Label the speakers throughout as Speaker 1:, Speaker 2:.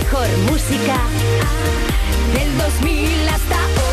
Speaker 1: mejor música del 2000 hasta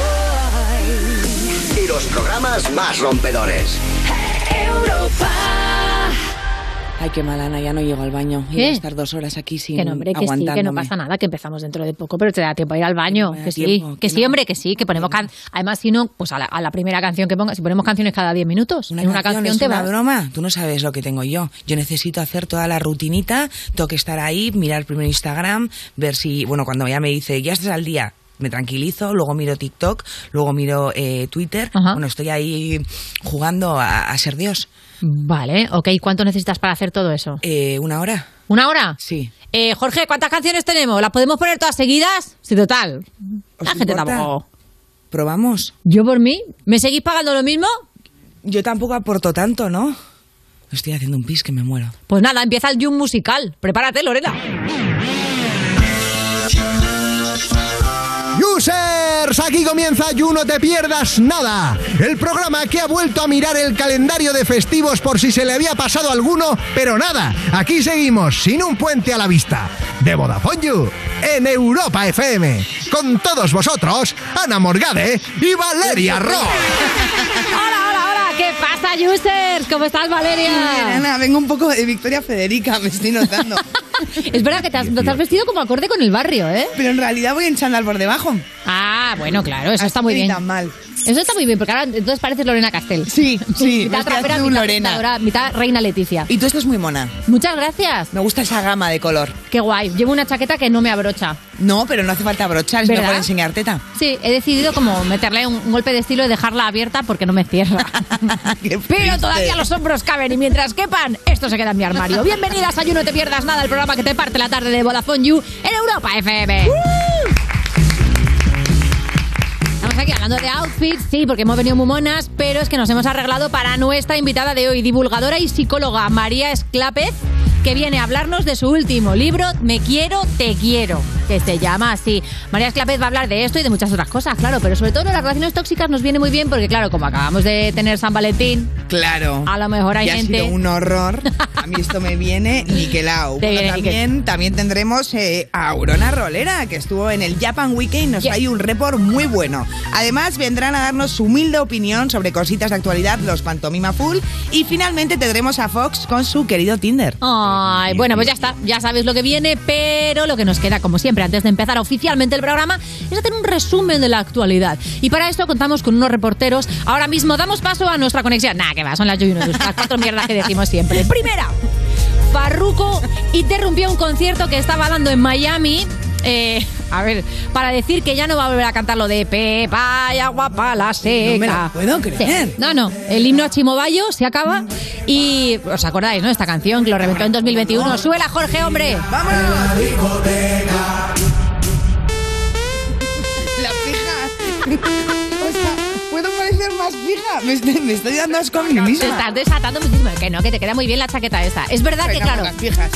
Speaker 1: hoy.
Speaker 2: Y los programas más rompedores.
Speaker 1: Europa.
Speaker 3: Ay, qué mala, Ana, ya no llego al baño.
Speaker 4: ¿Qué?
Speaker 3: Voy a estar 2 horas aquí sin
Speaker 4: Que no, hombre, que sí, que no pasa nada, que empezamos dentro de poco, pero te da tiempo a ir al baño.
Speaker 3: Me da
Speaker 4: Que sí,
Speaker 3: tiempo,
Speaker 4: que
Speaker 3: que
Speaker 4: sí,
Speaker 3: no.
Speaker 4: hombre, que sí, que ponemos además, si no, pues a la primera canción que pongas, si ponemos canciones cada 10 minutos, en una canción
Speaker 3: es
Speaker 4: te
Speaker 3: una
Speaker 4: vas.
Speaker 3: broma. Tú no sabes lo que tengo yo. Yo necesito hacer toda la rutinita, tengo que estar ahí, mirar primero Instagram, ver si, bueno, cuando ya me dice, ya estás al día, me tranquilizo, luego miro TikTok, luego miro Twitter.
Speaker 4: Ajá.
Speaker 3: Bueno, estoy ahí jugando a ser Dios.
Speaker 4: Vale, ok, ¿cuánto necesitas para hacer todo eso?
Speaker 3: 1 hora.
Speaker 4: ¿1 hora?
Speaker 3: Sí.
Speaker 4: Jorge, ¿cuántas canciones tenemos? ¿Las podemos poner todas seguidas? Sí, total.
Speaker 3: ¿Os
Speaker 4: La gente
Speaker 3: importa?
Speaker 4: tampoco.
Speaker 3: ¿Probamos?
Speaker 4: Yo por mí, ¿me seguís pagando lo mismo?
Speaker 3: Yo tampoco aporto tanto, ¿no? Estoy haciendo un pis que me muero.
Speaker 4: Pues nada, empieza el Jum musical. Prepárate, Lorena.
Speaker 5: Users, aquí comienza You No Te Pierdas Nada, el programa que ha vuelto a mirar el calendario de festivos por si se le había pasado alguno, pero nada, aquí seguimos sin un puente a la vista. De Vodafone You, en Europa FM, con todos vosotros, Ana Morgade y Valeria Ross.
Speaker 4: Hola, hola, hola, ¿qué pasa, users? ¿Cómo estás, Valeria?
Speaker 3: Bien, Ana, vengo un poco de Victoria Federica, me estoy notando.
Speaker 4: Es verdad que te has vestido como acorde con el barrio, ¿eh?
Speaker 3: Pero en realidad voy en chándal por debajo.
Speaker 4: Ah, bueno, claro, eso está muy
Speaker 3: Así que
Speaker 4: bien.
Speaker 3: tan mal.
Speaker 4: Eso está muy bien, porque ahora entonces pareces Lorena Castell.
Speaker 3: Sí, sí, me
Speaker 4: mitad
Speaker 3: estoy
Speaker 4: trapera,
Speaker 3: haciendo un
Speaker 4: mitad
Speaker 3: Lorena.
Speaker 4: presentadora, mitad reina Leticia.
Speaker 3: Y tú estás muy mona.
Speaker 4: Muchas gracias.
Speaker 3: Me gusta esa gama de color.
Speaker 4: Qué guay. Llevo una chaqueta que no me abrocha.
Speaker 3: No, pero no hace falta brochar, es
Speaker 4: ¿Verdad?
Speaker 3: mejor enseñar teta.
Speaker 4: Sí, he decidido como meterle un golpe de estilo y dejarla abierta porque no me cierra.
Speaker 3: Qué
Speaker 4: Pero
Speaker 3: triste.
Speaker 4: todavía los hombros caben y mientras quepan, esto se queda en mi armario. Bienvenidas a You No Te Pierdas Nada, el programa que te parte la tarde de Vodafone You en Europa FM. Estamos aquí hablando de outfits, sí, porque hemos venido muy monas, pero es que nos hemos arreglado para nuestra invitada de hoy, divulgadora y psicóloga María Esclápez, que viene a hablarnos de su último libro, Me Quiero, Te Quiero, que se llama así. María Esclápez va a hablar de esto y de muchas otras cosas, claro, pero sobre todo de las relaciones tóxicas nos viene muy bien porque, claro, como acabamos de tener San Valentín,
Speaker 3: Claro.
Speaker 4: a lo mejor hay
Speaker 3: Y ha
Speaker 4: gente...
Speaker 3: sido un horror. A mí esto me viene niquelao.
Speaker 4: Te
Speaker 3: Bueno,
Speaker 4: viene
Speaker 3: también tendremos a Aurona Rolera, que estuvo en el Japan Weekend y nos
Speaker 4: Yes.
Speaker 3: trae un report muy bueno. Además, vendrán a darnos su humilde opinión sobre cositas de actualidad, los Pantomima Full. Y finalmente tendremos a Fox con su querido Tinder.
Speaker 4: Ay, bueno, pues ya está, ya sabéis lo que viene, pero lo que nos queda, como siempre, antes de empezar oficialmente el programa, es hacer un resumen de la actualidad. Y para esto contamos con unos reporteros. Ahora mismo damos paso a nuestra conexión. Nah, que va, son las You No, las 4 mierdas que decimos siempre. Primera, Farruko interrumpió un concierto que estaba dando en Miami. A ver, para decir que ya no va a volver a cantar lo de Pepa y agua pa' la seca.
Speaker 3: No me lo puedo creer.
Speaker 4: Sí. No, el himno a Chimobayo se acaba y os acordáis, ¿no? Esta canción que lo reventó en 2021. ¡Súbela, Jorge, hombre!
Speaker 3: ¡Vámonos! La fija. O sea, ¿puedo parecer más fija? Me estoy dando asco a mí
Speaker 4: Te
Speaker 3: misma.
Speaker 4: estás desatando muchísimo. Que no, que te queda muy bien la chaqueta esta. Es verdad que,
Speaker 3: Venga,
Speaker 4: claro,
Speaker 3: pocas fijas.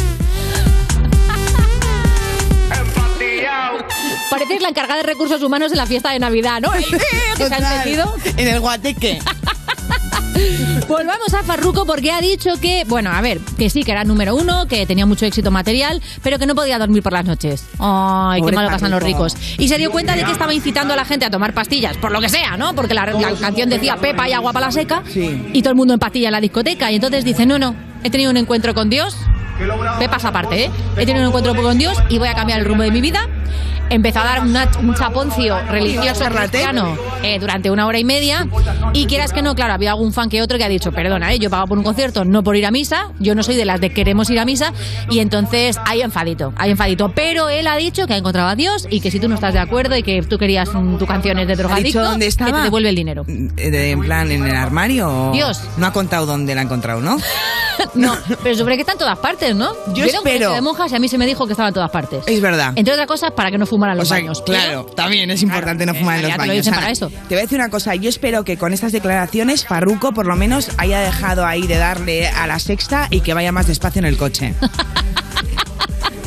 Speaker 4: pareces la encargada de recursos humanos de la fiesta de Navidad, ¿no? Que se has
Speaker 3: Total.
Speaker 4: metido.
Speaker 3: En el guateque.
Speaker 4: Volvamos a Farruko porque ha dicho que, bueno, a ver, que sí, que era número 1, que tenía mucho éxito material, pero que no podía dormir por las noches. Ay,
Speaker 3: Pobre
Speaker 4: qué malo pasan los
Speaker 3: Farruko.
Speaker 4: ricos. Y se dio cuenta de que estaba incitando a la gente a tomar pastillas, por lo que sea, ¿no? Porque la canción decía Pepa y agua para la seca,
Speaker 3: Sí.
Speaker 4: y todo el mundo en pastilla en la discoteca. Y entonces dice, no, he tenido un encuentro con Dios. Pepas aparte, ¿eh? He tenido un encuentro con Dios y voy a cambiar el rumbo de mi vida. Empezó a dar un chaponcio religioso cristiano durante 1 hora y media. Y quieras que no, claro, había algún fan que otro que ha dicho, perdona, yo pago por un concierto, no por ir a misa. Yo no soy de las de queremos ir a misa. Y entonces hay enfadito. Pero él ha dicho que ha encontrado a Dios y que si tú no estás de acuerdo y que tú querías tu canciones de
Speaker 3: ¿Ha dicho
Speaker 4: drogadicto,
Speaker 3: dónde
Speaker 4: que
Speaker 3: estaba?
Speaker 4: te devuelve el dinero.
Speaker 3: En plan, ¿en el armario? o-
Speaker 4: Dios.
Speaker 3: No ha contado dónde la ha encontrado, ¿no?
Speaker 4: No, pero sobre que está en todas partes, ¿no?
Speaker 3: Yo
Speaker 4: era un colegio
Speaker 3: espero.
Speaker 4: de monjas y a mí se me dijo que estaba en todas partes.
Speaker 3: Es verdad.
Speaker 4: Entre otras cosas, para que no fumaran
Speaker 3: O
Speaker 4: los
Speaker 3: sea,
Speaker 4: baños.
Speaker 3: claro, también es importante no fumar en los
Speaker 4: ya te lo
Speaker 3: baños.
Speaker 4: dicen
Speaker 3: Ana.
Speaker 4: para eso.
Speaker 3: Te voy a decir una cosa, yo espero que con estas declaraciones Farruko por lo menos haya dejado ahí de darle a la sexta y que vaya más despacio en el coche.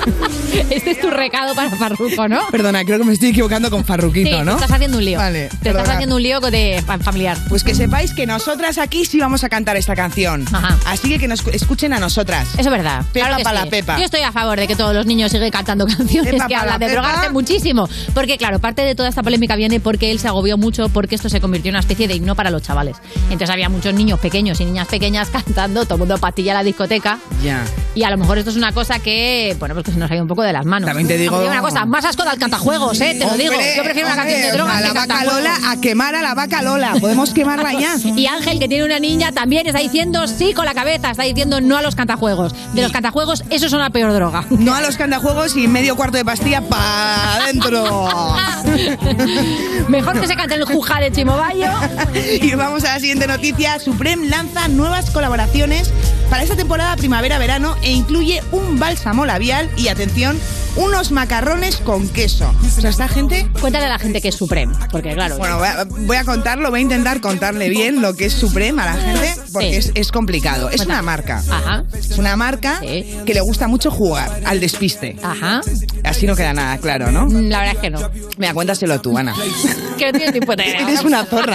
Speaker 4: Este es tu recado para Farruko, ¿no?
Speaker 3: Perdona, creo que me estoy equivocando con Farruquito,
Speaker 4: Sí,
Speaker 3: ¿no?
Speaker 4: te estás haciendo un lío.
Speaker 3: Vale,
Speaker 4: te estás
Speaker 3: perdona.
Speaker 4: haciendo un lío de familiar.
Speaker 3: Pues que sepáis que nosotras aquí sí vamos a cantar esta canción.
Speaker 4: Ajá.
Speaker 3: Así que nos escuchen a nosotras.
Speaker 4: Eso es verdad.
Speaker 3: Pepa
Speaker 4: claro que
Speaker 3: pa' la
Speaker 4: sí.
Speaker 3: Pepa.
Speaker 4: Yo estoy a favor de que todos los niños sigan cantando canciones
Speaker 3: Pepa
Speaker 4: que
Speaker 3: pa'
Speaker 4: hablan
Speaker 3: la
Speaker 4: de
Speaker 3: Pepa.
Speaker 4: drogarse muchísimo. Porque, claro, parte de toda esta polémica viene porque él se agobió mucho porque esto se convirtió en una especie de himno para los chavales. Entonces había muchos niños pequeños y niñas pequeñas cantando, todo el mundo pastilla a la discoteca.
Speaker 3: Ya.
Speaker 4: Y a lo mejor esto es una cosa que, bueno, pues que se nos ha ido un poco de las manos.
Speaker 3: También te digo-
Speaker 4: Una cosa, más asco del cantajuegos, te lo digo. Yo prefiero una canción de drogas
Speaker 3: a
Speaker 4: que
Speaker 3: la vaca
Speaker 4: cantajuegos.
Speaker 3: Lola, a quemar a la vaca Lola. ¿Podemos quemarla ya?
Speaker 4: Y Ángel, que tiene una niña, también está diciendo sí con la cabeza, está diciendo no a los cantajuegos. De los cantajuegos, esos son la peor droga.
Speaker 3: No a los cantajuegos y medio cuarto de pastilla para adentro.
Speaker 4: Mejor que se cante el Juja de Chimobayo.
Speaker 3: Y vamos a la siguiente noticia. Supreme lanza nuevas colaboraciones para esta temporada primavera-verano e incluye un bálsamo labial y, atención, unos macarrones con queso. O sea, esta gente...
Speaker 4: Cuéntale a la gente que es Supreme, porque claro...
Speaker 3: Bueno, voy a contarlo, voy a intentar contarle bien lo que es Supreme a la gente, porque
Speaker 4: Sí.
Speaker 3: es complicado. Es
Speaker 4: Cuenta.
Speaker 3: una marca.
Speaker 4: Ajá.
Speaker 3: Es una marca
Speaker 4: Sí.
Speaker 3: que le gusta mucho jugar al despiste.
Speaker 4: Ajá.
Speaker 3: Así no queda nada claro, ¿no?
Speaker 4: La verdad es que no.
Speaker 3: Mira, cuéntaselo tú, Ana.
Speaker 4: Que no tienes tiempo de...
Speaker 3: Eres una zorra.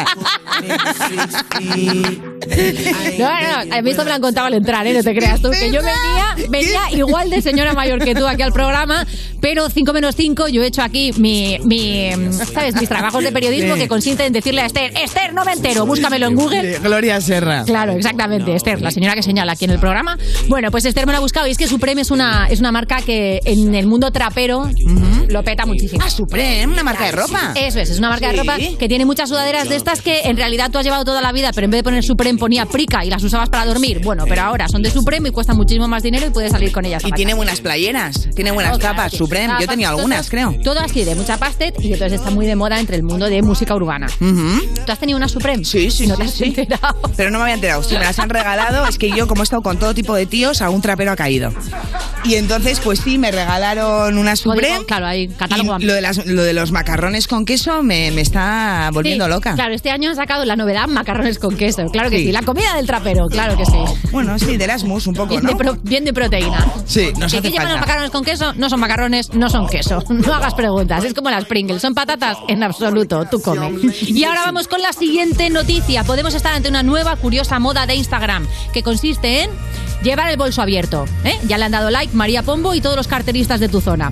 Speaker 4: No, a mí esto me lo han contado al entrar, no te creas tú, que yo venía igual de señora mayor que tú aquí al programa, pero 5 menos 5 yo he hecho aquí ¿sabes? Mis trabajos de periodismo que consisten en decirle a Esther, no me entero, búscamelo en Google.
Speaker 3: Gloria Serra.
Speaker 4: Claro, exactamente, Esther, la señora que señala aquí en el programa. Bueno, pues Esther me lo ha buscado y es que Supreme es una marca que en el mundo trapero lo peta muchísimo.
Speaker 3: Ah, Supreme, una marca de ropa.
Speaker 4: Eso es una marca de
Speaker 3: Sí.
Speaker 4: ropa que tiene muchas sudaderas de estas que en realidad tú has llevado toda la vida, pero en vez de poner Supreme ponía Prica y las usabas para dormir. Bueno, pero ahora son de Supreme y cuestan muchísimo más dinero y puedes salir con ellas. a
Speaker 3: Y
Speaker 4: marcar.
Speaker 3: tiene buenas playeras, tiene buenas
Speaker 4: Claro,
Speaker 3: capas,
Speaker 4: sí.
Speaker 3: Supreme. Yo he tenido algunas, creo.
Speaker 4: Todo así, de mucha pastet, y entonces está muy de moda entre el mundo de música urbana.
Speaker 3: Ujú.
Speaker 4: ¿Tú has tenido una Supreme?
Speaker 3: Sí, sí,
Speaker 4: ¿No
Speaker 3: sí,
Speaker 4: te has
Speaker 3: sí.
Speaker 4: enterado?
Speaker 3: Pero no me había enterado. Si me las han regalado, es que yo, como he estado con todo tipo de tíos, algún trapero ha caído. Y entonces, pues sí, me regalaron una Supreme.
Speaker 4: Código, claro, hay catálogo.
Speaker 3: Y lo de los macarrones con queso me está volviendo
Speaker 4: Sí,
Speaker 3: loca.
Speaker 4: Claro, este año han sacado la novedad macarrones con queso. Claro que
Speaker 3: Sí.
Speaker 4: sí. La comida del trapero, claro que sí.
Speaker 3: Bueno, sí, de Erasmus un poco,
Speaker 4: Bien,
Speaker 3: ¿no?
Speaker 4: bien de proteína.
Speaker 3: Sí, nos
Speaker 4: ¿Y
Speaker 3: hace
Speaker 4: qué llevan los
Speaker 3: falta.
Speaker 4: macarrones con queso? No son macarrones, no son queso. No hagas preguntas. Es como las Pringles. ¿Son patatas? En absoluto. Tú come. Y ahora vamos con la siguiente noticia. Podemos estar ante una nueva curiosa moda de Instagram que consiste en llevar el bolso abierto. Ya le han dado like María Pombo y todos los carteristas de tu zona.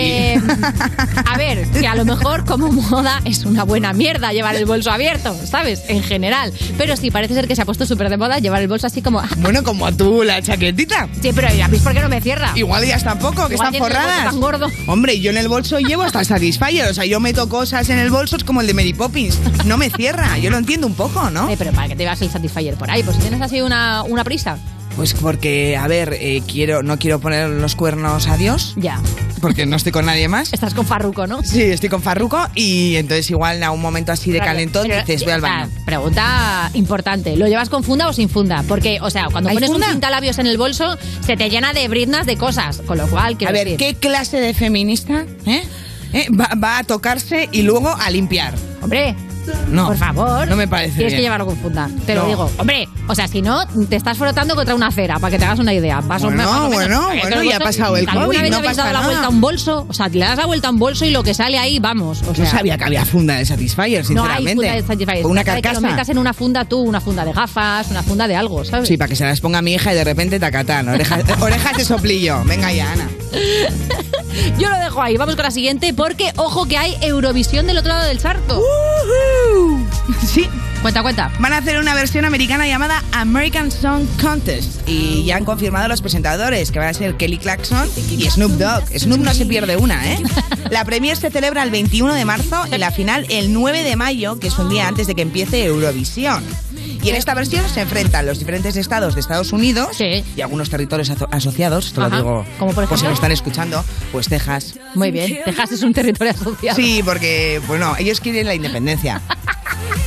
Speaker 4: A ver, que a lo mejor como moda es una buena mierda llevar el bolso abierto, ¿sabes? En general. Pero sí, parece ser que se ha puesto súper de moda llevar el bolso así como...
Speaker 3: Bueno, como tú, la chaquetita.
Speaker 4: Sí, pero ¿ya veis por qué no me cierra?
Speaker 3: Igual ellas tampoco, que
Speaker 4: Igual
Speaker 3: están
Speaker 4: tiene el bolso
Speaker 3: forradas.
Speaker 4: tan gordo.
Speaker 3: Hombre, yo en el bolso llevo hasta el Satisfyer. O sea, yo meto cosas en el bolso, es como el de Mary Poppins. No me cierra, yo lo entiendo un poco, ¿no?
Speaker 4: Pero para que te llevas el Satisfyer por ahí, pues si tienes así una prisa.
Speaker 3: Pues porque, a ver, no quiero poner los cuernos a Dios,
Speaker 4: Ya.
Speaker 3: porque no estoy con nadie más.
Speaker 4: Estás con Farruko, ¿no?
Speaker 3: Sí, estoy con Farruko y entonces igual a un momento así de
Speaker 4: Claro,
Speaker 3: calentón
Speaker 4: pero,
Speaker 3: dices, voy al
Speaker 4: o sea,
Speaker 3: baño.
Speaker 4: pregunta importante. ¿Lo llevas con funda o sin funda? Porque, o sea, cuando
Speaker 3: ¿Hay
Speaker 4: pones
Speaker 3: funda?
Speaker 4: un pintalabios en el bolso, se te llena de briznas de cosas. Con lo cual, quiero
Speaker 3: A ver,
Speaker 4: decir...
Speaker 3: ¿qué clase de feminista va a tocarse y luego a limpiar?
Speaker 4: Hombre,
Speaker 3: No,
Speaker 4: por favor.
Speaker 3: no me parece
Speaker 4: Tienes
Speaker 3: bien.
Speaker 4: que llevarlo con funda. Te lo
Speaker 3: No.
Speaker 4: digo. Hombre, o sea, si no, te estás frotando contra una acera, para que te hagas una idea. Más o
Speaker 3: Bueno,
Speaker 4: menos, más o menos.
Speaker 3: bueno,
Speaker 4: Para que
Speaker 3: bueno,
Speaker 4: te lo
Speaker 3: ya ha
Speaker 4: bolso-
Speaker 3: pasado el
Speaker 4: ¿Alguna
Speaker 3: COVID,
Speaker 4: vez
Speaker 3: no
Speaker 4: habéis
Speaker 3: pasa
Speaker 4: dado la
Speaker 3: nada.
Speaker 4: vuelta a un bolso? O sea, le das la vuelta a un bolso y lo que sale ahí, vamos. O sea,
Speaker 3: No sabía que había funda de Satisfyer,
Speaker 4: no hay
Speaker 3: sinceramente.
Speaker 4: funda de Satisfyer.
Speaker 3: Con una
Speaker 4: Trata de que lo metas
Speaker 3: carcasa.
Speaker 4: en una funda tú, una funda de gafas, una funda de algo, ¿sabes?
Speaker 3: Sí, para que se las ponga mi hija y de repente tacatán. Orejas de soplillo. Venga ya, Ana.
Speaker 4: Yo lo dejo ahí. Vamos con la siguiente porque, ojo, que hay Eurovisión del otro lado del charco.
Speaker 3: Sí,
Speaker 4: Cuenta.
Speaker 3: van a hacer una versión americana llamada American Song Contest y ya han confirmado los presentadores que van a ser Kelly Clarkson y Snoop Dogg. Snoop no se pierde una, ¿eh? La premier se celebra el 21 de marzo y la final el 9 de mayo, que es un día antes de que empiece Eurovisión. Y en esta versión se enfrentan los diferentes estados de Estados Unidos
Speaker 4: Sí.
Speaker 3: y algunos territorios asociados, te lo
Speaker 4: Ajá.
Speaker 3: digo,
Speaker 4: ¿Como por
Speaker 3: si
Speaker 4: ejemplo?
Speaker 3: lo están escuchando, pues Texas.
Speaker 4: Muy bien. Texas es un territorio asociado.
Speaker 3: Sí, porque, bueno, ellos quieren la independencia.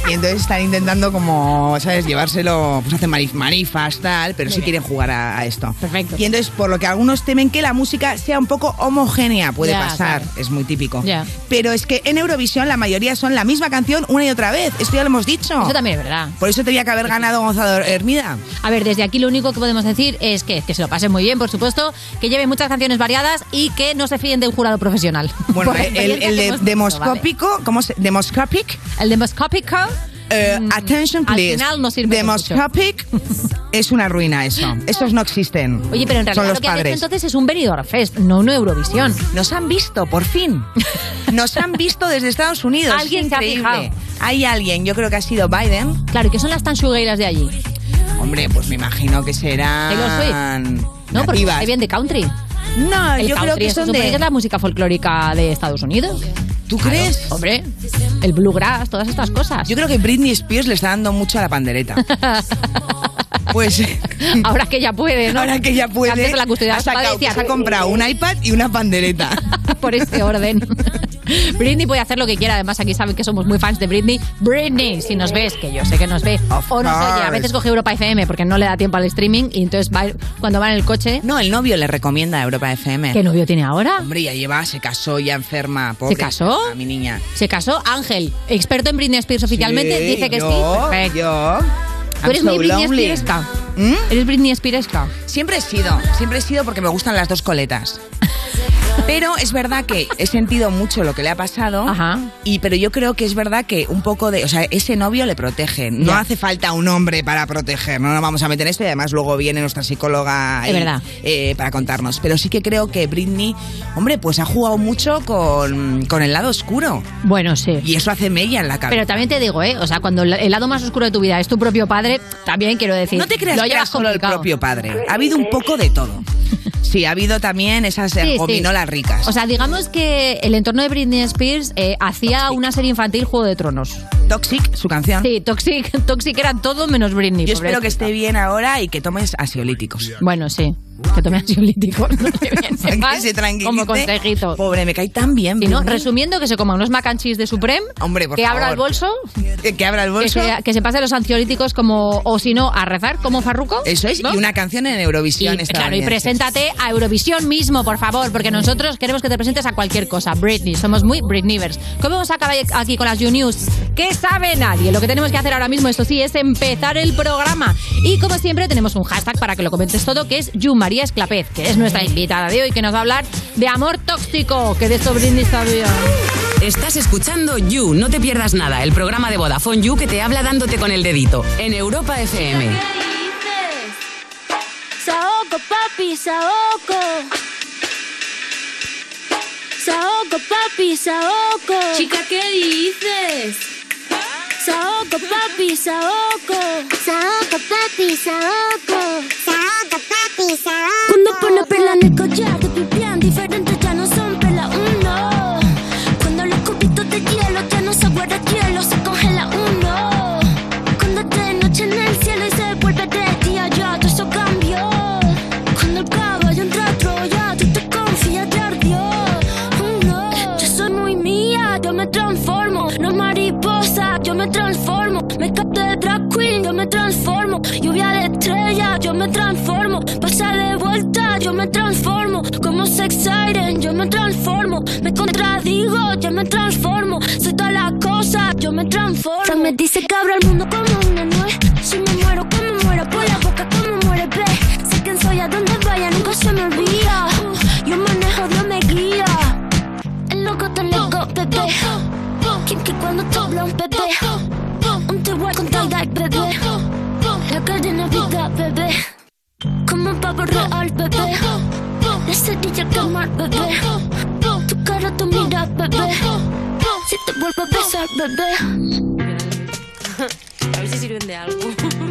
Speaker 3: Y entonces están intentando como, ¿sabes? Llevárselo, pues hacen manifas, tal, pero sí quieren jugar a esto.
Speaker 4: Perfecto.
Speaker 3: Y entonces, por lo que algunos temen que la música sea un poco homogénea, puede pasar, claro. Es muy típico. Pero es que en Eurovisión la mayoría son la misma canción una y otra vez, esto ya lo hemos dicho.
Speaker 4: Eso también es verdad.
Speaker 3: Por eso tenía que haber ganado Gonzalo Hermida.
Speaker 4: A ver, desde aquí lo único que podemos decir es que se lo pasen muy bien, por supuesto, que lleven muchas canciones variadas y que no se fíen de un jurado profesional.
Speaker 3: Bueno, el de demoscópico, ¿vale? ¿Cómo se? ¿Demoscopic?
Speaker 4: El demoscópico.
Speaker 3: Attention, please.
Speaker 4: Al final no sirve
Speaker 3: Demoscopic es una ruina eso. Esos no existen.
Speaker 4: Oye, pero en realidad lo que han hecho entonces es un Benidorm Fest, no una Eurovisión.
Speaker 3: Nos han visto, por fin. Nos han visto desde Estados Unidos.
Speaker 4: Alguien se ha fijado.
Speaker 3: Hay alguien, yo creo que ha sido Biden.
Speaker 4: Claro, ¿y qué son las tanchugueiras de allí?
Speaker 3: Hombre, pues me imagino que serán...
Speaker 4: Taylor Swift. No, porque hay bien de country.
Speaker 3: No, yo creo que son
Speaker 4: que es la música folclórica de Estados Unidos.
Speaker 3: ¿Tú crees?
Speaker 4: Hombre, el bluegrass, todas estas cosas.
Speaker 3: Yo creo que Britney Spears le está dando mucho a la pandereta. Pues
Speaker 4: ahora que ya puede, ¿no?
Speaker 3: Ahora que ya puede.
Speaker 4: Antes la custodia
Speaker 3: ha comprado un iPad y una pandereta.
Speaker 4: Por ese orden. Britney puede hacer lo que quiera. Además, aquí saben que somos muy fans de Britney. Britney, si nos ves, que yo sé que nos ve. O nos oye, a veces coge Europa FM porque no le da tiempo al streaming y entonces cuando va en el coche...
Speaker 3: No, el novio le recomienda a Europa FM.
Speaker 4: ¿Qué novio tiene ahora?
Speaker 3: Hombre, ya se casó, ya enferma. Pobre,
Speaker 4: ¿Se casó?
Speaker 3: A mi niña.
Speaker 4: Se casó Ángel, experto en Britney Spears oficialmente,
Speaker 3: sí,
Speaker 4: dice que
Speaker 3: yo,
Speaker 4: sí. Perfecto. ¿Tú eres muy Britney Spearesca? ¿Eres Britney Spearesca?
Speaker 3: Siempre he sido porque me gustan las dos coletas. Pero es verdad que he sentido mucho lo que le ha pasado.
Speaker 4: Ajá.
Speaker 3: Pero yo creo que es verdad que un poco de... O sea, ese novio le protege. No hace falta un hombre para proteger. No nos vamos a meter en esto y además luego viene nuestra psicóloga ahí, para contarnos. Pero sí que creo que Britney, hombre, pues ha jugado mucho con el lado oscuro.
Speaker 4: Bueno, sí.
Speaker 3: Y eso hace mella en la cabeza.
Speaker 4: Pero también te digo, o sea, cuando el lado más oscuro de tu vida es tu propio padre, también quiero decir...
Speaker 3: No te creas que era solo el propio padre. Ha habido un poco de todo. Sí, ha habido también esas gominolas ricas.
Speaker 4: O sea, digamos que el entorno de Britney Spears hacía una serie infantil Juego de Tronos.
Speaker 3: Toxic, su canción.
Speaker 4: Sí, Toxic era todo menos Britney.
Speaker 3: Yo espero que esté bien ahora y que tomes ansiolíticos.
Speaker 4: Bueno, sí. Que tome ansiolíticos. No
Speaker 3: que se tranquilice.
Speaker 4: Como consejito.
Speaker 3: Pobre, me cae tan bien.
Speaker 4: Y no, resumiendo, que se coma unos mac and cheese de Supreme.
Speaker 3: Hombre, por
Speaker 4: que
Speaker 3: favor.
Speaker 4: Abra el bolso.
Speaker 3: Que abra el bolso.
Speaker 4: Que se pase los ansiolíticos como... O si no, a rezar como Farruko.
Speaker 3: Eso es, ¿no? Y una canción en Eurovisión.
Speaker 4: Claro, y preséntate a Eurovisión mismo, por favor, porque nosotros queremos que te presentes a cualquier cosa. Britney, somos muy Britneyvers. ¿Cómo vamos a acabar aquí con las You News? ¿Qué sabe nadie? Lo que tenemos que hacer ahora mismo, esto sí, es empezar el programa. Y como siempre, tenemos un hashtag para que lo comentes todo, que es You María Esclapez, que es nuestra invitada de hoy, que nos va a hablar de amor tóxico, que de esto Britney sabía.
Speaker 6: Estás escuchando You, no te pierdas nada, el programa de Vodafone You que te habla dándote con el dedito, en Europa FM.
Speaker 7: Saoco, papi, saoco. Saoco, papi, saoco.
Speaker 1: Chica, ¿qué dices?
Speaker 7: Saoco, papi, saoco. Saoco, papi, saoco. Saoco, papi, saoco. Cuando pone perla en el collar, te pipián diferentes, ya no son perla uno. Cuando los cubitos de hielo ya no se guarda hielo, se congela uno. Cuando es de noche en el cielo y se vuelve de día, ya todo eso cambió. Cuando el caballo entra a Troya, tú te confías, ya ardió. No, yo soy muy mía, yo me transformo. No mariposa, yo me transformo. Me capté de drag queen, yo me transformo. Lluvia de estrella, yo me transformo. Pasa de vuelta, yo me transformo. Como sex siren, yo me transformo. Me contradigo, yo me transformo. Soy todas las cosas, yo me transformo. Se me dice que abro el mundo como una nuez. Si me muero, como muero, por la boca como muere, ve. Sé quién soy, a donde vaya, nunca se me olvida. Yo manejo, Dios me guía. El loco te loco, bebé. Quien que cuando te habla un bebé. Un te voy a contar, bebé. La cadena vida, bebé. Como un pavo real, bebé. La cerilla quemar, bebé. Tu cara, tu mira, bebé. Si te vuelvo a besar, bebé.
Speaker 1: A ver si sirven de algo.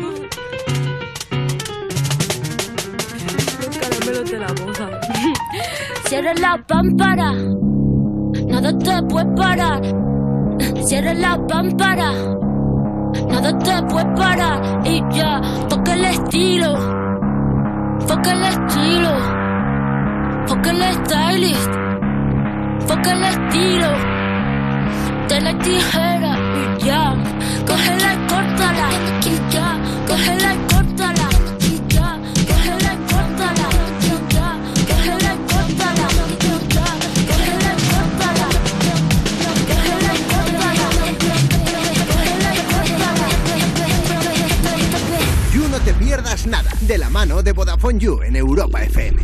Speaker 1: Los caramelos de la boca.
Speaker 7: Cierra la pámpara. Nada te puede parar. Cierra la pámpara. Nada te puede parar. Y ya, toca el estilo. Foca el estilo. Foca el stylist. Foca el estilo. De la tijera. Y ya, coge
Speaker 5: la mano de Vodafone You en Europa FM.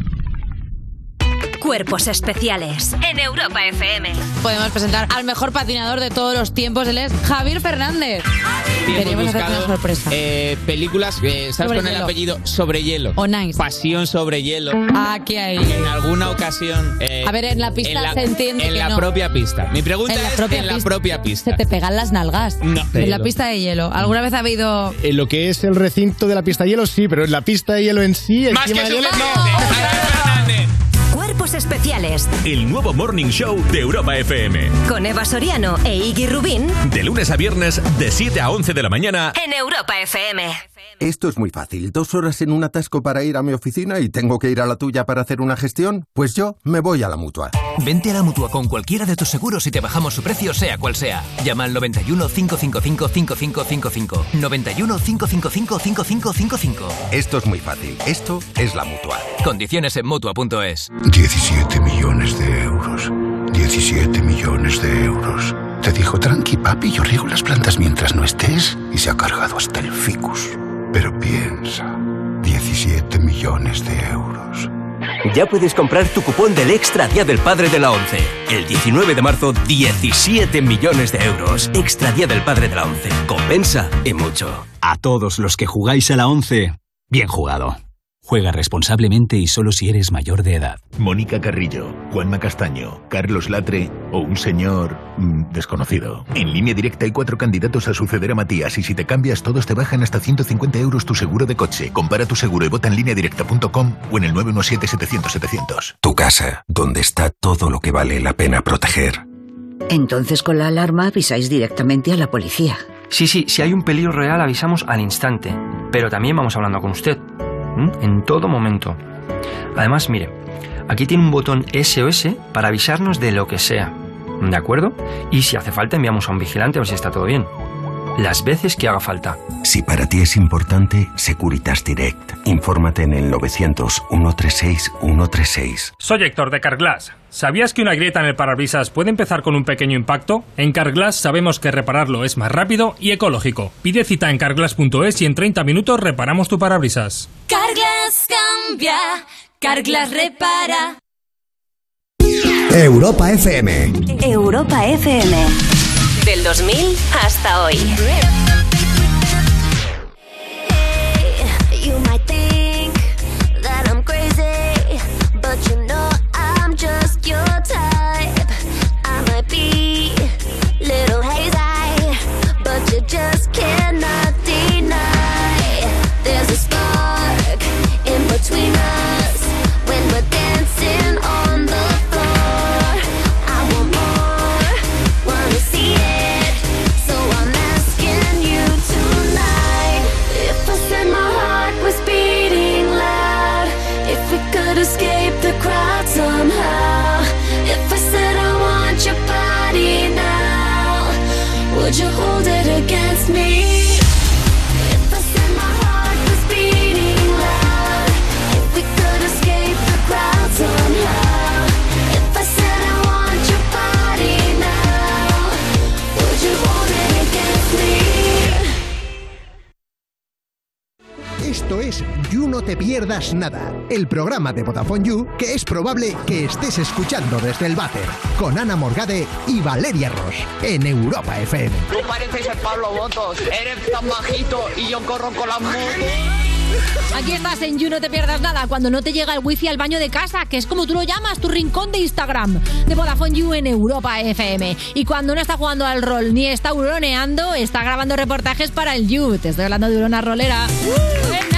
Speaker 8: Cuerpos especiales en Europa FM.
Speaker 4: Podemos presentar al mejor patinador de todos los tiempos, él es Javier Fernández. Queríamos hacer una sorpresa.
Speaker 9: Películas, ¿sabes
Speaker 4: Sobre
Speaker 9: con el
Speaker 4: hielo.
Speaker 9: apellido? Sobre hielo.
Speaker 4: O Nice.
Speaker 9: Pasión sobre hielo.
Speaker 4: Aquí hay.
Speaker 9: En alguna ocasión.
Speaker 4: A ver, en la pista se entiende
Speaker 9: en
Speaker 4: que
Speaker 9: la
Speaker 4: no.
Speaker 9: propia pista. Mi pregunta
Speaker 4: En la
Speaker 9: es
Speaker 4: propia
Speaker 9: en la
Speaker 4: pista.
Speaker 9: propia pista.
Speaker 4: Se te pegan las nalgas.
Speaker 9: No.
Speaker 4: En la pista de hielo. ¿Alguna vez ha habido...?
Speaker 10: En lo que es el recinto de la pista de hielo, sí, pero en la pista de hielo en sí...
Speaker 9: Más que
Speaker 10: encima de hielo,
Speaker 9: suficiente.
Speaker 8: Cuerpos especiales
Speaker 11: El nuevo Morning Show de Europa FM.
Speaker 8: con Eva Soriano e Iggy Rubín
Speaker 11: De lunes a viernes, de 7 a 11 de la mañana.
Speaker 8: en Europa FM.
Speaker 12: Esto es muy fácil. 2 horas en un atasco para ir a mi oficina y tengo que ir a la tuya para hacer una gestión. Pues yo me voy a la Mutua.
Speaker 13: Vente a la Mutua con cualquiera de tus seguros y te bajamos su precio sea cual sea. Llama al 91 555 5555. 91 555 5555.
Speaker 12: Esto es muy fácil. Esto es la Mutua.
Speaker 13: Condiciones en Mutua.es.
Speaker 14: 17 millones de euros. 17 millones de euros. Te dijo, tranqui papi, yo riego las plantas mientras no estés. Y se ha cargado hasta el ficus. Pero piensa, 17 millones de euros.
Speaker 15: Ya puedes comprar tu cupón del Extra Día del Padre de la ONCE. El 19 de marzo, 17 millones de euros. Extra Día del Padre de la ONCE. Compensa y mucho.
Speaker 16: A todos los que jugáis a la 11, bien jugado. Juega responsablemente y solo si eres mayor de edad.
Speaker 11: Mónica Carrillo, Juanma Castaño, Carlos Latre o un señor desconocido. En Línea Directa hay 4 candidatos a suceder a Matías y si te cambias todos te bajan hasta 150 euros tu seguro de coche. Compara tu seguro y vota en lineadirecta.com o en el 917-700-700.
Speaker 14: Tu casa, donde está todo lo que vale la pena proteger.
Speaker 17: Entonces con la alarma avisáis directamente a la policía.
Speaker 18: Sí, si hay un peligro real avisamos al instante, pero también vamos hablando con usted, en todo momento. Además, mire, aquí tiene un botón SOS para avisarnos de lo que sea, ¿de acuerdo? Y si hace falta enviamos a un vigilante a ver si está todo bien. Las veces que haga falta.
Speaker 14: Si para ti es importante, Securitas Direct. Infórmate en el 900-136-136.
Speaker 19: Soy Héctor de Carglass. ¿Sabías que una grieta en el parabrisas puede empezar con un pequeño impacto? En Carglass sabemos que repararlo es más rápido y ecológico. Pide cita en carglass.es y en 30 minutos reparamos tu parabrisas.
Speaker 7: Carglass cambia, Carglass repara.
Speaker 5: Europa FM.
Speaker 8: Europa FM. Del 2000 hasta hoy.
Speaker 7: You might think that I'm crazy, but you know I'm just your type. I might be little hazy, but you just cannot deny. There's a spark in between us when we're dancing on the floor. I want more, wanna see it, so I'm asking you tonight. If I said my heart was beating loud, if we could escape the crowd somehow, if I said I want your body now, would you hold it against me? If I said my heart was beating loud, if we could escape the crowd somehow, if I said I want your body now, would you hold it against me?
Speaker 5: Esto es You No Te Pierdas Nada, el programa de Vodafone You que es probable que estés escuchando desde el váter, con Ana Morgade y Valeria Ross, en Europa FM.
Speaker 20: Tú pareces el Pablo Botos, eres tan bajito y yo corro con las motos.
Speaker 4: Aquí estás en You, no te pierdas nada. Cuando no te llega el wifi al baño de casa, que es como tú lo llamas, tu rincón de Instagram, de Vodafone You en Europa FM. Y cuando no está jugando al rol ni está huroneando, está grabando reportajes para el You. Te estoy hablando de Urona Rolera.
Speaker 21: Buenas.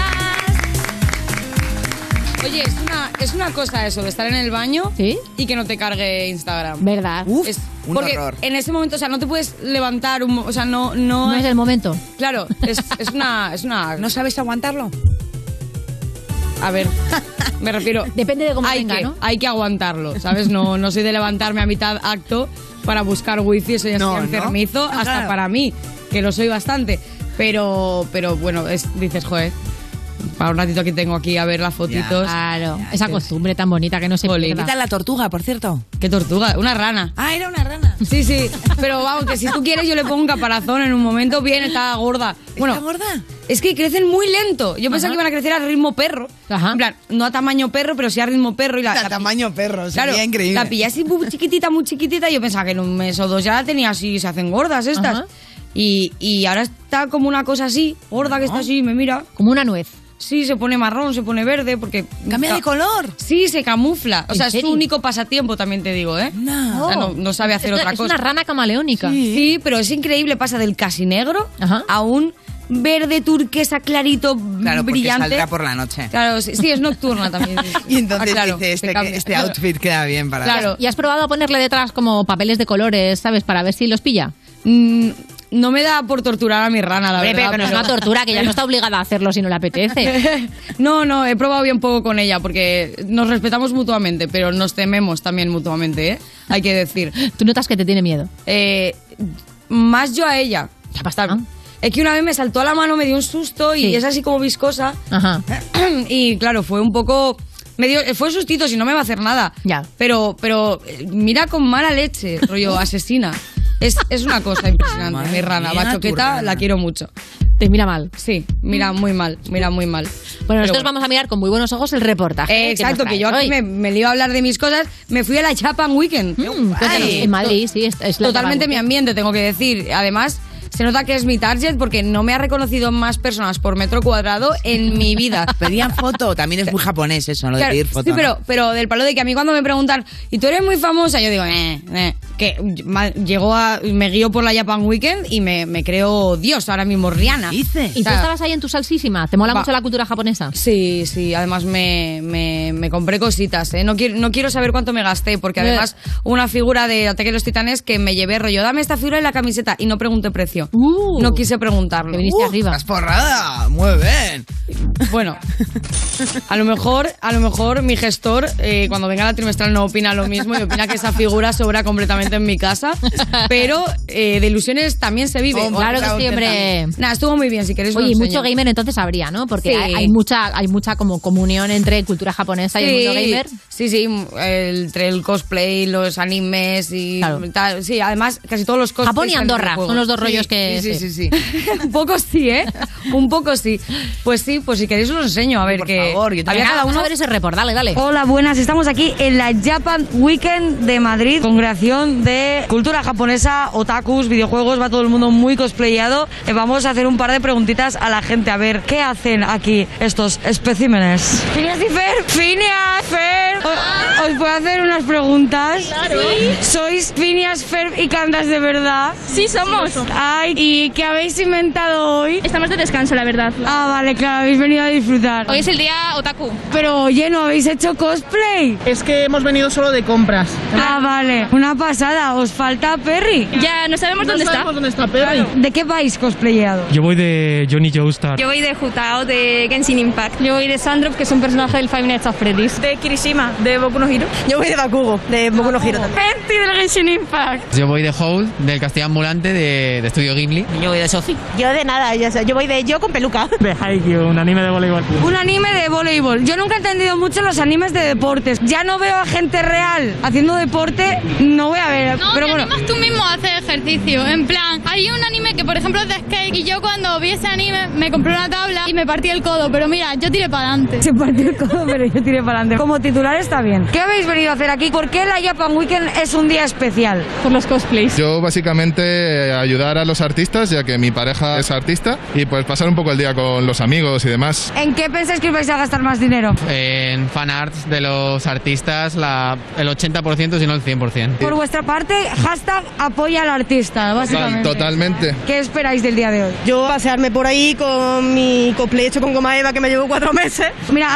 Speaker 21: Oye, es una cosa eso, de estar en el baño y que no te cargue Instagram.
Speaker 4: ¿Verdad?
Speaker 21: Un porque horror. En ese momento, o sea, no te puedes levantar, o sea, no
Speaker 4: es el momento.
Speaker 21: Claro, es una...
Speaker 3: ¿No sabes aguantarlo?
Speaker 21: A ver, me refiero...
Speaker 4: Depende de cómo venga, ¿no?
Speaker 21: Hay que aguantarlo, ¿sabes? No soy de levantarme a mitad acto para buscar wifi, eso ya es enfermizo,
Speaker 3: ¿no?
Speaker 21: Hasta
Speaker 3: Claro.
Speaker 21: para mí, que lo soy bastante. Pero bueno, dices, joder, Para un ratito que tengo aquí a ver las fotitos.
Speaker 4: Claro, esa costumbre tan bonita que no se pierda.
Speaker 3: ¿Qué tal la tortuga, por cierto?
Speaker 21: ¿Qué tortuga? Una rana.
Speaker 3: Ah, era una rana.
Speaker 21: Sí, sí. Pero vamos, que si tú quieres yo le pongo un caparazón en un momento. Bien, está gorda. Bueno,
Speaker 3: ¿Está gorda?
Speaker 21: Es que crecen muy lento. Yo pensaba que iban a crecer a ritmo perro. En plan, no a tamaño perro, pero sí a ritmo perro. Y
Speaker 3: a tamaño perro, sería
Speaker 21: claro,
Speaker 3: increíble.
Speaker 21: La pillé así muy chiquitita. Y yo pensaba que en un mes o dos ya la tenía así, se hacen gordas estas. Y ahora está como una cosa así, gorda que está así, me mira.
Speaker 4: Como una nuez.
Speaker 21: Sí, se pone marrón, se pone verde, porque...
Speaker 3: ¿Cambia de color?
Speaker 21: Sí, se camufla. O sea, es
Speaker 4: serio?
Speaker 21: su único pasatiempo, también te digo, ¿eh?
Speaker 3: No.
Speaker 21: O sea, no sabe hacer otra cosa.
Speaker 4: Es una rana camaleónica.
Speaker 21: Sí, pero es increíble, pasa del casi negro a un verde turquesa clarito,
Speaker 3: claro,
Speaker 21: brillante.
Speaker 3: Saldrá por la noche.
Speaker 21: Claro, sí, es nocturna también.
Speaker 3: Y entonces
Speaker 21: claro,
Speaker 3: dice, este outfit queda bien para...
Speaker 21: Claro.
Speaker 4: ¿Y has probado a ponerle detrás como papeles de colores, sabes, para ver si los pilla?
Speaker 21: No me da por torturar a mi rana, la verdad.
Speaker 4: Pero no es una tortura, que ya no está obligada a hacerlo si no le apetece.
Speaker 21: No, he probado bien poco con ella, porque nos respetamos mutuamente, pero nos tememos también mutuamente, ¿eh? Hay que decir.
Speaker 4: ¿Tú notas que te tiene miedo?
Speaker 21: Más yo a ella.
Speaker 4: ¿Qué ha pasado?
Speaker 21: Es que una vez me saltó a la mano, me dio un susto y es así como viscosa.
Speaker 4: Ajá.
Speaker 21: Y claro, fue un poco... fue sustito, si no me va a hacer nada.
Speaker 4: Ya.
Speaker 21: Pero mira con mala leche, rollo asesina. Es una cosa impresionante.
Speaker 3: Madre
Speaker 21: Mi rana,
Speaker 3: mía,
Speaker 21: Bachoqueta, la quiero mucho.
Speaker 4: Te mira mal.
Speaker 21: Sí, mira muy mal.
Speaker 4: Bueno, nosotros vamos a mirar con muy buenos ojos el reportaje.
Speaker 21: Exacto, que yo aquí me lío a hablar de mis cosas. Me fui a la Japan Weekend.
Speaker 4: En Madrid, sí. Es la
Speaker 21: totalmente
Speaker 4: Japan
Speaker 21: mi ambiente, tengo que decir. Además... Se nota que es mi target porque no me ha reconocido más personas por metro cuadrado en mi vida.
Speaker 3: Pedían foto, también es muy japonés eso, lo de pedir foto.
Speaker 21: Sí, pero del palo de que a mí cuando me preguntan, ¿y tú eres muy famosa? Yo digo, que me guío por la Japan Weekend y me creo Dios, ahora mismo Rihanna.
Speaker 4: ¿Y tú estabas ahí en tu salsísima? ¿Te mola mucho la cultura japonesa?
Speaker 21: Sí, además me compré cositas, ¿eh? No quiero saber cuánto me gasté, porque además una figura de Ataque de los Titanes que me llevé rollo, dame esta figura y la camiseta, y no pregunté precio. No quise preguntarlo.
Speaker 4: Te viniste arriba.
Speaker 3: Estás forrada, muy bien.
Speaker 21: Bueno, a lo mejor mi gestor cuando venga la trimestral no opina lo mismo y opina que esa figura sobra completamente en mi casa, pero de ilusiones también se vive.
Speaker 4: Claro que siempre.
Speaker 21: Nada, estuvo muy bien, si queréis.
Speaker 4: Oye, y mucho gamer entonces habría, ¿no? Porque hay mucha como comunión entre cultura japonesa y el mundo gamer.
Speaker 21: Sí, entre el cosplay, los animes y tal. Sí, además casi todos los cosplays.
Speaker 4: Japón y Andorra son los dos rollos que...
Speaker 21: Sí. Un poco sí, ¿eh? Un poco sí. Pues sí, pues si queréis os lo enseño. A ver,
Speaker 4: por favor, yo había cada uno a ver ese report. Dale.
Speaker 21: Hola, buenas. Estamos aquí en la Japan Weekend de Madrid, congregación de cultura japonesa, otakus, videojuegos, va todo el mundo muy cosplayado. Vamos a hacer un par de preguntitas a la gente, a ver qué hacen aquí estos especímenes. Phineas y Fer. Phineas, Fer. ¿Os puedo hacer unas preguntas?
Speaker 2: Claro.
Speaker 21: ¿Sois Phineas, Fer y Candace de verdad?
Speaker 2: Sí, somos.
Speaker 21: Ay, ¿y qué habéis inventado hoy?
Speaker 2: Estamos de descanso, la verdad.
Speaker 21: Ah, vale, claro, habéis venido a disfrutar.
Speaker 2: Hoy es el día otaku.
Speaker 21: Pero oye, ¿no habéis hecho cosplay?
Speaker 22: Es que hemos venido solo de compras.
Speaker 21: Ah, vale. Una pasada. ¿Os falta Perry?
Speaker 2: Ya, no sabemos dónde está.
Speaker 22: No sabemos dónde está Perry.
Speaker 21: ¿De qué vais cosplayado?
Speaker 23: Yo voy de Johnny Joestar.
Speaker 2: Yo voy de Jutao, de Genshin Impact.
Speaker 24: Yo voy de Sandrop, que es un personaje del Five Nights at Freddy's.
Speaker 25: De Kirishima, de Boku no Hero.
Speaker 26: Yo voy de Bakugo, de Boku no Hero también.
Speaker 25: Enti del Genshin Impact.
Speaker 27: Yo voy de Howl, del Castillo Ambulante, de Estudio Ghibli.
Speaker 26: Yo voy de Sophie. Yo de nada, yo voy de yo con peluca.
Speaker 23: De Haikyuu, un anime de voleibol.
Speaker 21: Un anime de voleibol. Yo nunca he entendido mucho los animes de deportes. Ya no veo a gente real haciendo deporte, no voy a ver.
Speaker 2: No,
Speaker 21: pero
Speaker 2: te
Speaker 21: bueno.
Speaker 2: animas tú mismo a hacer ejercicio. En plan, hay un anime que por ejemplo es de skate y yo cuando vi ese anime me compré una tabla y me partí el codo, pero mira, yo tiré para adelante.
Speaker 21: Se partió el codo, pero yo tiré para adelante. Como titular está bien. ¿Qué habéis venido a hacer aquí? ¿Por qué la Japan Weekend es un día especial?
Speaker 24: Por los cosplays.
Speaker 28: Yo básicamente ayudar a los artistas, ya que mi pareja es artista, y pues pasar un poco el día con los amigos y demás.
Speaker 21: ¿En qué pensáis que os vais a gastar más dinero?
Speaker 27: En fanarts de los artistas, el 80%, si no el 100%.
Speaker 21: Por vuestra parte, hashtag apoya al artista, básicamente.
Speaker 28: Totalmente.
Speaker 21: ¿Qué esperáis del día de hoy?
Speaker 26: Yo pasearme por ahí con mi cosplay hecho con goma eva que me llevo 4 meses.
Speaker 21: Mira,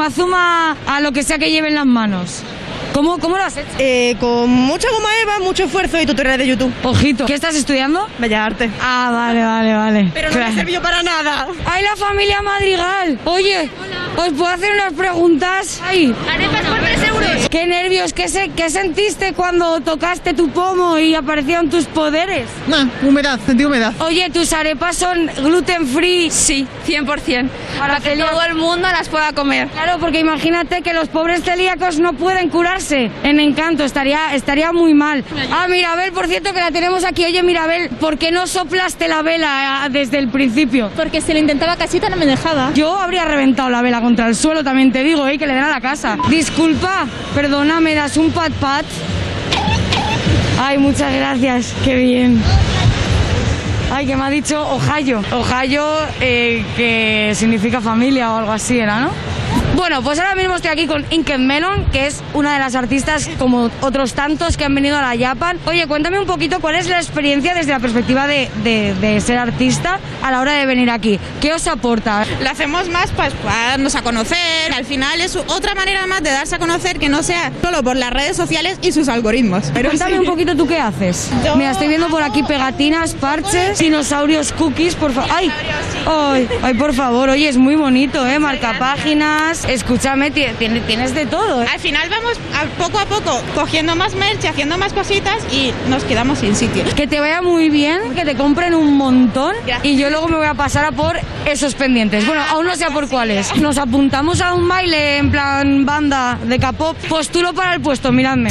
Speaker 21: azuma a lo que sea que lleven las manos. ¿Cómo lo has hecho?
Speaker 26: Con mucha goma eva, mucho esfuerzo y tutoriales de YouTube.
Speaker 21: Ojito. ¿Qué estás estudiando?
Speaker 26: Bellas Artes.
Speaker 21: Ah, vale.
Speaker 26: Pero no me sirvió para nada.
Speaker 21: ¡Ay, la familia Madrigal! Oye, ¿Os puedo hacer unas preguntas? Ay.
Speaker 25: Arepas por 3 euros.
Speaker 21: Qué nervios, ¿qué sentiste cuando tocaste tu pomo y aparecieron tus poderes?
Speaker 22: Humedad, sentí humedad.
Speaker 21: Oye, ¿tus arepas son gluten free?
Speaker 25: Sí, 100%. Para que todo el mundo las pueda comer.
Speaker 21: Claro, porque imagínate que los pobres celíacos no pueden curarse en Encanto, estaría muy mal. Ah, Mirabel, por cierto, que la tenemos aquí. Oye, Mirabel, ¿por qué no soplaste la vela desde el principio?
Speaker 24: Porque si lo intentaba Casita no me dejaba.
Speaker 21: Yo habría reventado la vela contra el suelo, también te digo, que le den a la casa. Disculpa, perdona, ¿me das un pat-pat? Ay, muchas gracias, qué bien. Ay, que me ha dicho Ohio. Ohio, que significa familia o algo así era, ¿no? Bueno, pues ahora mismo estoy aquí con Inked Melon, que es una de las artistas, como otros tantos, que han venido a la Japan. Oye, cuéntame un poquito cuál es la experiencia desde la perspectiva de ser artista a la hora de venir aquí. ¿Qué os aporta?
Speaker 25: Lo hacemos más para darnos a conocer. Al final es otra manera más de darse a conocer que no sea solo por las redes sociales y sus algoritmos.
Speaker 21: Pero cuéntame un poquito tú qué haces. Mira, estoy viendo por aquí pegatinas, parches, dinosaurios, cookies, por favor. Ay, por favor, oye, es muy bonito, marcapáginas. Escúchame, tienes de todo.
Speaker 25: Al final vamos poco a poco cogiendo más merch, haciendo más cositas y nos quedamos sin sitio.
Speaker 21: Que te vaya muy bien, que te compren un montón. Gracias. Y yo luego me voy a pasar a por esos pendientes. Bueno, aún no sé a por cuáles. Nos apuntamos a un baile en plan banda de K-pop. Postulo para el puesto, miradme.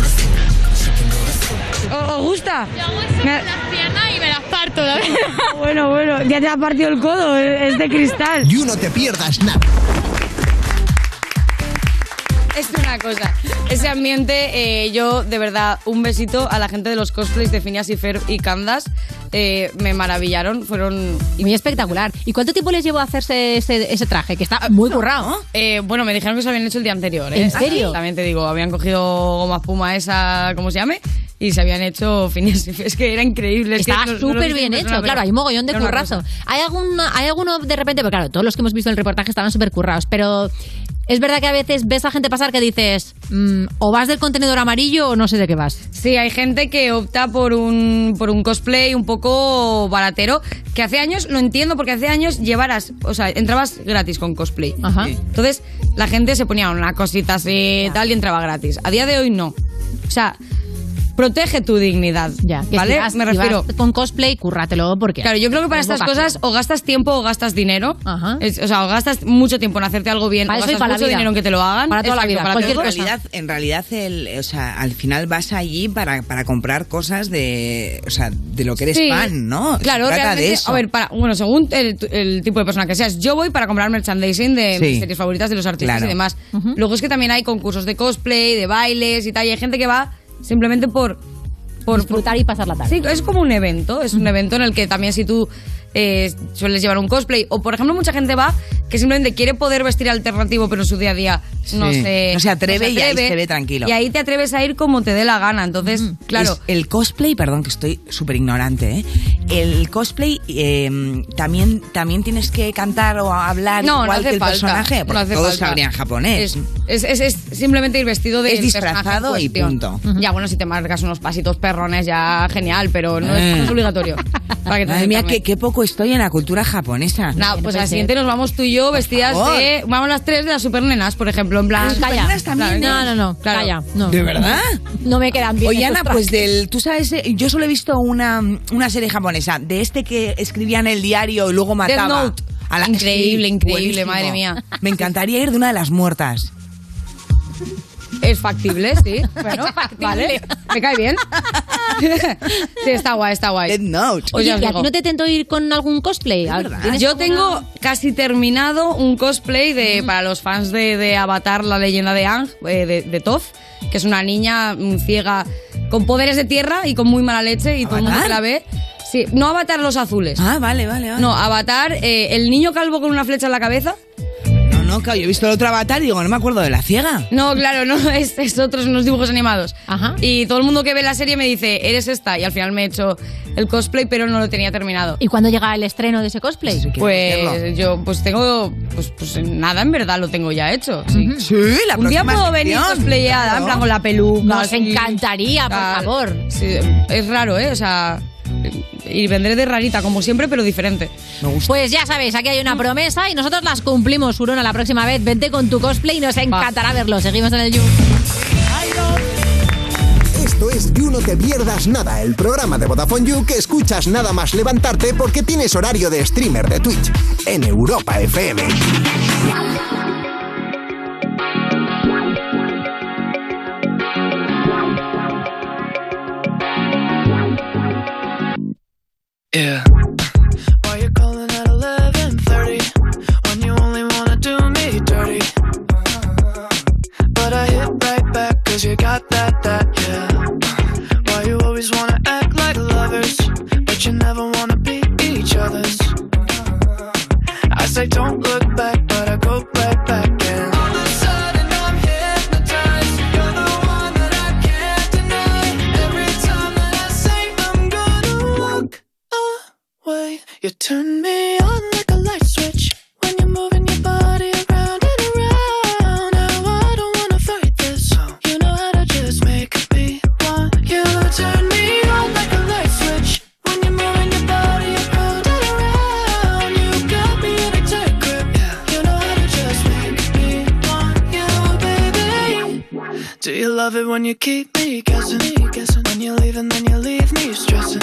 Speaker 21: ¿Os gusta?
Speaker 2: Yo hago eso con las piernas y me las parto, la verdad.
Speaker 21: Bueno, ya te ha partido el codo, es de cristal.
Speaker 5: You no te pierdas nada.
Speaker 21: Es una cosa, ese ambiente, yo de verdad, un besito a la gente de los cosplays de Phineas y Ferb y Candace, me maravillaron, fueron
Speaker 4: muy espectacular. ¿Y cuánto tiempo les llevó a hacerse ese traje? Que está muy currado, ¿no?
Speaker 21: Bueno, me dijeron que se habían hecho el día anterior.
Speaker 4: ¿En serio?
Speaker 21: También te digo, habían cogido goma espuma esa, ¿cómo se llame? Y se habían hecho Phineas y Ferb. Es que era increíble.
Speaker 4: Está súper bien hecho, claro, hay mogollón de currazo. ¿Hay alguno de repente? Porque claro, todos los que hemos visto en el reportaje estaban súper currados, pero es verdad que a veces ves a gente pasar que dices, o vas del contenedor amarillo o no sé de qué vas.
Speaker 21: Sí, hay gente que opta por un cosplay un poco baratero, que hace años, lo entiendo, porque hace años entrabas gratis con cosplay.
Speaker 4: Ajá.
Speaker 21: Entonces, la gente se ponía una cosita así tal y entraba gratis. A día de hoy no. O sea, protege tu dignidad, ¿vale?
Speaker 4: Me refiero con cosplay, currátelo, porque
Speaker 21: claro, yo creo que para estas cosas o gastas tiempo o gastas dinero.
Speaker 4: Ajá.
Speaker 21: O gastas mucho tiempo en hacerte algo bien,
Speaker 4: para
Speaker 21: o gastas mucho dinero en que te lo hagan.
Speaker 4: Para toda la vida, cualquier cosa.
Speaker 3: En realidad, al final vas allí para comprar cosas de lo que eres fan, ¿no?
Speaker 21: Claro,
Speaker 3: se trata de eso.
Speaker 21: A ver, según el tipo de persona que seas, yo voy para comprar merchandising de mis series favoritas de los artistas y demás. Luego es que también hay concursos de cosplay, de bailes y tal, y hay gente que va simplemente por
Speaker 4: disfrutar y pasar la tarde.
Speaker 21: Sí, es como un evento, es un evento en el que también si tú sueles llevar un cosplay, o por ejemplo mucha gente va que simplemente quiere poder vestir alternativo pero en su día a día no se atreve
Speaker 3: y ahí se ve tranquilo.
Speaker 21: Y ahí te atreves a ir como te dé la gana, entonces, claro.
Speaker 3: El cosplay, perdón que estoy súper ignorante, el cosplay también tienes que cantar o hablar igual que el personaje, porque todos sabrían japonés.
Speaker 21: Es simplemente ir vestido de
Speaker 3: disfrazado y punto.
Speaker 21: Ya, bueno, si te marcas unos pasitos perrones ya genial, pero no es obligatorio.
Speaker 3: Madre mía, qué poco estoy en la cultura japonesa.
Speaker 21: No, pues al siguiente nos vamos tú y yo vestidas de... Vamos las tres de las supernenas, por ejemplo, en plan...
Speaker 4: Calla. No, claro. Calla. No.
Speaker 3: ¿De verdad?
Speaker 4: No me quedan bien.
Speaker 3: Oye, Ana, pues tú sabes, yo solo he visto una serie japonesa, de que escribía en el diario y luego mataba.
Speaker 21: Death Note. Increíble, buenísimo. Madre mía.
Speaker 3: Me encantaría ir de una de las muertas.
Speaker 21: Es factible, sí. Bueno, vale. Me cae bien. Sí, está guay.
Speaker 3: Death Note.
Speaker 4: Oye, ¿y a ti no te tentó ir con algún cosplay?
Speaker 21: Yo tengo casi terminado un cosplay para los fans de Avatar, la leyenda de Aang, de Toph, que es una niña ciega con poderes de tierra y con muy mala leche y todo el mundo que la ve. Sí, no Avatar los azules.
Speaker 3: Ah, vale.
Speaker 21: No, Avatar, el niño calvo con una flecha en la cabeza.
Speaker 3: No, claro, yo he visto el otro Avatar y digo, no me acuerdo de la ciega.
Speaker 21: No, claro, no, es otros unos dibujos animados.
Speaker 4: Ajá.
Speaker 21: Y todo el mundo que ve la serie me dice, eres esta, y al final me he hecho el cosplay, pero no lo tenía terminado.
Speaker 4: ¿Y cuándo llega el estreno de ese cosplay?
Speaker 21: Pues yo tengo, nada, en verdad lo tengo ya hecho. Sí,
Speaker 3: la
Speaker 21: un día puedo venir cosplayada, en plan con la peluca.
Speaker 4: Nos encantaría, por favor.
Speaker 21: Sí, es raro, o sea... y vendré de rarita, como siempre, pero diferente.
Speaker 3: Me gusta.
Speaker 4: Pues ya sabéis, aquí hay una promesa y nosotros las cumplimos, Urona, la próxima vez. Vente con tu cosplay y nos encantará verlo. Seguimos en el You.
Speaker 5: Esto es You No Te Pierdas Nada, el programa de Vodafone You que escuchas nada más levantarte porque tienes horario de streamer de Twitch en Europa FM.
Speaker 1: Yeah. Why you calling at 11:30 when you only wanna do me dirty? But I hit right back 'cause you got that, yeah. Why you always wanna act like lovers, but you never wanna be each other's? I say don't look back, but I go right back and all of a sudden I'm hypnotized. You're the one that I can't deny. Every time that I say I'm gonna walk away, you turn me on like a light switch when you're moving your body around and around. Now I don't wanna fight this. You know how to just make me want you. Turn me on like a light switch when you're moving your body around and around. You got me in a tight grip. You know how to just make me want you, baby. Do you love it when you keep me guessing? When you leave and then you leave me stressing.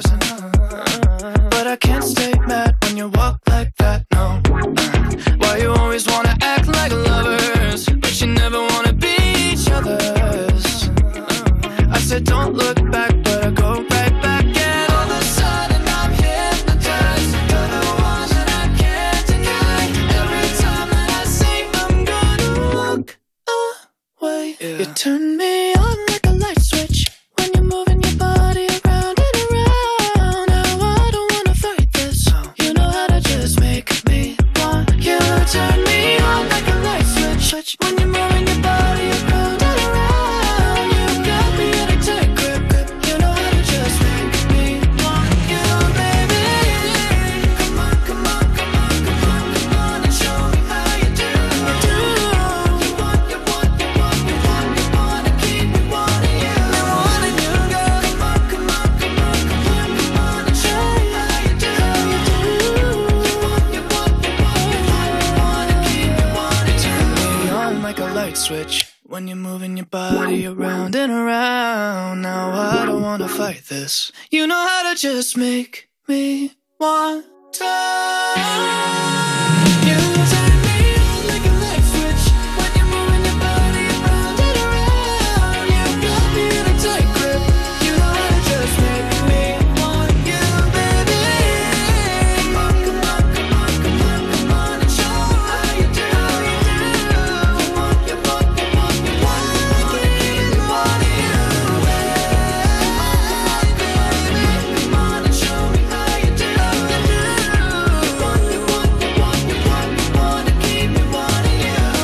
Speaker 1: But I can't stay mad when you walk like that, no. Why you always wanna act like lovers, but you never wanna be each other's? I said don't look back, but I go right back and all of a sudden I'm hypnotized. You're the one that I can't deny. Every time that I say I'm gonna walk away, you turn me on like a light switch when you're moving your body around and around. Now I don't wanna fight this. You know how to just make me want you. Turn me on like a light switch when you're moving your body around and around. You got me in a tight grip. You know how to just make me want you, baby. Come on, come on, come on, come on, come on and show me how you do. You want, you want, you want, you want, you want to keep me wanting you. I wanting you, girl. Come on, come on, come on, come on, come on and show me how you do. You want, you want, you want, you want, you want to keep me wanting. Turn me on like a light switch when you're moving your body around and around. Now I don't wanna fight this. You know how to just make me want to. You turn me on like a light switch when you're moving your body around and around. You got me in a tight grip. You know how to just make me want you, baby. Come on, come on, come on, come on, come on and show me how you do. You want, you want, you want, you want to keep me wanting you. Come on and show me how you do. You want, you want, you want, you want, you want to keep me wanting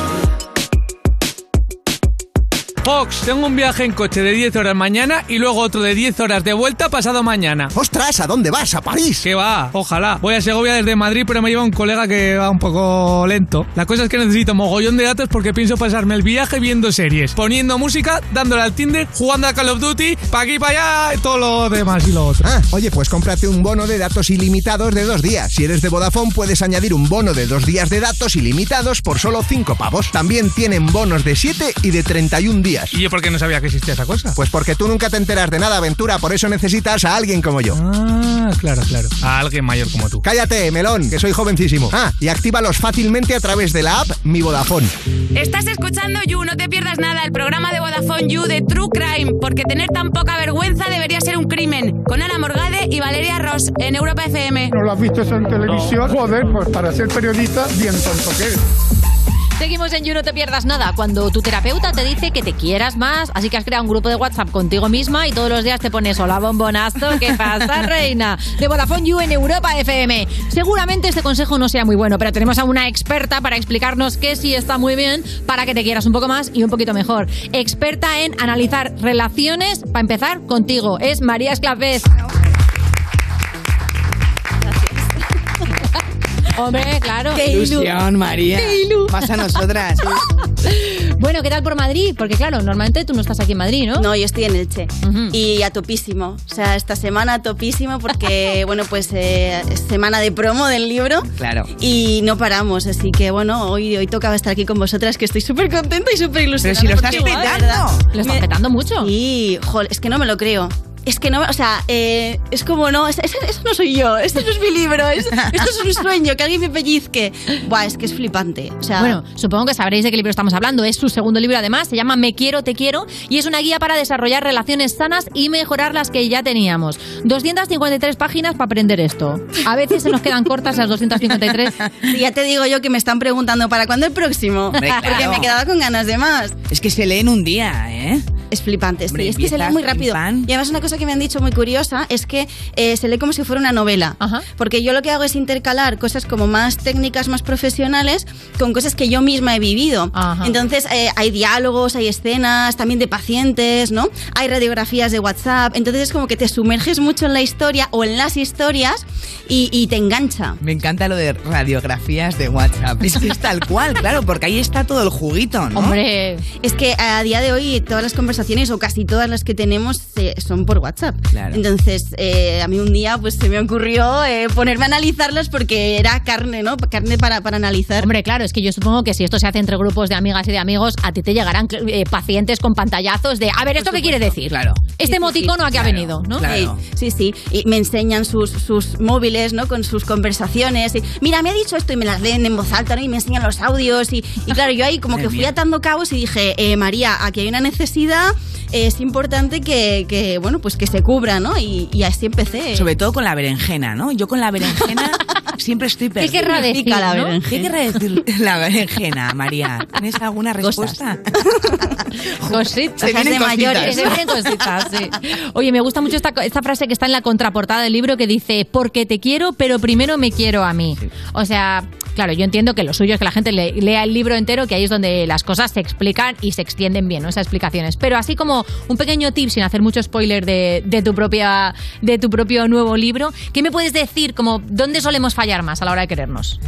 Speaker 1: you.
Speaker 6: Fox, tengo un viaje en coche de 10 horas mañana y luego otro de 10 horas de vuelta pasado mañana.
Speaker 5: ¡Ostras! ¿A dónde vas? ¿A París?
Speaker 6: ¿Qué va? Ojalá. Voy a Segovia desde Madrid, pero me lleva un colega que va un poco lento. La cosa es que necesito mogollón de datos porque pienso pasarme el viaje viendo series, poniendo música, dándole al Tinder, jugando a Call of Duty, pa' aquí, pa' allá, todo lo demás y lo otro.
Speaker 5: Oye, pues cómprate un bono de datos ilimitados de 2 días. Si eres de Vodafone, puedes añadir un bono de 2 días de datos ilimitados por solo 5 pavos. También tienen bonos de 7 y de 31 días.
Speaker 6: ¿Y yo por qué no sabía que existía esa cosa?
Speaker 5: Pues porque tú nunca te enteras de nada, Aventura, por eso necesitas a alguien como yo.
Speaker 6: Ah, claro, claro. A alguien mayor como tú.
Speaker 5: Cállate, melón, que soy jovencísimo. Y actívalos fácilmente a través de la app Mi Vodafone.
Speaker 9: Estás escuchando You, no te pierdas nada, el programa de Vodafone You de True Crime, porque tener tan poca vergüenza debería ser un crimen. Con Ana Morgade y Valeria Ross en Europa FM.
Speaker 10: ¿No lo has visto eso en televisión? No. Joder, pues para ser periodista, bien tonto que eres.
Speaker 4: Seguimos en You, no te pierdas nada. Cuando tu terapeuta te dice que te quieras más, así que has creado un grupo de WhatsApp contigo misma y todos los días te pones hola bombonazo, ¿qué pasa, reina? De Vodafone You en Europa FM. Seguramente este consejo no sea muy bueno, pero tenemos a una experta para explicarnos que sí está muy bien para que te quieras un poco más y un poquito mejor. Experta en analizar relaciones, para empezar contigo, es María Esclapés. Hombre, claro.
Speaker 3: ¡Qué ilusión, María!
Speaker 4: ¡Qué ilu!
Speaker 3: Más a nosotras.
Speaker 4: Bueno, ¿qué tal por Madrid? Porque claro, normalmente tú no estás aquí en Madrid, ¿no?
Speaker 11: No, yo estoy en Elche. Y a topísimo. O sea, esta semana a topísimo porque, bueno, pues es semana de promo del libro.
Speaker 3: Claro.
Speaker 11: Y no paramos. Así que, bueno, hoy tocaba estar aquí con vosotras, que estoy súper contenta y súper ilusionada.
Speaker 3: Pero si lo estás petando.
Speaker 4: Lo estás petando mucho.
Speaker 11: Y, joder, es que no me lo creo. Es que no, o sea, es como no, eso no soy yo, esto no es mi libro, esto es un sueño, que alguien me pellizque. Buah, es que es flipante. O sea,
Speaker 4: bueno, supongo que sabréis de qué libro estamos hablando. Es su segundo libro, además, se llama Me quiero, te quiero, y es una guía para desarrollar relaciones sanas y mejorar las que ya teníamos. 253 páginas para aprender esto. A veces se nos quedan cortas las 253.
Speaker 11: Sí, ya te digo yo que me están preguntando ¿para cuándo el próximo?
Speaker 3: Hombre, claro.
Speaker 11: Porque me quedaba con ganas de más.
Speaker 3: Es que se lee en un día, ¿eh?
Speaker 11: Es flipante,
Speaker 3: Hombre,
Speaker 11: sí, es que se lee muy rápido. Y además una cosa que me han dicho muy curiosa es que se lee como si fuera una novela.
Speaker 4: Ajá.
Speaker 11: Porque yo lo que hago es intercalar cosas como más técnicas, más profesionales, con cosas que yo misma he vivido.
Speaker 4: Ajá.
Speaker 11: Entonces hay diálogos, hay escenas, también de pacientes, ¿no? Hay radiografías de WhatsApp. Entonces es como que te sumerges mucho en la historia o en las historias y te engancha.
Speaker 3: Me encanta lo de radiografías de WhatsApp. Es que es tal cual, claro, porque ahí está todo el juguito, ¿no?
Speaker 4: Hombre.
Speaker 11: Es que a día de hoy todas las conversaciones o casi todas las que tenemos son por WhatsApp.
Speaker 3: Claro.
Speaker 11: Entonces a mí un día pues se me ocurrió ponerme a analizarlas porque era carne, ¿no? Carne para analizar.
Speaker 4: Hombre, claro, es que yo supongo que si esto se hace entre grupos de amigas y de amigos, a ti te llegarán pacientes con pantallazos de, a ver, ¿esto qué quiere decir?
Speaker 3: Claro.
Speaker 11: Sí,
Speaker 4: Este emoticono a qué ha venido, ¿no?
Speaker 3: Claro.
Speaker 11: Sí. Y me enseñan sus móviles, ¿no? Con sus conversaciones. Y, mira, me ha dicho esto y me las leen en voz alta, ¿no? Y me enseñan los audios. Y claro, yo ahí como que fui atando cabos y dije, María, aquí hay una necesidad, es importante que bueno, pues que se cubra, ¿no? Y así empecé.
Speaker 3: Sobre todo con la berenjena, ¿no? Yo con la berenjena siempre estoy perdida.
Speaker 4: ¿Qué querrá decir, ¿no?
Speaker 3: ¿Qué querrá decir la berenjena, María? ¿Tienes alguna respuesta?
Speaker 4: Cositas.
Speaker 3: Se vienen
Speaker 4: de mayores.
Speaker 3: cositas.
Speaker 4: Se vienen cositas, sí. Oye, me gusta mucho esta frase que está en la contraportada del libro que dice, porque te quiero, pero primero me quiero a mí. O sea, claro, yo entiendo que lo suyo es que la gente lea el libro entero, que ahí es donde las cosas se explican y se extienden bien, ¿no? Esas explicaciones. Pero así como un pequeño tip, sin hacer mucho spoiler de tu propio nuevo libro, ¿qué me puedes decir? Como, ¿dónde solemos fallar más a la hora de querernos?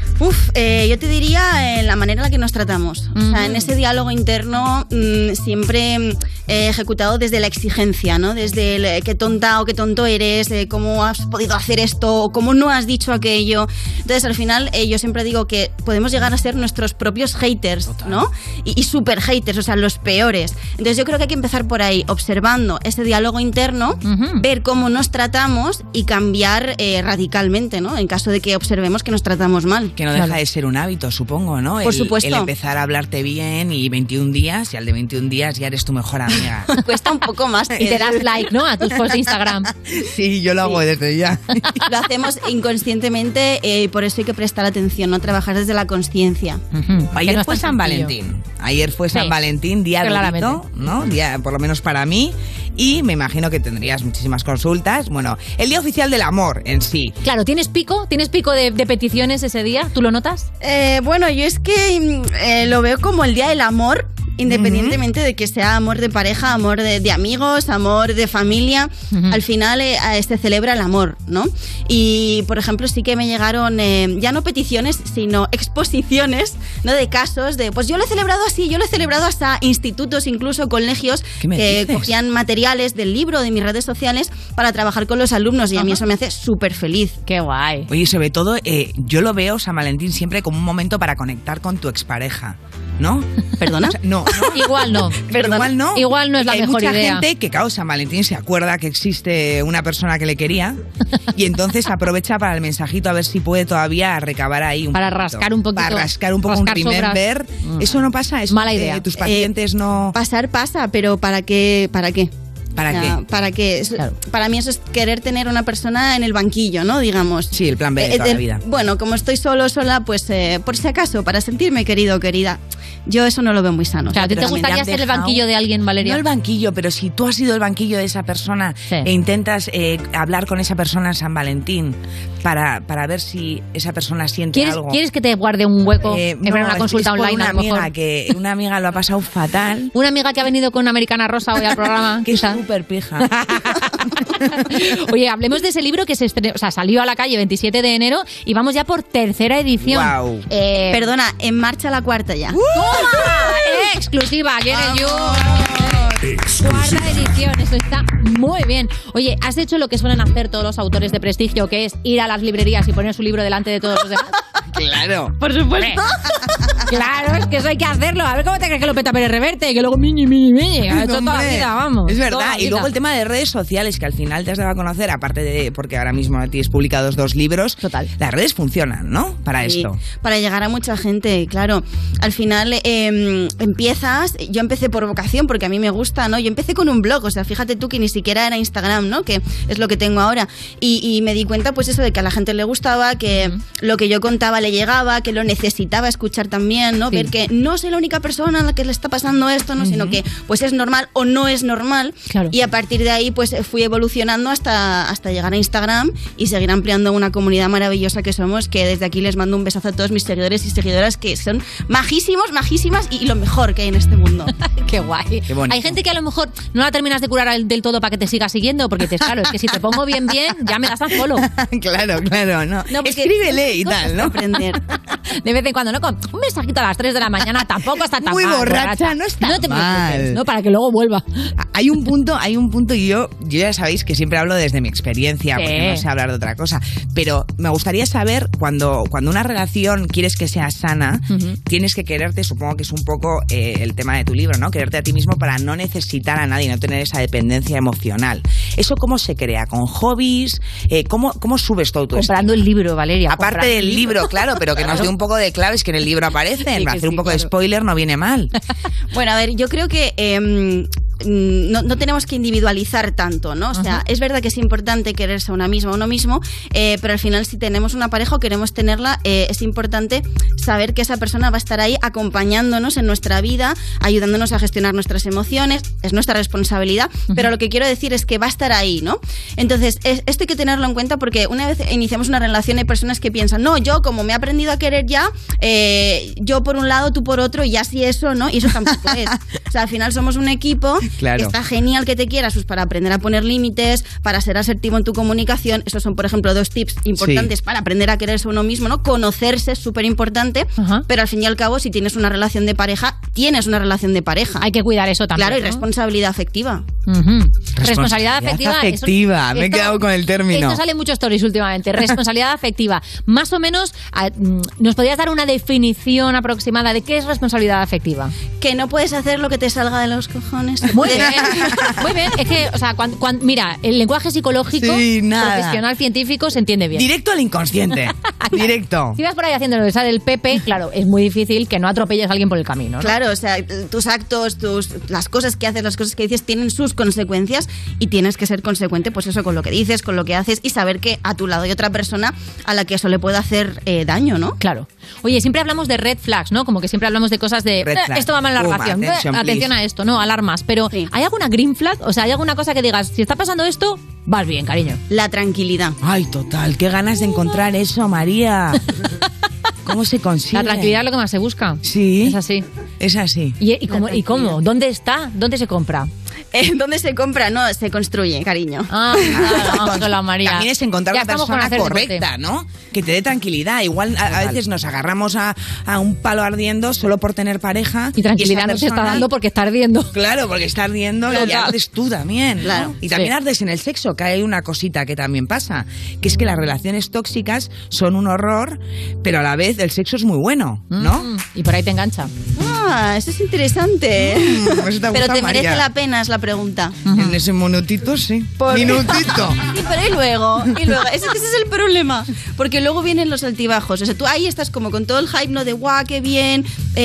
Speaker 11: Yo te diría en la manera en la que nos tratamos. O sea, en ese diálogo interno siempre ejecutado desde la exigencia, ¿no? Desde el qué tonta o qué tonto eres, cómo has podido hacer esto, o cómo no has dicho aquello. Entonces, al final, yo siempre digo que podemos llegar a ser nuestros propios haters, ¿no? Y super haters, o sea, los peores. Entonces, yo creo que hay que empezar por ahí, observando ese diálogo interno, ver cómo nos tratamos y cambiar radicalmente, ¿no? En caso de que observemos que nos tratamos mal.
Speaker 3: Que no deja de ser un hábito, supongo, ¿no?
Speaker 11: Por supuesto.
Speaker 3: El empezar a hablarte bien y 21 días, y al de 21 días ya eres tu mejor amiga.
Speaker 11: Cuesta un poco más.
Speaker 4: Y te das like, ¿no? A tus posts de Instagram.
Speaker 3: Sí, yo lo hago desde ya.
Speaker 11: Lo hacemos inconscientemente y por eso hay que prestar atención, no trabajar desde la consciencia.
Speaker 3: Ayer fue San Valentín. Ayer fue San Valentín, día bonito, ¿no? Día, por lo menos para mí. Y me imagino que tendrías muchísimas consultas. Bueno, el día oficial del amor en sí.
Speaker 4: Claro, ¿tienes pico? ¿Tienes pico de peticiones ese día? ¿Tú lo notas?
Speaker 11: Bueno, yo es que lo veo como el día del amor, independientemente de que sea amor de pareja, amor de amigos, amor de familia. Al final se celebra el amor, ¿no? Y, por ejemplo, sí que me llegaron ya no peticiones, sino exposiciones, ¿no? De casos de, pues yo lo he celebrado así, yo lo he celebrado hasta institutos, incluso colegios, que cogían materiales del libro, de mis redes sociales, para trabajar con los alumnos, y a mí eso me hace súper feliz.
Speaker 4: ¡Qué guay!
Speaker 3: Oye, sobre todo, yo lo veo, San Valentín, siempre como un momento para conectar con tu expareja, ¿no?
Speaker 11: ¿Perdona?
Speaker 3: O sea, no.
Speaker 4: Igual no.
Speaker 3: Igual no.
Speaker 4: Igual no es la mejor idea.
Speaker 3: Hay mucha gente que, claro, San Valentín se acuerda que existe una persona que le quería y entonces aprovecha para el mensajito a ver si puede todavía recabar ahí un
Speaker 4: para
Speaker 3: poquito.
Speaker 4: rascar un poquito.
Speaker 3: Para rascar un poco un remember. Eso no pasa. Eso
Speaker 4: mala idea.
Speaker 3: Tus pacientes no...
Speaker 11: Pasar pasa, pero ¿para qué? ¿Para qué?
Speaker 3: ¿Para qué?
Speaker 11: Claro. Para mí eso es querer tener una persona en el banquillo, ¿no? Digamos.
Speaker 3: Sí, el plan B de toda la vida.
Speaker 11: Bueno, como estoy sola, pues por si acaso, para sentirme querido o querida. Yo eso no lo veo muy sano.
Speaker 4: Claro, ¿te gustaría ser el banquillo de alguien, Valeria?
Speaker 3: No el banquillo, pero si tú has sido el banquillo de esa persona e intentas hablar con esa persona en San Valentín para ver si esa persona siente algo.
Speaker 4: ¿Quieres que te guarde un hueco en una consulta online?
Speaker 3: Una
Speaker 4: a lo mejor?
Speaker 3: amiga que una amiga lo ha pasado fatal.
Speaker 4: Una amiga que ha venido con una americana rosa hoy al programa.
Speaker 3: Que es súper pija.
Speaker 4: Oye, hablemos de ese libro que salió a la calle 27 de enero y vamos ya por tercera edición.
Speaker 3: Wow.
Speaker 11: Perdona, en marcha la cuarta ya.
Speaker 4: Exclusiva, ¿quién es yo? Cuarta edición, eso está muy bien. Oye, ¿has hecho lo que suelen hacer todos los autores de prestigio, que es ir a las librerías y poner su libro delante de todos los demás?
Speaker 3: Claro.
Speaker 4: Por supuesto. Claro, es que eso hay que hacerlo. A ver cómo te crees que lo peta Pérez Reverte, que luego miñi. Ha hecho toda la vida, vamos.
Speaker 3: Es verdad. Y luego el tema de redes sociales, que al final te has dado a conocer, aparte de, porque ahora mismo tienes publicados 2 libros.
Speaker 4: Total.
Speaker 3: Las redes funcionan, ¿no? Para esto.
Speaker 11: Para llegar a mucha gente, claro. Al final empiezas, yo empecé por vocación, porque a mí me gusta, ¿no? Yo empecé con un blog, o sea, fíjate tú que ni siquiera era Instagram, ¿no? Que es lo que tengo ahora. Y me di cuenta, pues eso, de que a la gente le gustaba, que lo que yo contaba le llegaba, que lo necesitaba escuchar también, ¿no? Sí. Ver que no soy la única persona a la que le está pasando esto, ¿no? Sino que pues es normal o no es normal.
Speaker 4: Claro.
Speaker 11: Y a partir de ahí pues fui evolucionando hasta llegar a Instagram y seguir ampliando una comunidad maravillosa que somos, que desde aquí les mando un besazo a todos mis seguidores y seguidoras, que son majísimos, majísimas y lo mejor que hay en este mundo.
Speaker 4: Qué guay.
Speaker 3: Qué bonito.
Speaker 4: Hay gente que a lo mejor no la terminas de curar del todo para que te siga siguiendo, porque dices, claro, es que si te pongo bien, ya me das un follow.
Speaker 3: Claro, no. Escríbele y tal, ¿no?
Speaker 11: Aprender.
Speaker 4: De vez en cuando, ¿no? Con un mensajito a las 3 de la mañana tampoco está tan
Speaker 3: muy
Speaker 4: mal.
Speaker 3: borracha, no está
Speaker 4: no te
Speaker 3: mal.
Speaker 4: preocupes, ¿no? Para que luego vuelva.
Speaker 3: Hay un punto y yo ya sabéis que siempre hablo desde mi experiencia, porque no sé hablar de otra cosa, pero me gustaría saber cuando una relación quieres que sea sana, tienes que quererte, supongo que es un poco el tema de tu libro, ¿no? Quererte a ti mismo para no necesitar a nadie, no tener esa dependencia emocional. ¿Eso cómo se crea? ¿Con hobbies? ¿Cómo subes todo tu
Speaker 4: Comprando el libro, Valeria.
Speaker 3: Aparte del libro, claro, pero que nos dé un poco de claves que en el libro aparecen. Hacer un poco de spoiler no viene mal.
Speaker 11: Bueno, a ver, yo creo que no tenemos que individualizar tanto, ¿no? O sea, es verdad que es importante quererse a uno mismo, pero al final si tenemos una pareja o queremos tenerla, es importante saber que esa persona va a estar ahí acompañándonos en nuestra vida, ayudándonos a gestionar nuestras emociones, es nuestra responsabilidad, pero lo que quiero decir es que va a estar ahí, ¿no? Entonces, esto hay que tenerlo en cuenta, porque una vez iniciamos una relación hay personas que piensan, no, yo como me he aprendido a querer ya, yo por un lado, tú por otro, y así eso, ¿no? Y eso tampoco es. O sea, al final somos un equipo. Claro. Está genial que te quieras, pues para aprender a poner límites, para ser asertivo en tu comunicación. Esos son, por ejemplo, 2 tips importantes para aprender a quererse a uno mismo, ¿no? Conocerse es súper importante, pero al fin y al cabo, si tienes una relación de pareja, tienes una relación de pareja.
Speaker 4: Hay que cuidar eso también.
Speaker 11: Claro, y responsabilidad afectiva.
Speaker 4: Responsabilidad afectiva.
Speaker 3: Me he quedado con el término.
Speaker 4: Esto sale en muchos stories últimamente. Responsabilidad afectiva. Más o menos, ¿nos podrías dar una definición aproximada de qué es responsabilidad afectiva?
Speaker 11: Que no puedes hacer lo que te salga de los cojones.
Speaker 4: Muy bien. Muy bien. Es que, o sea, mira, el lenguaje psicológico, profesional, científico, se entiende bien.
Speaker 3: Directo al inconsciente. Directo.
Speaker 4: Si vas por ahí haciendo lo de sale el Pepe, claro, es muy difícil que no atropelles a alguien por el camino, ¿no?
Speaker 11: Claro, o sea, tus actos, las cosas que haces, las cosas que dices tienen sus consecuencias y tienes que ser consecuente, pues eso, con lo que dices, con lo que haces y saber que a tu lado hay otra persona a la que eso le puede hacer daño, ¿no?
Speaker 4: Claro. Oye, siempre hablamos de red flags, ¿no? Como que siempre hablamos de cosas de esto va mal en la relación, atención a esto, ¿no? Alarmas. Pero ¿hay alguna green flag? O sea, ¿hay alguna cosa que digas, si está pasando esto, vas bien, cariño?
Speaker 11: La tranquilidad.
Speaker 3: Ay, total, qué ganas de encontrar eso, María. ¿Cómo se consigue?
Speaker 4: La tranquilidad es lo que más se busca.
Speaker 3: Sí.
Speaker 4: Es así.
Speaker 3: Es así.
Speaker 4: ¿Y cómo? ¿Dónde está? ¿Dónde se compra?
Speaker 11: ¿Dónde se compra? No, se construye, cariño.
Speaker 4: Ángela María.
Speaker 3: También es encontrar la persona correcta, ¿no? Que te dé tranquilidad. Igual a veces nos agarramos a un palo ardiendo solo por tener pareja.
Speaker 4: Y tranquilidad no se está dando porque está ardiendo.
Speaker 3: Claro, porque está ardiendo y ardes tú también, ¿no? Claro. Y también ardes en el sexo, que hay una cosita que también pasa, que es que las relaciones tóxicas son un horror, pero a la vez el sexo es muy bueno, ¿no?
Speaker 4: Y por ahí te engancha.
Speaker 11: Eso es interesante.
Speaker 3: Pues
Speaker 11: pero te merece la pena, es la pregunta.
Speaker 3: En ese minutito, sí. Minutito.
Speaker 11: Sí, pero y luego. Ese es el problema. Porque luego vienen los altibajos. O sea, tú ahí estás como con todo el hype, ¿no? De guau, qué bien,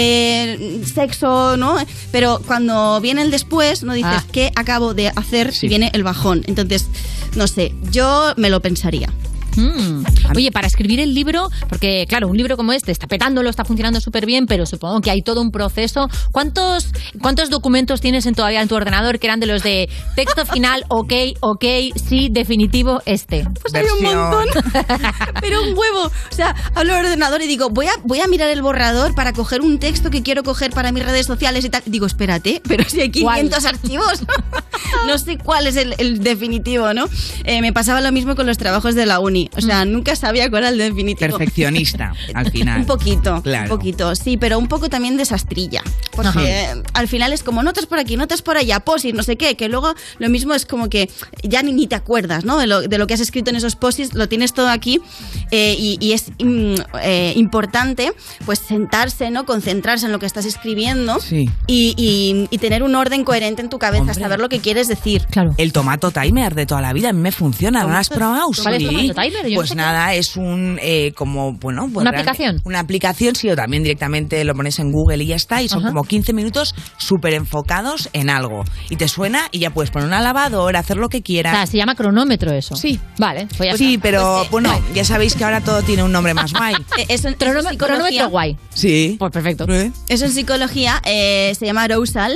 Speaker 11: sexo, ¿no? Pero cuando viene el después, ¿no? Dices, ¿qué acabo de hacer? Y viene el bajón. Entonces, no sé, yo me lo pensaría.
Speaker 4: Oye, para escribir el libro, porque claro, un libro como este está petándolo, está funcionando súper bien, pero supongo que hay todo un proceso. ¿Cuántos documentos tienes todavía en tu ordenador que eran de los de texto final, ok, sí, definitivo, este?
Speaker 11: Pues hay un montón, pero un huevo. O sea, hablo al ordenador y digo, voy a mirar el borrador para coger un texto que quiero coger para mis redes sociales y tal. Digo, espérate, pero si hay 500 archivos. No sé cuál es el definitivo, ¿no? Me pasaba lo mismo con los trabajos de la uni. O sea, nunca sabía cuál era el definitivo.
Speaker 3: Perfeccionista, al final.
Speaker 11: Un poquito,
Speaker 3: claro.
Speaker 11: Un poquito, sí, pero un poco también desastrilla. Porque al final es como notas por aquí, notas por allá, posis, no sé qué, que luego lo mismo es como que ya ni te acuerdas, ¿no? De lo que has escrito en esos posis, lo tienes todo aquí y es importante pues sentarse, ¿no? Concentrarse en lo que estás escribiendo y tener un orden coherente en tu cabeza, saber lo que quieres decir.
Speaker 4: Claro.
Speaker 3: El Tomato Timer de toda la vida a mí me funciona, ¿no lo has probado?
Speaker 4: ¿Cuál es Tomato Timer? Yo
Speaker 3: Pues
Speaker 4: no sé
Speaker 3: nada, es un
Speaker 4: ¿Una aplicación?
Speaker 3: Una aplicación, sí, o también directamente lo pones en Google y ya está, y son como 15 minutos súper enfocados en algo. Y te suena y ya puedes poner una lavadora, hacer lo que quieras.
Speaker 4: O sea, se llama cronómetro eso.
Speaker 3: Sí.
Speaker 4: Vale. Pues
Speaker 3: sí, pero bueno, ya sabéis que ahora todo tiene un nombre más guay.
Speaker 4: Cronómetro guay.
Speaker 3: Sí.
Speaker 4: Pues perfecto.
Speaker 11: Eso en psicología se llama arousal,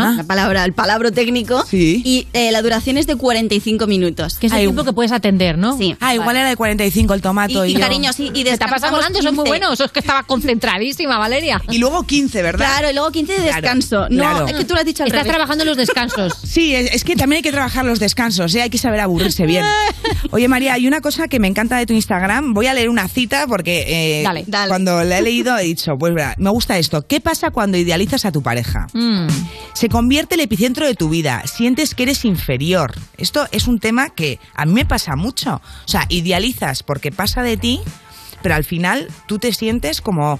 Speaker 11: el palabra técnico, y la duración es de 45 minutos.
Speaker 4: Que es el tiempo que puedes atender, ¿no?
Speaker 11: Sí.
Speaker 3: Igual era de 45 el Tomato y
Speaker 11: cariño, sí. Y
Speaker 4: te está pasando volando, son muy buenos. Eso es que estaba concentradísima, Valeria.
Speaker 3: Y luego 15, ¿verdad?
Speaker 11: Claro, y luego 15 de descanso. No, es que tú lo has dicho al
Speaker 4: Estás
Speaker 11: revés.
Speaker 4: trabajando en los descansos.
Speaker 3: Sí, es que también hay que trabajar los descansos, hay que saber aburrirse bien. Oye, María, hay una cosa que me encanta de tu Instagram. Voy a leer una cita porque
Speaker 4: Dale.
Speaker 3: Cuando la he leído he dicho, pues mira, me gusta esto. ¿Qué pasa cuando idealizas a tu pareja? Se convierte el epicentro de tu vida. Sientes que eres inferior. Esto es un tema que a mí me pasa mucho. O sea, idealizas porque pasa de ti, pero al final tú te sientes como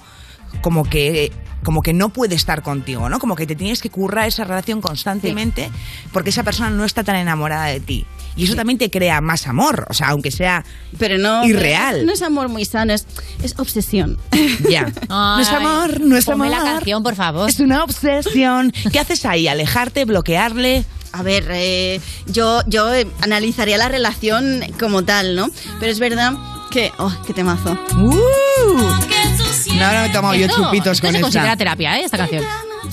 Speaker 3: que no puede estar contigo, ¿no? Como que te tienes que currar esa relación constantemente porque esa persona no está tan enamorada de ti. Y eso también te crea más amor, o sea, aunque sea irreal.
Speaker 11: No es amor muy sano, es obsesión.
Speaker 3: Ya. No es amor, no es amor.
Speaker 4: Ponme la canción, por favor.
Speaker 3: Es una obsesión. ¿Qué haces ahí? ¿Alejarte? ¿Bloquearle?
Speaker 11: A ver, yo analizaría la relación como tal, ¿no? Pero es verdad que... ¡Oh, qué temazo!
Speaker 3: No, ahora me he tomado yo chupitos con
Speaker 4: esta.
Speaker 3: esta.
Speaker 4: Se considera terapia, esta canción.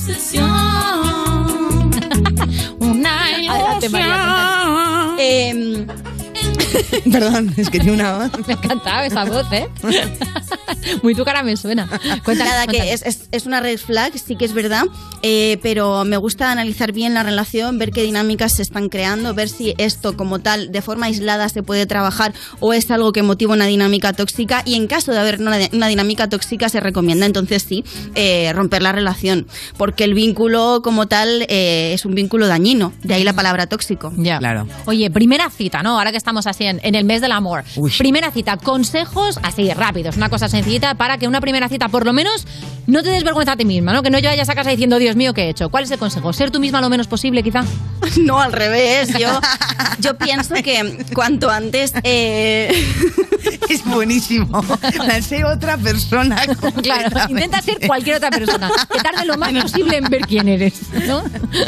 Speaker 4: Adelante, María.
Speaker 3: Perdón, es que tiene una voz.
Speaker 4: Me ha encantado esa voz, ¿eh? Muy tu cara me suena.
Speaker 11: Nada, que es una red flag, sí que es verdad, pero me gusta analizar bien la relación, ver qué dinámicas se están creando, ver si esto como tal, de forma aislada, se puede trabajar o es algo que motiva una dinámica tóxica, y en caso de haber una dinámica tóxica se recomienda entonces sí romper la relación, porque el vínculo como tal es un vínculo dañino, de ahí la palabra tóxico.
Speaker 4: Ya,
Speaker 3: claro.
Speaker 4: Oye, primera cita, ¿no? Ahora que estamos así en el mes del amor. Uy. Primera cita, consejos así rápidos, una cosa sencillita para que una primera cita por lo menos no te des vergüenza a ti misma, ¿no? Que no vayas a casa diciendo, Dios mío, ¿qué he hecho? ¿Cuál es el consejo? ¿Ser tú misma lo menos posible, quizá?
Speaker 11: No, al revés. Yo pienso que cuanto antes...
Speaker 3: Es buenísimo. Sé otra persona.
Speaker 4: Claro, intenta ser cualquier otra persona. Que tarde lo más posible en ver quién eres, ¿no?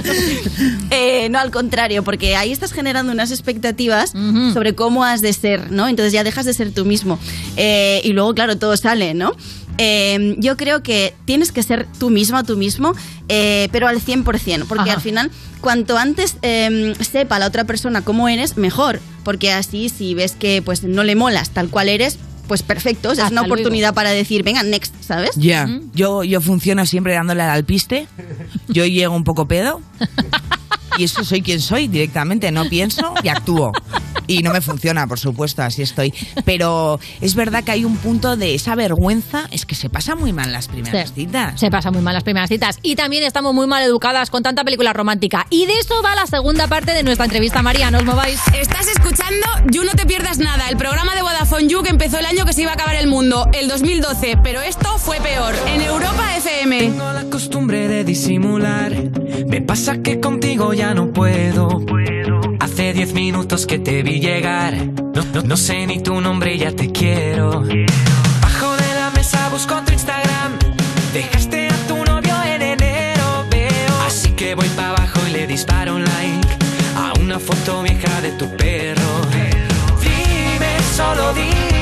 Speaker 11: No, al contrario, porque ahí estás generando unas expectativas sobre cómo has de ser, ¿no? Entonces ya dejas de ser tú mismo. Y luego, claro, todo sale, ¿no? Yo creo que tienes que ser tú misma, tú mismo, pero al 100%, porque al final, cuanto antes sepa la otra persona cómo eres, mejor, porque así si ves que pues no le molas tal cual eres, pues perfecto, o sea, es una oportunidad para decir, venga, next, ¿sabes?
Speaker 3: Ya, yo funciono siempre dándole al alpiste, yo llego un poco pedo y eso soy quien soy directamente, no pienso y actúo. Y no me funciona, por supuesto, así estoy. Pero es verdad que hay un punto de esa vergüenza, es que se pasa muy mal las primeras citas.
Speaker 4: Se pasa muy mal las primeras citas. Y también estamos muy mal educadas con tanta película romántica. Y de eso va la segunda parte de nuestra entrevista, María, no os mováis.
Speaker 9: Estás escuchando You No Te Pierdas Nada, el programa de Vodafone You que empezó el año que se iba a acabar el mundo, el 2012. Pero esto fue peor, en Europa FM.
Speaker 1: Tengo la costumbre de disimular, me pasa que contigo ya no puedo. Hace 10 minutos que te vi llegar, no sé ni tu nombre y ya te quiero. Bajo de la mesa busco tu Instagram, dejaste a tu novio en enero, veo. Así que voy para abajo y le disparo un like a una foto vieja de tu perro. Dime, solo dime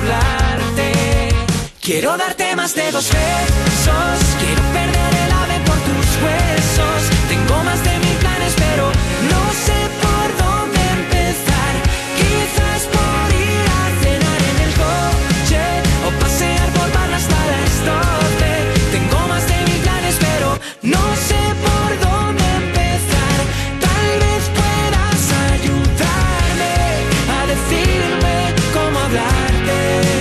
Speaker 1: hablarte. Quiero darte más de 2 besos, quiero perder el ave por tus huesos. Tengo más de 1000 planes, pero no sé por dónde empezar. Quizás por ir a cenar en el coche o pasear por barra hasta las 12. Tengo más de 1000 planes, pero no sé por dónde empezar. Tal vez puedas ayudarme a decirme cómo hablarte.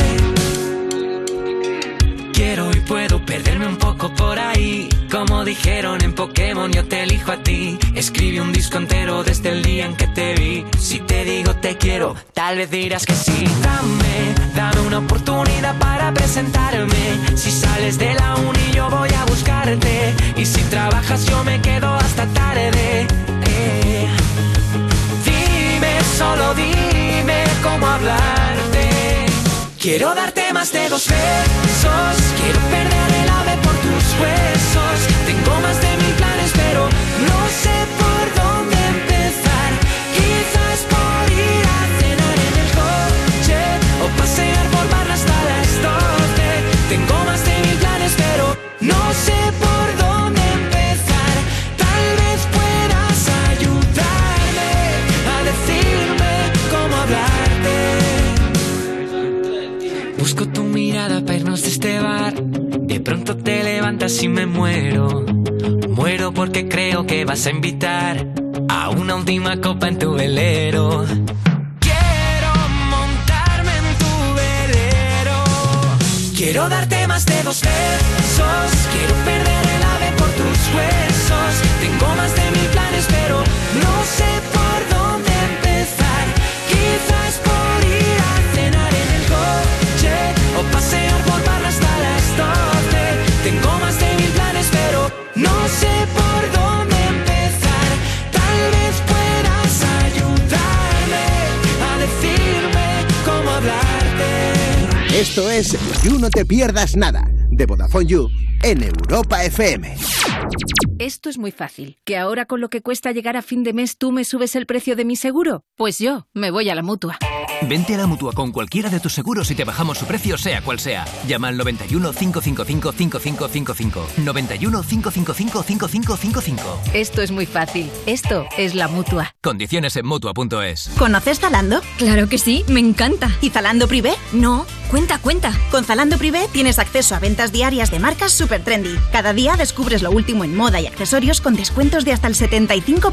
Speaker 1: Quiero y puedo perderme un poco por ahí. Como dijeron en Pokémon, yo te elijo a ti. Escribí un disco entero desde el día en que te vi. Si te digo te quiero, tal vez dirás que sí. Dame una oportunidad para presentarme. Si sales de la uni yo voy a buscarte. Y si trabajas yo me quedo hasta tarde. Dime, solo dime cómo hablarte. Quiero darte más de 2 besos. Quiero perder el ave por tus huesos. Tengo más de 1000 planes, pero no sé por dónde empezar. Quizás por ir a cenar en el coche o pasear por barra hasta las 12. Tengo más de 1000 planes, pero no sé por dónde empezar. Tal vez puedas ayudarme a decirme cómo hablarte. Busco tu mirada para irnos de este bar. De pronto te levantas y me muero. Muero porque creo que vas a invitar a una última copa en tu velero. Quiero montarme en tu velero. Quiero darte más de 2 besos. Quiero perder el ave por tus huesos. Tengo más de 1000 planes, pero no sé por dónde empezar. Quizás por ir a cenar en el coche o pasear por barra hasta las 12. Tengo más de 1000 planes, pero no sé por dónde empezar. Tal vez puedas ayudarme a decirme cómo hablarte.
Speaker 5: Esto es You No Te Pierdas Nada, de Vodafone You, en Europa FM.
Speaker 12: Esto es muy fácil. ¿Que ahora con lo que cuesta llegar a fin de mes tú me subes el precio de mi seguro? Pues yo me voy a la Mutua.
Speaker 13: Vente a la Mutua con cualquiera de tus seguros y te bajamos su precio sea cual sea. Llama al 91 555 5555. 91 555 5555.
Speaker 12: Esto es muy fácil. Esto es la Mutua.
Speaker 13: Condiciones en Mutua.es.
Speaker 14: ¿Conoces Zalando?
Speaker 15: Claro que sí, me encanta.
Speaker 14: ¿Y Zalando Privé?
Speaker 15: No, cuenta.
Speaker 14: Con Zalando Privé tienes acceso a ventas diarias de marcas super trendy. Cada día descubres lo último en moda y accesorios con descuentos de hasta el 75%.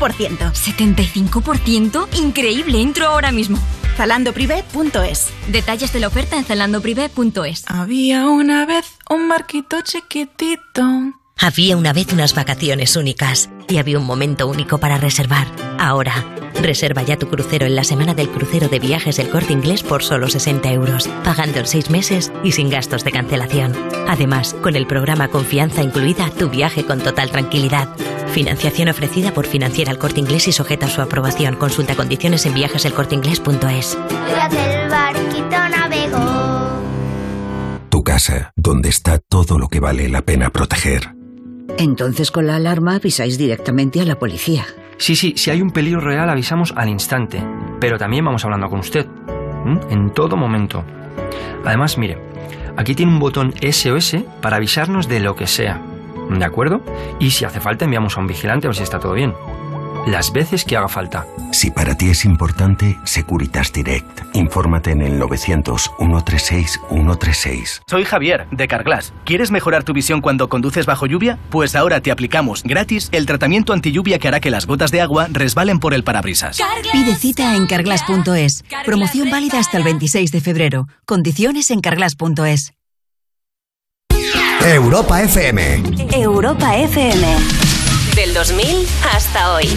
Speaker 15: ¿75%? Increíble, entro ahora mismo.
Speaker 14: ZalandoPrivé.es.
Speaker 15: Detalles de la oferta en ZalandoPrivé.es.
Speaker 16: Había una vez un barquito chiquitito.
Speaker 17: Había una vez unas vacaciones únicas y había un momento único para reservar. Ahora, reserva ya tu crucero en la semana del crucero de viajes del Corte Inglés por solo 60 €, pagando en 6 meses y sin gastos de cancelación. Además, con el programa Confianza incluida, tu viaje con total tranquilidad. Financiación ofrecida por Financiera El Corte Inglés y sujeta a su aprobación. Consulta condiciones en viajeselcorteinglés.es.
Speaker 7: El barquito navegó.
Speaker 18: Tu casa, donde está todo lo que vale la pena proteger.
Speaker 19: Entonces con la alarma avisáis directamente a la policía.
Speaker 29: Sí, si hay un peligro real avisamos al instante, pero también vamos hablando con usted, en todo momento. Además, mire, aquí tiene un botón SOS para avisarnos de lo que sea, ¿de acuerdo? Y si hace falta enviamos a un vigilante a ver si está todo bien. Las veces que haga falta.
Speaker 18: Si para ti es importante, Securitas Direct. Infórmate en el 900-136-136.
Speaker 30: Soy Javier, de Carglass. ¿Quieres mejorar tu visión cuando conduces bajo lluvia? Pues ahora te aplicamos gratis el tratamiento antilluvia que hará que las gotas de agua resbalen por el parabrisas.
Speaker 31: Pide cita en Carglass.es. Promoción válida hasta el 26 de febrero. Condiciones en Carglass.es.
Speaker 5: Europa FM.
Speaker 8: Europa FM. Del 2000 hasta hoy.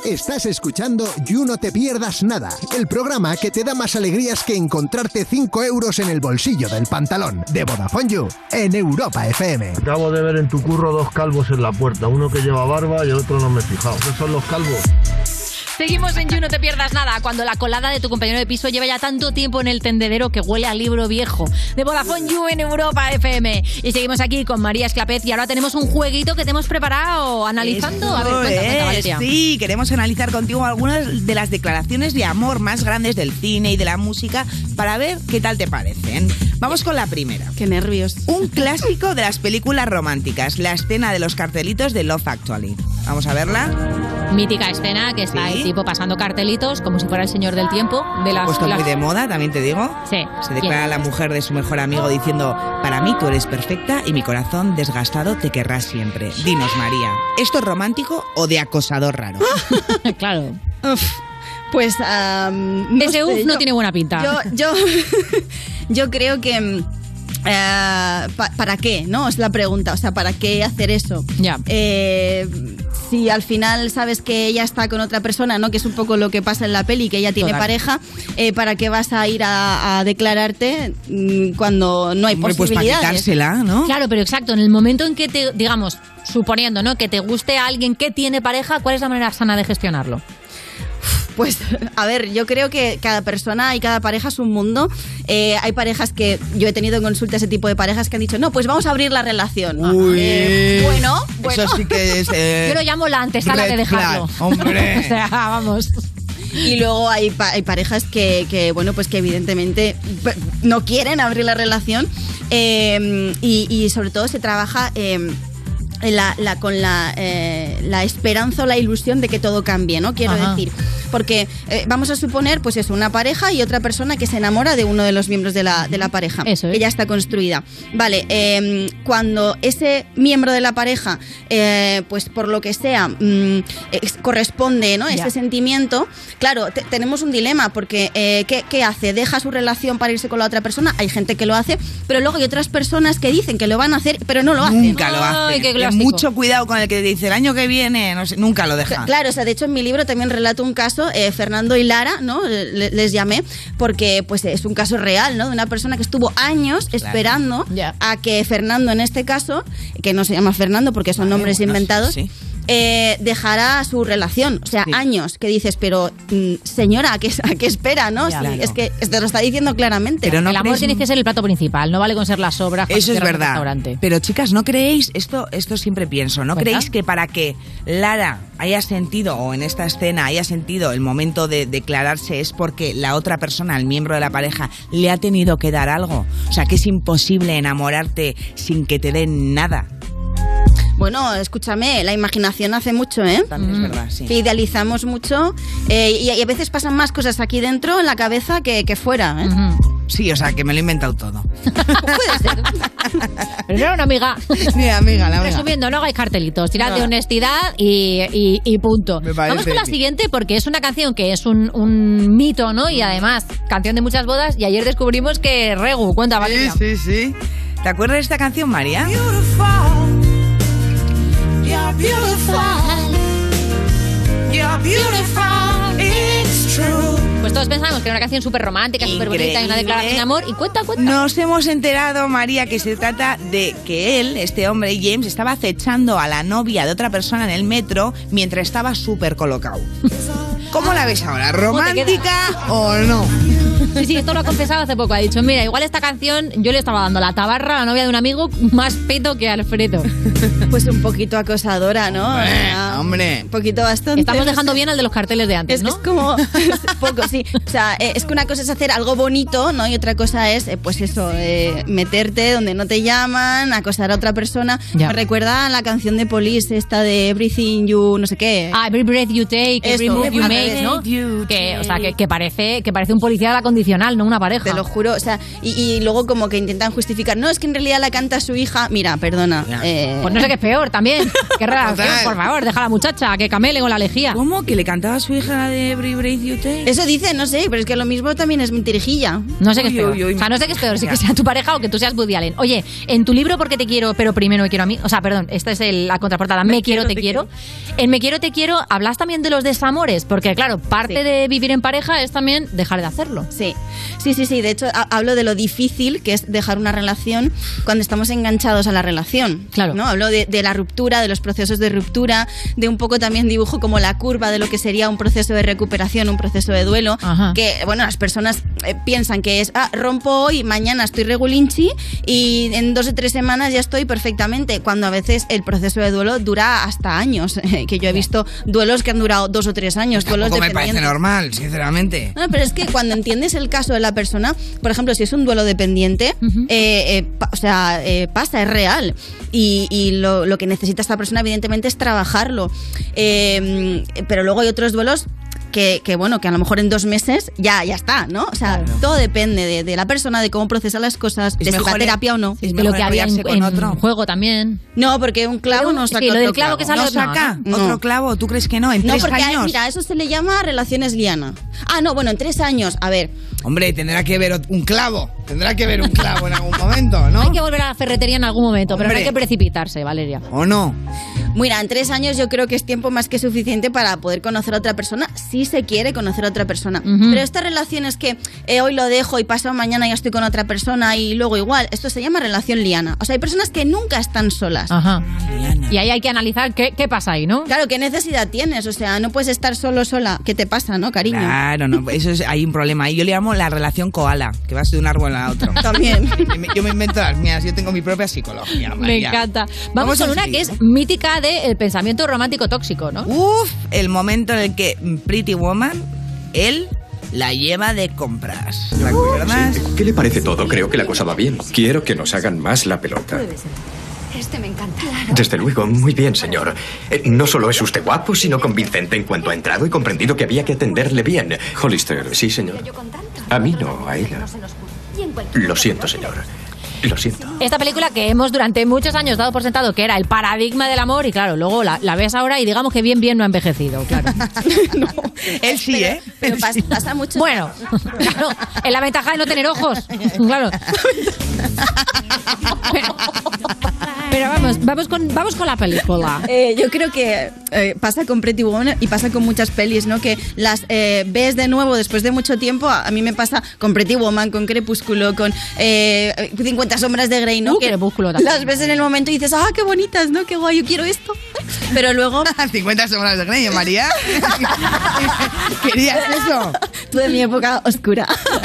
Speaker 5: Estás escuchando You No Te Pierdas Nada, el programa que te da más alegrías que encontrarte 5 euros en el bolsillo del pantalón, de Vodafone You, en Europa FM.
Speaker 2: Acabo de ver en tu curro 2 calvos en la puerta, uno que lleva barba y el otro no me he fijado. ¿Qué son los calvos?
Speaker 4: Seguimos en You, no te pierdas nada. Cuando la colada de tu compañero de piso lleva ya tanto tiempo en el tendedero que huele a libro viejo. De Vodafone You en Europa FM. Y seguimos aquí con María Esclapez y ahora tenemos un jueguito que te hemos preparado analizando. A ver, cuenta, Valeria.
Speaker 3: Sí, queremos analizar contigo algunas de las declaraciones de amor más grandes del cine y de la música para ver qué tal te parecen. Vamos con la primera.
Speaker 11: Qué nervios.
Speaker 3: Un clásico de las películas románticas, la escena de los cartelitos de Love Actually. Vamos a verla.
Speaker 4: Mítica escena que está el tipo pasando cartelitos como si fuera el señor del tiempo. De las,
Speaker 3: puesto muy de moda, también te digo.
Speaker 4: Sí.
Speaker 3: Se declara la mujer de su mejor amigo diciendo: para mí tú eres perfecta y mi corazón desgastado te querrá siempre. Dinos, María, ¿esto es romántico o de acosador raro?
Speaker 4: Claro.
Speaker 11: Uf, pues
Speaker 4: ese uf no tiene buena pinta.
Speaker 11: Yo creo que ¿para qué? ¿No? Es la pregunta. O sea, ¿para qué hacer eso?
Speaker 4: Ya.
Speaker 11: Si al final sabes que ella está con otra persona, ¿no? Que es un poco lo que pasa en la peli, que ella tiene pareja, ¿para qué vas a ir a declararte cuando no hay posibilidades?
Speaker 3: Pues para quitársela, ¿no?
Speaker 4: Claro, pero exacto, en el momento en que te, digamos, suponiendo, ¿no? Que te guste a alguien que tiene pareja, ¿cuál es la manera sana de gestionarlo?
Speaker 11: Pues, a ver, yo creo que cada persona y cada pareja es un mundo. Hay parejas que yo he tenido en consulta ese tipo de parejas que han dicho, no, pues vamos a abrir la relación. Bueno.
Speaker 3: Eso sí que es...
Speaker 4: yo lo llamo la antesala de dejarlo.
Speaker 3: Flag, hombre.
Speaker 4: O sea, vamos.
Speaker 11: Y luego hay parejas que, bueno, pues que evidentemente no quieren abrir la relación y sobre todo se trabaja... con la esperanza o la ilusión de que todo cambie, ¿no? Quiero decir, porque vamos a suponer, pues eso, una pareja y otra persona que se enamora de uno de los miembros de la pareja,
Speaker 4: eso es.
Speaker 11: Que ya está construida. Vale, cuando ese miembro de la pareja, pues por lo que sea, corresponde, ¿no? Ese sentimiento, claro, tenemos un dilema, porque ¿qué hace? ¿Deja su relación para irse con la otra persona? Hay gente que lo hace, pero luego hay otras personas que dicen que lo van a hacer, pero no lo hacen.
Speaker 3: Nunca lo hacen. Mucho cuidado con el que dice el año que viene, no sé, nunca lo deja.
Speaker 11: Claro, o sea, de hecho en mi libro también relato un caso, Fernando y Lara, ¿no? Les llamé porque pues es un caso real, ¿no? De una persona que estuvo años esperando a que Fernando, en este caso, que no se llama Fernando porque son nombres inventados, sí. Dejara su relación, o sea, años, que dices, pero señora, ¿a qué espera, no?
Speaker 3: Claro.
Speaker 11: Es que te lo está diciendo claramente.
Speaker 3: Pero no
Speaker 4: el amor tiene que ser el plato principal, no vale con ser las sobras.
Speaker 3: Eso es verdad. Pero chicas, ¿no creéis? Esto siempre pienso, ¿no creéis que para que Lara haya sentido, o en esta escena haya sentido el momento de declararse, es porque la otra persona, el miembro de la pareja, le ha tenido que dar algo? O sea, que es imposible enamorarte sin que te den nada.
Speaker 11: Bueno, escúchame, la imaginación hace mucho, ¿eh?
Speaker 3: También es verdad, sí.
Speaker 11: Que idealizamos mucho y a veces pasan más cosas aquí dentro, en la cabeza, que fuera, ¿eh?
Speaker 3: Sí, o sea, que me lo he inventado todo.
Speaker 11: Puede ser.
Speaker 4: Pero no era una amiga.
Speaker 3: Mi amiga, la amiga.
Speaker 4: Resumiendo, no hagáis cartelitos, tirad de honestidad y punto. Vamos con la siguiente, porque es una canción que es un mito, ¿no? Y además, canción de muchas bodas, y ayer descubrimos que Regu, cuenta, Valeria.
Speaker 3: Sí. ¿Te acuerdas de esta canción, María?
Speaker 1: You're beautiful. You're beautiful. It's true.
Speaker 4: Pues todos pensamos que era una canción súper romántica, súper bonita y una declaración de amor. Y cuenta.
Speaker 3: Nos hemos enterado, María, que se trata de que él, este hombre, James, estaba acechando a la novia de otra persona en el metro mientras estaba súper colocado. ¿Cómo la ves ahora? ¿Romántica o no?
Speaker 4: Sí, esto lo ha confesado hace poco. Ha dicho, mira, igual esta canción yo le estaba dando la tabarra a la novia de un amigo más peto que Alfredo.
Speaker 11: Pues un poquito acosadora, ¿no?
Speaker 3: Hombre.
Speaker 11: Un poquito bastante.
Speaker 4: Estamos dejando bien al de los carteles de antes, ¿no?
Speaker 11: Es como... poco, sí. O sea, es que una cosa es hacer algo bonito, ¿no? Y otra cosa es, pues eso, meterte donde no te llaman, acosar a otra persona. Me recuerda a la canción de Police, esta de Everything You... no sé qué.
Speaker 4: Every breath you take, every move you make, ¿no? Que, o sea, que parece un policía de la condición incondicional, no una pareja.
Speaker 11: Te lo juro, o sea, y luego como que intentan justificar, no, es que en realidad la canta su hija. Mira, perdona.
Speaker 4: Pues no sé qué es peor también. Qué relación, por favor, deja a la muchacha que camele con la lejía.
Speaker 3: ¿Cómo? ¿Que le cantaba a su hija la de Every Breath You Take?
Speaker 11: Eso dice, no sé, pero es que lo mismo también es mentirijilla.
Speaker 4: No sé qué es peor. O sea, no sé qué es peor, si que sea tu pareja o que tú seas Woody Allen. Oye, en tu libro ¿Por qué te quiero, pero primero me quiero a mí? O sea, perdón, esta es la contraportada. Me quiero, te quiero. En Me quiero, te quiero, hablas también de los desamores, porque claro, parte de vivir en pareja es también dejar de hacerlo.
Speaker 11: Sí. De hecho, hablo de lo difícil que es dejar una relación cuando estamos enganchados a la relación.
Speaker 4: Claro.
Speaker 11: ¿No? Hablo de la ruptura, de los procesos de ruptura, de un poco también dibujo como la curva de lo que sería un proceso de recuperación, un proceso de duelo.
Speaker 4: Ajá.
Speaker 11: Que, bueno, las personas piensan que es, rompo hoy, mañana estoy regulinchi y en 2 o 3 semanas ya estoy perfectamente, cuando a veces el proceso de duelo dura hasta años, que yo he visto duelos que han durado 2 o 3 años. Duelos
Speaker 3: Tampoco me parece normal, sinceramente.
Speaker 11: No, pero es que cuando entiendes el caso de la persona, por ejemplo, si es un duelo dependiente, pasa, es real. Y lo que necesita esta persona, evidentemente, es trabajarlo. Pero luego hay otros duelos que a lo mejor en 2 meses ya está, ¿no? O sea, todo depende de la persona, de cómo procesa las cosas, de si va a terapia o no.
Speaker 4: Es de lo que había en otro juego también.
Speaker 11: No, porque un clavo no saca
Speaker 4: lo del
Speaker 11: otro
Speaker 4: clavo que sale
Speaker 3: ¿No saca otro clavo? ¿Tú crees que no? ¿En 3 años?
Speaker 11: Mira, eso se le llama relaciones liana. Ah, no, bueno, en 3 años, a ver.
Speaker 3: Hombre, tendrá que ver un clavo. Tendrá que ver un clavo en algún momento, ¿no?
Speaker 4: Hay que volver a la ferretería en algún momento, pero no hay que precipitarse, Valeria.
Speaker 3: ¿O no?
Speaker 11: Mira, en 3 años yo creo que es tiempo más que suficiente para poder conocer a otra persona, si se quiere conocer a otra persona. Pero estas relaciones que hoy lo dejo y pasado mañana ya estoy con otra persona y luego igual, esto se llama relación liana. O sea, hay personas que nunca están solas.
Speaker 4: Ajá. Y ahí hay que analizar qué pasa ahí, ¿no?
Speaker 11: Claro, ¿qué necesidad tienes? O sea, no puedes estar sola. ¿Qué te pasa, no, cariño?
Speaker 3: Claro, no, hay un problema ahí. Yo le llamo la relación koala, que vas de un árbol a otro.
Speaker 11: También.
Speaker 3: Yo me invento las mías, yo tengo mi propia psicología, María.
Speaker 4: Me encanta. Vamos con una que es mítica del pensamiento romántico tóxico, ¿no?
Speaker 3: El momento en el que Pretty Woman, él la lleva de compras. ¿La acuerdas?
Speaker 6: Sí. ¿Qué le parece todo? Creo que la cosa va bien. Quiero que nos hagan más la pelota.
Speaker 10: Este me encanta.
Speaker 6: Desde luego, muy bien, señor. No solo es usted guapo, sino convincente en cuanto ha entrado y comprendido que había que atenderle bien. Hollister, sí, señor. A mí no, a ella. Lo siento, señor. Lo siento.
Speaker 4: Esta película que hemos durante muchos años dado por sentado que era el paradigma del amor y claro, luego la ves ahora y digamos que bien no ha envejecido, claro.
Speaker 11: No,
Speaker 3: él sí,
Speaker 11: pero pasa mucho.
Speaker 4: Bueno, claro, es la ventaja de no tener ojos, claro. Pero vamos con la película.
Speaker 11: Yo creo que pasa con Pretty Woman y pasa con muchas pelis, ¿no? Que las ves de nuevo después de mucho tiempo. A mí me pasa con Pretty Woman, con Crepúsculo, con 50 sombras de Grey, ¿no? Que
Speaker 4: Crepúsculo también.
Speaker 11: Las ves en el momento y dices, qué bonitas, ¿no? Qué guay, yo quiero esto. Pero luego...
Speaker 3: 50 sombras de Grey, María. ¿Querías eso?
Speaker 11: Tú de mi época oscura.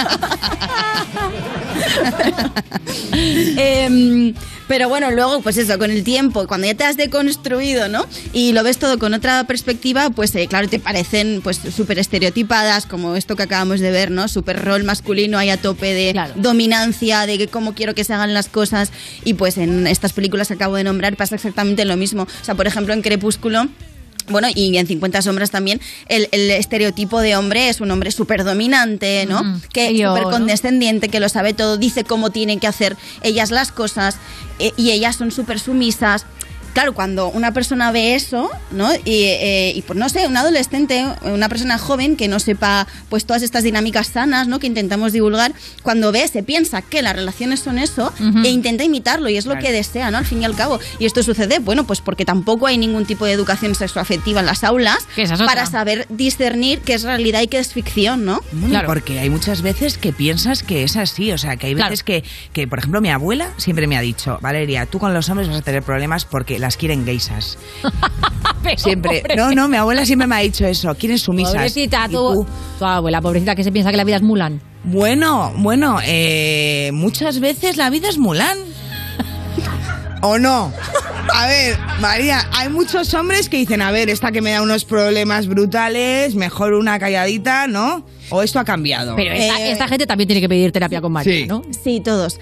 Speaker 11: Pero bueno, luego, pues eso, con el tiempo, cuando ya te has deconstruido, ¿no? Y lo ves todo con otra perspectiva, pues claro, te parecen pues súper estereotipadas, como esto que acabamos de ver, ¿no? Súper rol masculino ahí a tope de dominancia, de que cómo quiero que se hagan las cosas. Y pues en estas películas que acabo de nombrar pasa exactamente lo mismo. O sea, por ejemplo, en Crepúsculo... Bueno, y en 50 sombras también el estereotipo de hombre es un hombre súper dominante, ¿no? Que es súper condescendiente, que lo sabe todo, dice cómo tienen que hacer ellas las cosas y ellas son súper sumisas. Claro, cuando una persona ve eso, ¿no? Y pues no sé, un adolescente, una persona joven que no sepa pues todas estas dinámicas sanas, ¿no? Que intentamos divulgar, cuando ve, se piensa que las relaciones son eso e intenta imitarlo y es lo que desea, ¿no? Al fin y al cabo. Y esto sucede, bueno, pues porque tampoco hay ningún tipo de educación sexoafectiva en las aulas para saber discernir qué es realidad y qué es ficción, ¿no?
Speaker 3: Claro. Porque hay muchas veces que piensas que es así, o sea, que hay veces que, por ejemplo, mi abuela siempre me ha dicho, Valeria, tú con los hombres vas a tener problemas porque las quieren geisas. Siempre. No, mi abuela siempre me ha dicho eso. Quieren sumisas.
Speaker 4: Pobrecita, tu abuela, pobrecita, que se piensa que la vida es Mulan.
Speaker 3: Bueno, muchas veces la vida es Mulan. ¿O no? A ver, María, hay muchos hombres que dicen, a ver, esta que me da unos problemas brutales, mejor una calladita, ¿no? ¿O esto ha cambiado?
Speaker 4: Pero esta gente también tiene que pedir terapia con María, ¿no?
Speaker 11: Sí, todos.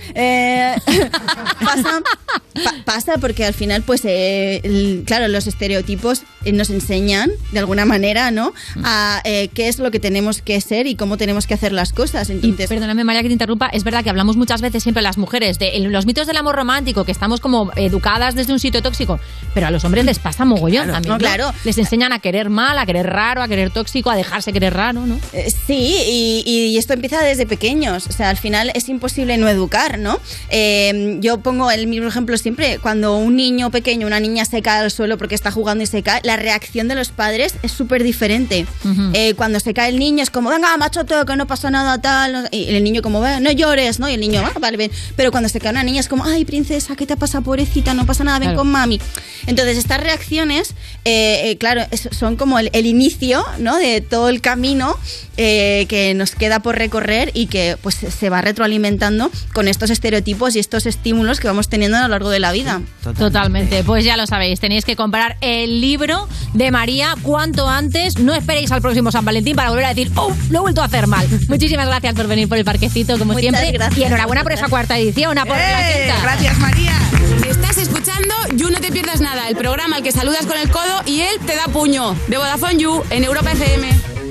Speaker 11: Pasa porque al final, pues, claro, los estereotipos nos enseñan de alguna manera, ¿no? A qué es lo que tenemos que ser y cómo tenemos que hacer las cosas. Entonces,
Speaker 4: perdóname, María, que te interrumpa. Es verdad que hablamos muchas veces siempre las mujeres de los mitos del amor romántico, que estamos como educadas desde un sitio tóxico, pero a los hombres les pasa mogollón también, ¿no?
Speaker 11: Claro.
Speaker 4: Les enseñan a querer mal, a querer raro, a querer tóxico, a dejarse querer raro, ¿no?
Speaker 11: Sí, y esto empieza desde pequeños. O sea, al final es imposible no educar, ¿no? Yo pongo el mismo ejemplo siempre. Cuando un niño pequeño, una niña se cae al suelo porque está jugando y se cae, la reacción de los padres es súper diferente. Cuando se cae el niño es como, venga, machote, que no pasa nada, tal. Y el niño como, no llores, ¿no? Y el niño, vale, ven. Pero cuando se cae una niña es como, ay, princesa, ¿qué te pasa, pobrecita? No pasa nada, ven con mami. Entonces, estas reacciones, claro, son como el inicio, ¿no? De todo el camino que nos queda por recorrer y que pues se va retroalimentando con estos estereotipos y estos estímulos que vamos teniendo a lo largo de la vida.
Speaker 4: Totalmente. Pues ya lo sabéis, tenéis que comprar el libro de María cuanto antes. No esperéis al próximo San Valentín para volver a decir, ¡oh, lo he vuelto a hacer mal! Muchísimas gracias por venir por el parquecito, como
Speaker 11: Muchas
Speaker 4: siempre.
Speaker 11: gracias.
Speaker 4: Y enhorabuena por esa cuarta edición. A por la quinta.
Speaker 9: Gracias, María. Estás escuchando You No Te Pierdas Nada, el programa al que saludas con el codo y él te da puño. De Vodafone You en Europa FM.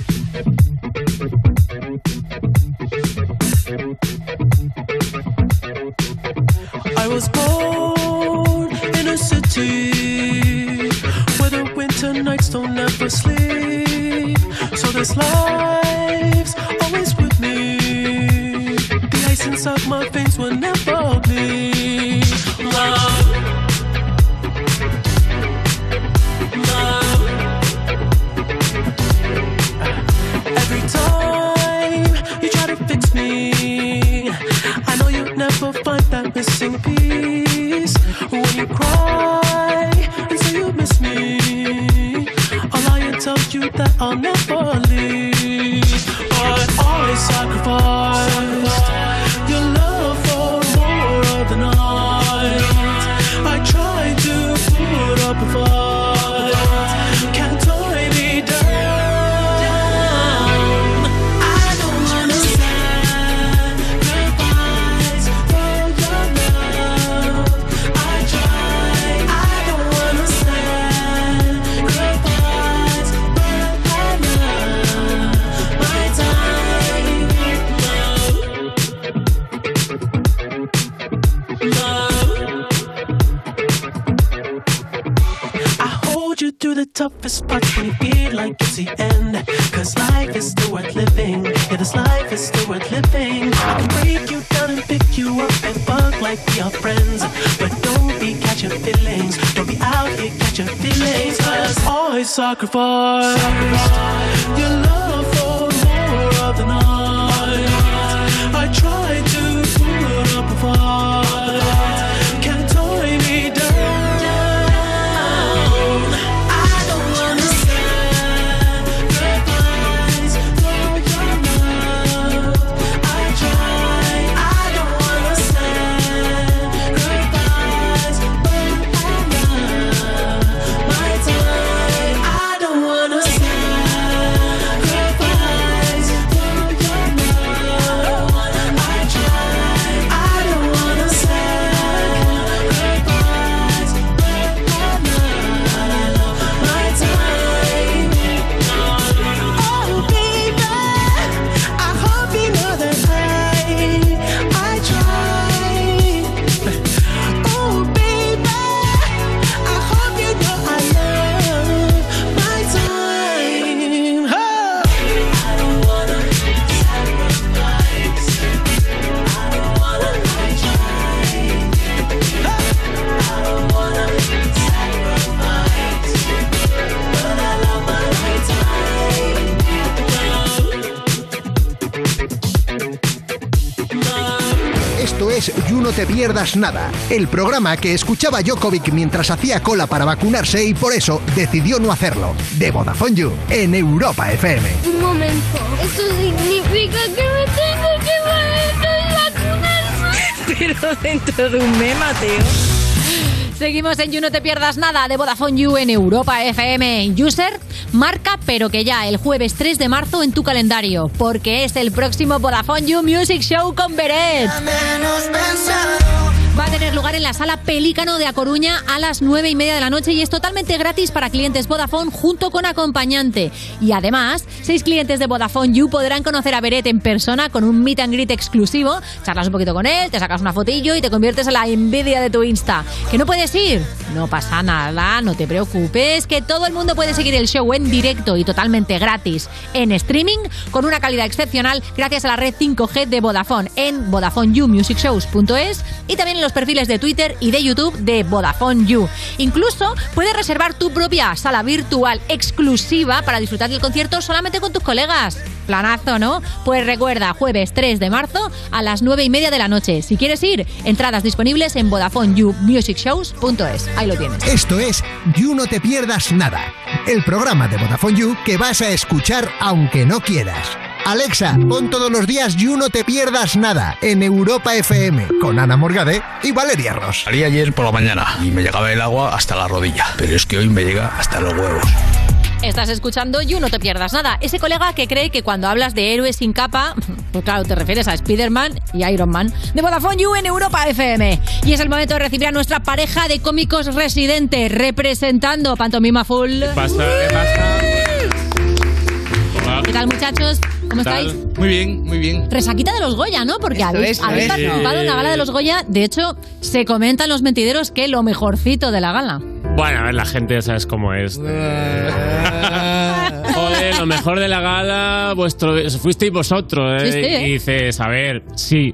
Speaker 12: I was born in a city where the winter nights don't ever sleep. So this life's always with me. The ice inside my veins will never bleed. Love. Every time you try to fix me, I know you'll never find that missing piece. When you cry and say you miss me, I'll lie and tell you that I'll never leave. But I sacrificed your love for more of the night. I tried to put up a fight. Can't tie me down. Do the toughest parts when you feel like it's the end. Cause life is still worth living. Yeah, this life is still worth living. I can break you down and pick you up and fuck like we are friends. But don't be catching feelings. Don't be out here catching feelings. Cause I sacrificed your love for more of the night. I tried to put up a fight. Can't tie me down.
Speaker 5: You No Te Pierdas Nada, el programa que escuchaba Djokovic mientras hacía cola para vacunarse y por eso decidió no hacerlo. De Vodafone You en Europa FM.
Speaker 7: Un momento, ¿eso significa que me tengo que vacunarme?
Speaker 4: Pero dentro de un mes, Mateo. Seguimos en You No Te Pierdas Nada de Vodafone You en Europa FM. User, marca pero que ya el jueves 3 de marzo en tu calendario, porque es el próximo Vodafone You Music Show con Beret. va a tener lugar en la Sala Pelícano de A Coruña a las 9:30 de la noche y es totalmente gratis para clientes Vodafone junto con acompañante. Y además, 6 clientes de Vodafone You podrán conocer a Beret en persona con un meet and greet exclusivo. Charlas un poquito con él, te sacas una fotillo y te conviertes en la envidia de tu Insta. ¿Que no puedes ir? No pasa nada, no te preocupes, que todo el mundo puede seguir el show en directo y totalmente gratis en streaming con una calidad excepcional gracias a la red 5G de Vodafone en VodafoneYouMusicShows.es y también en los perfiles de Twitter y de YouTube de Vodafone You. Incluso puedes reservar tu propia sala virtual exclusiva para disfrutar del concierto solamente con tus colegas. Planazo, ¿no? Pues recuerda, jueves 3 de marzo a las 9:30 de la noche. Si quieres ir, entradas disponibles en VodafoneYouMusicShows.es. Ahí lo tienes.
Speaker 5: Esto es You No Te Pierdas Nada, el programa de Vodafone You que vas a escuchar aunque no quieras. Alexa, pon todos los días You No Te Pierdas Nada en Europa FM con Ana Morgade y Valeria Ross.
Speaker 13: Salí ayer por la mañana y me llegaba el agua hasta la rodilla, pero es que hoy me llega hasta los huevos.
Speaker 4: Estás escuchando You No Te Pierdas Nada. Ese colega que cree que cuando hablas de héroes sin capa, pues claro, te refieres a Spider-Man y Iron Man. De Vodafone You en Europa FM. Y es el momento de recibir a nuestra pareja de cómicos residente representando Pantomima Full.
Speaker 14: ¿Qué pasa? ¿Qué pasa?
Speaker 4: ¿Qué tal, muchachos? ¿Cómo estáis?
Speaker 14: Muy bien, muy bien.
Speaker 4: Resaquita de los Goya, ¿no? Porque habéis participado en la gala de los Goya. De hecho, se comentan los mentideros que lo mejorcito de la gala.
Speaker 14: Bueno, a ver, la gente ya sabes cómo es. Joder, lo mejor de la gala, fuisteis vosotros, ¿eh?
Speaker 4: Sí, ¿eh?
Speaker 14: Y dices, a ver, sí.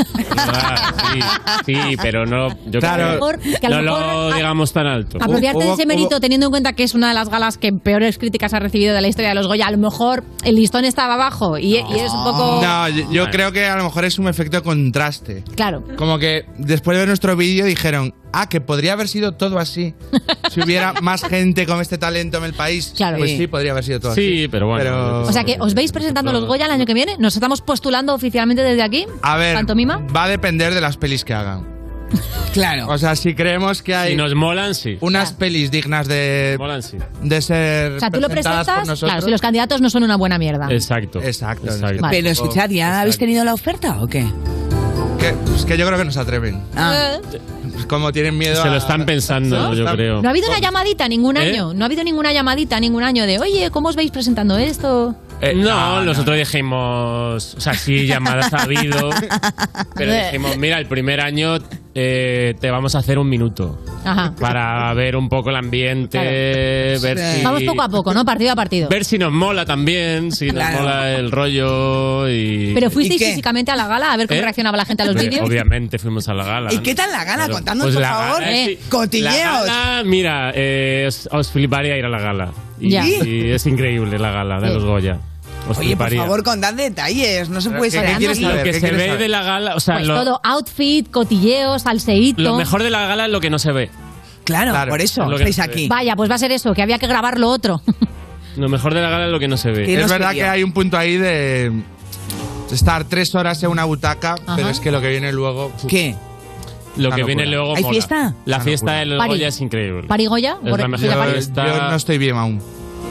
Speaker 14: Sí, pero no, yo
Speaker 4: claro,
Speaker 14: creo que no lo digamos tan alto.
Speaker 4: Apropiarte de ese mérito teniendo en cuenta que es una de las galas que peores críticas ha recibido de la historia de los Goya. A lo mejor el listón estaba abajo y es un poco...
Speaker 20: No, yo creo que a lo mejor es un efecto de contraste.
Speaker 4: Claro.
Speaker 20: Como que después de ver nuestro vídeo dijeron, que podría haber sido todo así. Si hubiera más gente con este talento en el país.
Speaker 4: Claro.
Speaker 20: Pues sí, podría haber sido todo así.
Speaker 14: Sí, pero bueno.
Speaker 4: O sea que, ¿os veis presentando los Goya el año que viene? ¿Nos estamos postulando oficialmente desde aquí?
Speaker 20: A ver,
Speaker 4: ¿Pantomima?
Speaker 20: Va a depender de las pelis que hagan.
Speaker 3: Claro.
Speaker 20: O sea, si creemos que hay...
Speaker 14: Si nos molan, sí.
Speaker 20: Unas pelis dignas de...
Speaker 14: Molan, sí.
Speaker 20: De ser...
Speaker 4: O sea, tú lo
Speaker 20: presentadas por
Speaker 4: presentas,
Speaker 20: nosotros.
Speaker 4: claro, si los candidatos no son una buena mierda.
Speaker 14: Exacto.
Speaker 3: Vale. Pero escuchad, ¿ya habéis tenido la oferta o qué?
Speaker 20: Pues que yo creo que no se atreven. Pues como tienen miedo
Speaker 14: Se lo están pensando, ¿no? Yo creo.
Speaker 4: No ha habido una llamadita ningún año. No ha habido ninguna llamadita ningún año de, oye, ¿cómo os veis presentando esto?
Speaker 14: No, nosotros dijimos, o sea, sí, llamadas ha habido, pero dijimos, mira, el primer año te vamos a hacer un minuto.
Speaker 4: Ajá.
Speaker 14: Para ver un poco el ambiente, ver si...
Speaker 4: Vamos poco a poco, ¿no? Partido a partido.
Speaker 14: Ver si nos mola también, si nos mola el rollo y...
Speaker 4: ¿Pero fuisteis físicamente a la gala a ver cómo reaccionaba la gente a los vídeos?
Speaker 14: Obviamente fuimos a la gala.
Speaker 3: ¿Y qué tal la gala?
Speaker 14: Claro.
Speaker 3: Contadnos,
Speaker 14: Pues
Speaker 3: por
Speaker 14: la
Speaker 3: favor.
Speaker 14: gala, sí.
Speaker 3: Cotilleos.
Speaker 14: La gala, mira, os fliparía ir a la gala. Y es increíble la gala de los Goya.
Speaker 3: Oye, por favor, contad detalles. No se puede saber.
Speaker 14: Lo que se ve de la gala, o sea,
Speaker 4: pues todo, outfit, cotilleos, salseíto.
Speaker 14: Lo mejor de la gala es lo que no se ve.
Speaker 3: Claro, por eso estáis aquí.
Speaker 4: Vaya, pues va a ser eso, que había que grabar lo otro.
Speaker 14: Lo mejor de la gala es lo que no se ve.
Speaker 20: Es verdad que hay un punto ahí de estar 3 horas en una butaca, pero es que lo que viene luego...
Speaker 3: ¿Qué?
Speaker 14: Lo que viene luego
Speaker 3: ¿Hay
Speaker 14: mola.
Speaker 3: fiesta?
Speaker 14: La fiesta de los Goya es increíble.
Speaker 4: ¿Parigoya?
Speaker 14: Es la mejor fiesta.
Speaker 20: Yo no estoy bien aún.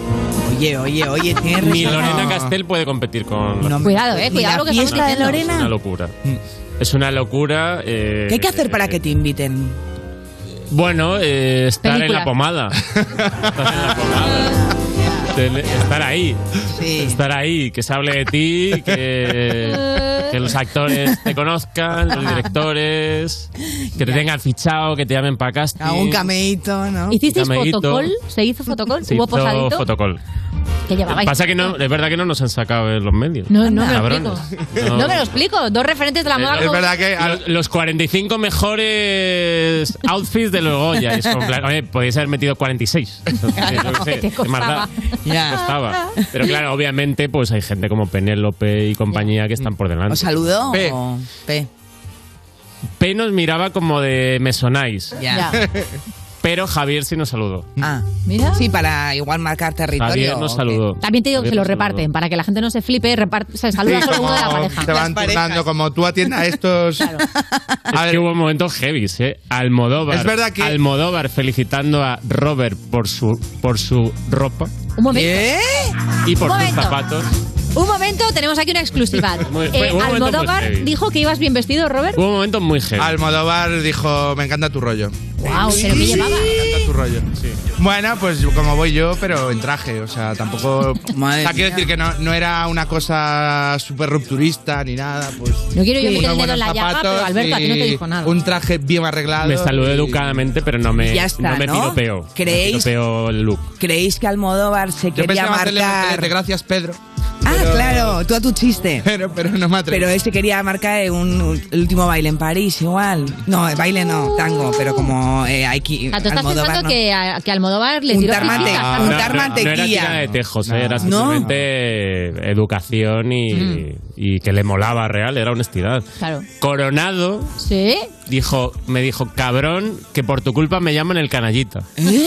Speaker 3: Oye, tienes
Speaker 14: Ni Lorena Castell puede competir con...
Speaker 4: Cuidado, cuidado lo que estamos
Speaker 3: fiesta de
Speaker 4: diciendo.
Speaker 3: Lorena.
Speaker 14: Es una locura. Es una locura.
Speaker 3: ¿Qué hay que hacer para que te inviten?
Speaker 14: Bueno, estar
Speaker 3: Películas.
Speaker 14: en la pomada. Estar ahí.
Speaker 3: Sí.
Speaker 14: Estar ahí, que se hable de ti, que los actores te conozcan, los directores, que te tengan fichado, que te llamen para casting.
Speaker 3: Un cameíto, ¿no?
Speaker 4: ¿Hicisteis
Speaker 14: Cameíto.
Speaker 4: fotocall? ¿Se hizo fotocall?
Speaker 14: Se
Speaker 4: ¿Hubo
Speaker 14: hizo
Speaker 4: posadito?
Speaker 14: fotocall.
Speaker 4: ¿Qué llevabais?
Speaker 14: Pasa que no, es verdad que no nos han sacado en los medios.
Speaker 4: No me lo
Speaker 14: Cabrones.
Speaker 4: explico. No me lo explico. Dos referentes de la moda.
Speaker 20: Es verdad que...
Speaker 14: Los 45 mejores outfits de los Goya. Es como, oye, podéis haber metido 46.
Speaker 4: ¿Qué costaba?
Speaker 14: Costaba. Pero claro, obviamente, pues hay gente como Penélope y compañía que están por delante.
Speaker 3: ¿Os saludó?
Speaker 14: P nos miraba como de me sonáis.
Speaker 3: Ya.
Speaker 14: Pero Javier sí nos saludó.
Speaker 4: Mira.
Speaker 3: Sí, para igual marcar territorio.
Speaker 14: Javier nos saludó.
Speaker 4: También te digo que se lo reparten, para que la gente no se flipe, se saluda solo uno de la pareja.
Speaker 20: Te van turnando, como tú atiendas a estos...
Speaker 14: Es que hubo momentos heavy, Almodóvar.
Speaker 20: Es verdad que...
Speaker 14: Almodóvar felicitando a Robert por su ropa.
Speaker 4: Un momento.
Speaker 3: ¿Qué?
Speaker 14: Y por
Speaker 4: Un
Speaker 14: sus
Speaker 4: momento.
Speaker 14: zapatos.
Speaker 4: Un momento, tenemos aquí una exclusiva.
Speaker 14: Fue un momento muy
Speaker 4: Almodóvar
Speaker 14: heavy.
Speaker 4: dijo que ibas bien vestido, Robert.
Speaker 14: Hubo un momento muy heavy.
Speaker 20: Almodóvar dijo, me encanta tu rollo.
Speaker 4: Wow, pero ¿qué llevaba?
Speaker 20: Me encanta tu rollo. Sí. Bueno, pues como voy yo, pero en traje. O sea, tampoco...
Speaker 3: Madre
Speaker 20: o sea, quiero
Speaker 3: mía.
Speaker 20: decir que no era una cosa súper rupturista ni nada. Pues,
Speaker 4: No quiero yo meter el
Speaker 20: unos
Speaker 4: dedo en la
Speaker 20: buenos
Speaker 4: llaga, pero
Speaker 20: zapatos
Speaker 4: Alberto, a ti no te
Speaker 20: y
Speaker 4: dijo nada.
Speaker 20: Un traje bien arreglado.
Speaker 14: Me saludé educadamente, pero no me,
Speaker 3: Ya está,
Speaker 14: no me
Speaker 3: ¿no?
Speaker 14: piropeó.
Speaker 3: ¿Creéis?
Speaker 14: Me piropeó el look.
Speaker 3: ¿Creéis que Almodóvar se
Speaker 20: Yo
Speaker 3: quería
Speaker 20: pensaba hacerle un
Speaker 3: marcar?
Speaker 20: pelete, gracias Pedro.
Speaker 3: Ah, claro, tú a tu chiste.
Speaker 20: Pero no me atrevo.
Speaker 3: Pero él se quería marcar el último baile en París, igual. No, baile no, tango, pero como hay que...
Speaker 4: O sea, tú estás
Speaker 3: Almodóvar,
Speaker 4: pensando
Speaker 3: ¿no?
Speaker 4: que Almodóvar le tiró
Speaker 3: Untar mante-
Speaker 4: física.
Speaker 3: untar
Speaker 14: No era
Speaker 3: mantequilla.
Speaker 14: tira de tejos,
Speaker 20: No.
Speaker 14: era simplemente educación y que le molaba real, era honestidad.
Speaker 4: Claro.
Speaker 14: Coronado
Speaker 4: ¿Sí?
Speaker 14: me dijo, cabrón, que por tu culpa me llaman el canallita.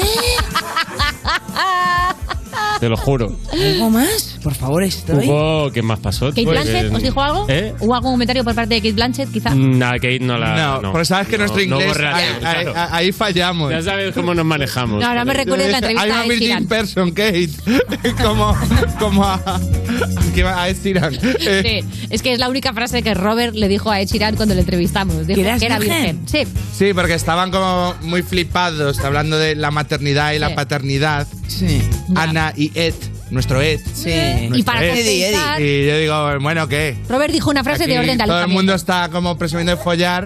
Speaker 14: Te lo juro.
Speaker 3: ¿Algo más? Por favor, estoy...
Speaker 14: Hubo, ¿qué más pasó?
Speaker 4: ¿Kate
Speaker 14: Pues,
Speaker 4: Blanchett os dijo algo?
Speaker 14: ¿Eh?
Speaker 4: ¿Hubo algún comentario por parte de Kate Blanchett, quizá?
Speaker 14: Nada, Kate no la...
Speaker 20: No, porque sabes que nuestro
Speaker 14: no
Speaker 20: inglés,
Speaker 14: hubo relación, claro.
Speaker 20: ahí fallamos.
Speaker 14: Ya sabes cómo nos manejamos.
Speaker 4: No, ahora me recuerdo la entrevista
Speaker 20: I'm a
Speaker 4: de Ed
Speaker 20: virgin
Speaker 4: Sheeran.
Speaker 20: person, Kate. como a Ed Sheeran.
Speaker 4: Sí, es que es la única frase que Robert le dijo a Ed Sheeran cuando le entrevistamos. Dijo
Speaker 3: ¿Que eras
Speaker 4: era
Speaker 3: virgen?
Speaker 4: virgen. Sí.
Speaker 20: Sí, porque estaban como muy flipados hablando de la maternidad y la
Speaker 4: Sí.
Speaker 20: paternidad.
Speaker 3: Sí.
Speaker 20: Ana y Ed, nuestro Ed.
Speaker 3: Sí.
Speaker 20: Nuestro
Speaker 4: Y para
Speaker 20: Ed.
Speaker 4: compensar,
Speaker 20: Y yo digo, bueno, ¿qué?
Speaker 4: Robert dijo una frase de
Speaker 20: Aquí
Speaker 4: orden de
Speaker 20: todo el
Speaker 4: alojamiento.
Speaker 20: mundo está como presumiendo de follar.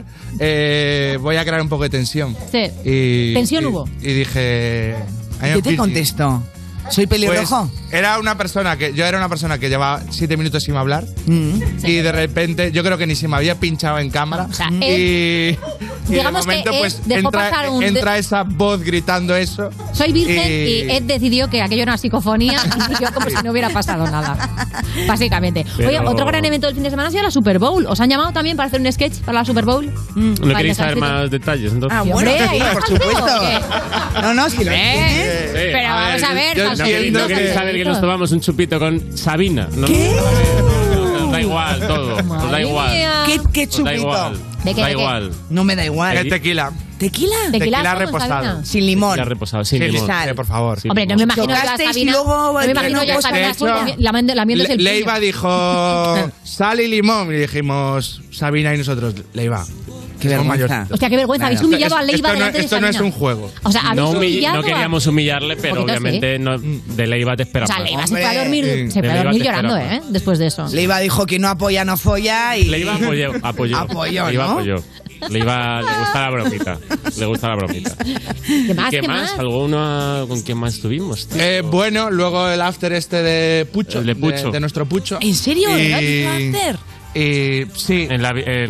Speaker 20: Voy a crear un poco de tensión.
Speaker 4: Sí.
Speaker 20: Y,
Speaker 4: ¿Tensión
Speaker 20: y-
Speaker 4: hubo?
Speaker 20: Y dije...
Speaker 3: ¿Qué te contestó? ¿Soy pelirrojo?
Speaker 20: Pues, yo era una persona que llevaba 7 minutos sin hablar y de repente yo creo que ni se me había pinchado en cámara
Speaker 4: O sea,
Speaker 20: y de
Speaker 4: digamos que
Speaker 20: momento
Speaker 4: Ed
Speaker 20: pues
Speaker 4: dejó pasar un
Speaker 20: entra esa voz gritando eso.
Speaker 4: Soy virgen y Ed decidió que aquello era una psicofonía y siguió como si no hubiera pasado nada. Básicamente.
Speaker 14: Pero-
Speaker 4: Oye, otro gran evento del fin de semana ha sido la Super Bowl. ¿Os han llamado también para hacer un sketch para la Super Bowl?
Speaker 14: ¿No
Speaker 4: Vale,
Speaker 14: queréis saber
Speaker 4: Sánchez.
Speaker 14: más detalles? Entonces?
Speaker 3: Ah,
Speaker 4: Sí,
Speaker 3: bueno,
Speaker 4: hombre,
Speaker 3: sí,
Speaker 4: ¿hay
Speaker 3: por
Speaker 4: bastante
Speaker 3: supuesto.
Speaker 4: o qué?
Speaker 3: No, no, si lo tienes.
Speaker 14: Sí.
Speaker 4: Pero vamos a ver,
Speaker 20: yo
Speaker 4: falso
Speaker 20: entiendo
Speaker 14: ¿No
Speaker 4: delito,
Speaker 14: queréis saber que nos tomamos un chupito con Sabina? ¿No?
Speaker 3: ¿Qué?
Speaker 14: Nos da igual todo. Nos da
Speaker 4: Madre
Speaker 14: igual.
Speaker 4: mía.
Speaker 3: ¿Qué
Speaker 14: Nos da
Speaker 3: chupito?
Speaker 14: igual.
Speaker 4: ¿De qué,
Speaker 14: Da
Speaker 4: de qué?
Speaker 14: igual.
Speaker 3: No me da igual.
Speaker 20: El tequila.
Speaker 3: ¿Tequila?
Speaker 4: Tequila
Speaker 20: Tequila
Speaker 4: con
Speaker 20: reposado.
Speaker 4: Sabina.
Speaker 3: Sin limón.
Speaker 14: Ya reposado, sin
Speaker 20: Sí,
Speaker 14: limón.
Speaker 3: sal.
Speaker 20: por favor.
Speaker 14: Sí.
Speaker 4: Hombre, no me imagino ya a
Speaker 3: Chocasteis y
Speaker 4: Sabina.
Speaker 3: luego-
Speaker 4: No me imagino ya a
Speaker 3: De
Speaker 4: Sabina
Speaker 20: hecho,
Speaker 4: lamiéndose el puño.
Speaker 20: Leiva dijo sal y limón y dijimos Sabina y nosotros Leiva.
Speaker 3: Qué
Speaker 20: somos
Speaker 3: vergüenza.
Speaker 20: mayores.
Speaker 4: Hostia, qué vergüenza. Habéis humillado a Leiva
Speaker 20: Esto no-
Speaker 4: delante de
Speaker 20: esto no es
Speaker 4: Sabina.
Speaker 20: un juego.
Speaker 4: O sea, habéis humillado
Speaker 14: No queríamos humillarle, pero
Speaker 4: Poquito
Speaker 14: obviamente no, de Leiva te
Speaker 4: O
Speaker 14: esperaba.
Speaker 4: sea, Leiva se
Speaker 3: Hombre.
Speaker 4: fue a dormir,
Speaker 20: Sí.
Speaker 4: se fue a
Speaker 14: Leiva
Speaker 4: dormir
Speaker 14: te
Speaker 4: llorando,
Speaker 14: esperaba.
Speaker 4: después de eso.
Speaker 3: Leiva dijo que no apoya, no folla y...
Speaker 14: Leiva apoyó.
Speaker 3: Apoyó,
Speaker 14: Leiva
Speaker 3: ¿no?
Speaker 14: apoyó. Leiva le gusta la bromita. Le gusta la bromita.
Speaker 4: ¿Qué más?
Speaker 14: ¿Qué más? ¿Alguna con quién más estuvimos? tío?
Speaker 20: Bueno, luego el after este de Pucho.
Speaker 14: El de Pucho.
Speaker 20: De nuestro Pucho.
Speaker 3: ¿En serio?
Speaker 20: Y-
Speaker 3: ¿Era el after?
Speaker 20: Sí.
Speaker 14: En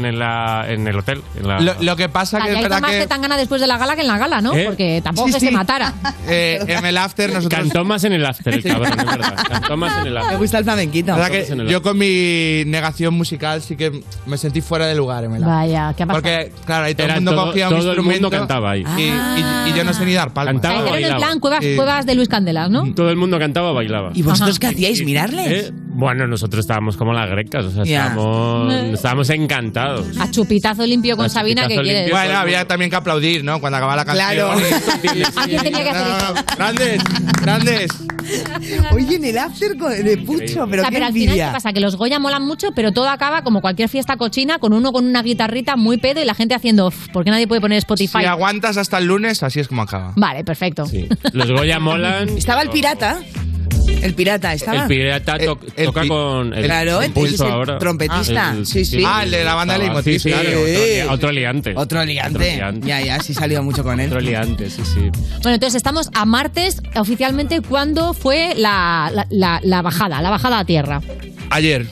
Speaker 14: el hotel. En la-
Speaker 20: Lo que pasa
Speaker 4: O sea,
Speaker 20: que
Speaker 4: que
Speaker 20: es
Speaker 4: hay
Speaker 20: verdad
Speaker 4: más
Speaker 20: que
Speaker 4: que tan gana después de la gala que en la gala, ¿no?
Speaker 14: ¿Eh?
Speaker 4: Porque tampoco
Speaker 20: Sí,
Speaker 4: que
Speaker 20: sí.
Speaker 4: se matara.
Speaker 20: en el after nosotros...
Speaker 14: Cantó más en el after, el cabrón, es verdad. Cantó más en el
Speaker 3: Me
Speaker 14: after.
Speaker 3: gusta el flamenquito.
Speaker 20: La verdad
Speaker 14: Estamos en
Speaker 20: que
Speaker 14: el
Speaker 20: yo con mi negación musical sí que me sentí fuera de lugar en el after.
Speaker 4: Vaya, ¿qué ha pasado?
Speaker 20: Porque, claro, ahí todo
Speaker 14: Era
Speaker 20: el mundo
Speaker 14: todo-
Speaker 20: cogía un
Speaker 14: todo el mundo
Speaker 20: instrumento
Speaker 14: cantaba ahí.
Speaker 20: Y yo no sé ni dar palmas.
Speaker 14: Cantaba.
Speaker 4: Era en el
Speaker 14: bailaba.
Speaker 4: plan cuevas,
Speaker 20: Sí.
Speaker 4: cuevas de Luis Candelas, ¿no?
Speaker 14: Todo el mundo cantaba o bailaba.
Speaker 3: ¿Y vosotros
Speaker 4: Ajá.
Speaker 3: qué hacíais? ¿Mirarles?
Speaker 14: Bueno, nosotros estábamos como las grecas, o sea,
Speaker 3: Ya.
Speaker 14: estábamos encantados.
Speaker 4: A chupitazo limpio con
Speaker 14: A
Speaker 4: Sabina, que
Speaker 14: chupitazo
Speaker 4: quieres.
Speaker 14: limpio.
Speaker 20: Bueno, había también que aplaudir, ¿no? Cuando acababa la canción.
Speaker 3: Claro.
Speaker 4: ¿A quién tenía que hacer eso?
Speaker 20: Grandes, grandes.
Speaker 3: Oye, en el after de Pucho, pero
Speaker 4: O sea,
Speaker 3: qué
Speaker 4: pero al final, ¿qué
Speaker 3: envidia.
Speaker 4: pasa? Que los Goya molan mucho, pero todo acaba como cualquier fiesta cochina, con uno con una guitarrita muy pedo y la gente haciendo, "Uf, ¿por qué nadie puede poner Spotify?"
Speaker 20: Si aguantas hasta el lunes, así es como acaba.
Speaker 4: Vale, perfecto.
Speaker 14: Sí. Los Goya molan.
Speaker 3: Estaba el pirata. El pirata estaba.
Speaker 14: El pirata toca con el
Speaker 3: Claro,
Speaker 14: con Pulso
Speaker 3: ese es el
Speaker 14: ahora.
Speaker 3: trompetista. Sí, sí.
Speaker 20: Ah, el de la banda de Leitmotiv,
Speaker 14: Sí, sí,
Speaker 20: claro.
Speaker 14: otro liante.
Speaker 3: Otro liante. Ya, sí salió mucho con él.
Speaker 14: Otro liante, sí, sí.
Speaker 4: Bueno, entonces estamos a martes, oficialmente, ¿cuándo fue la bajada a tierra?
Speaker 20: Ayer.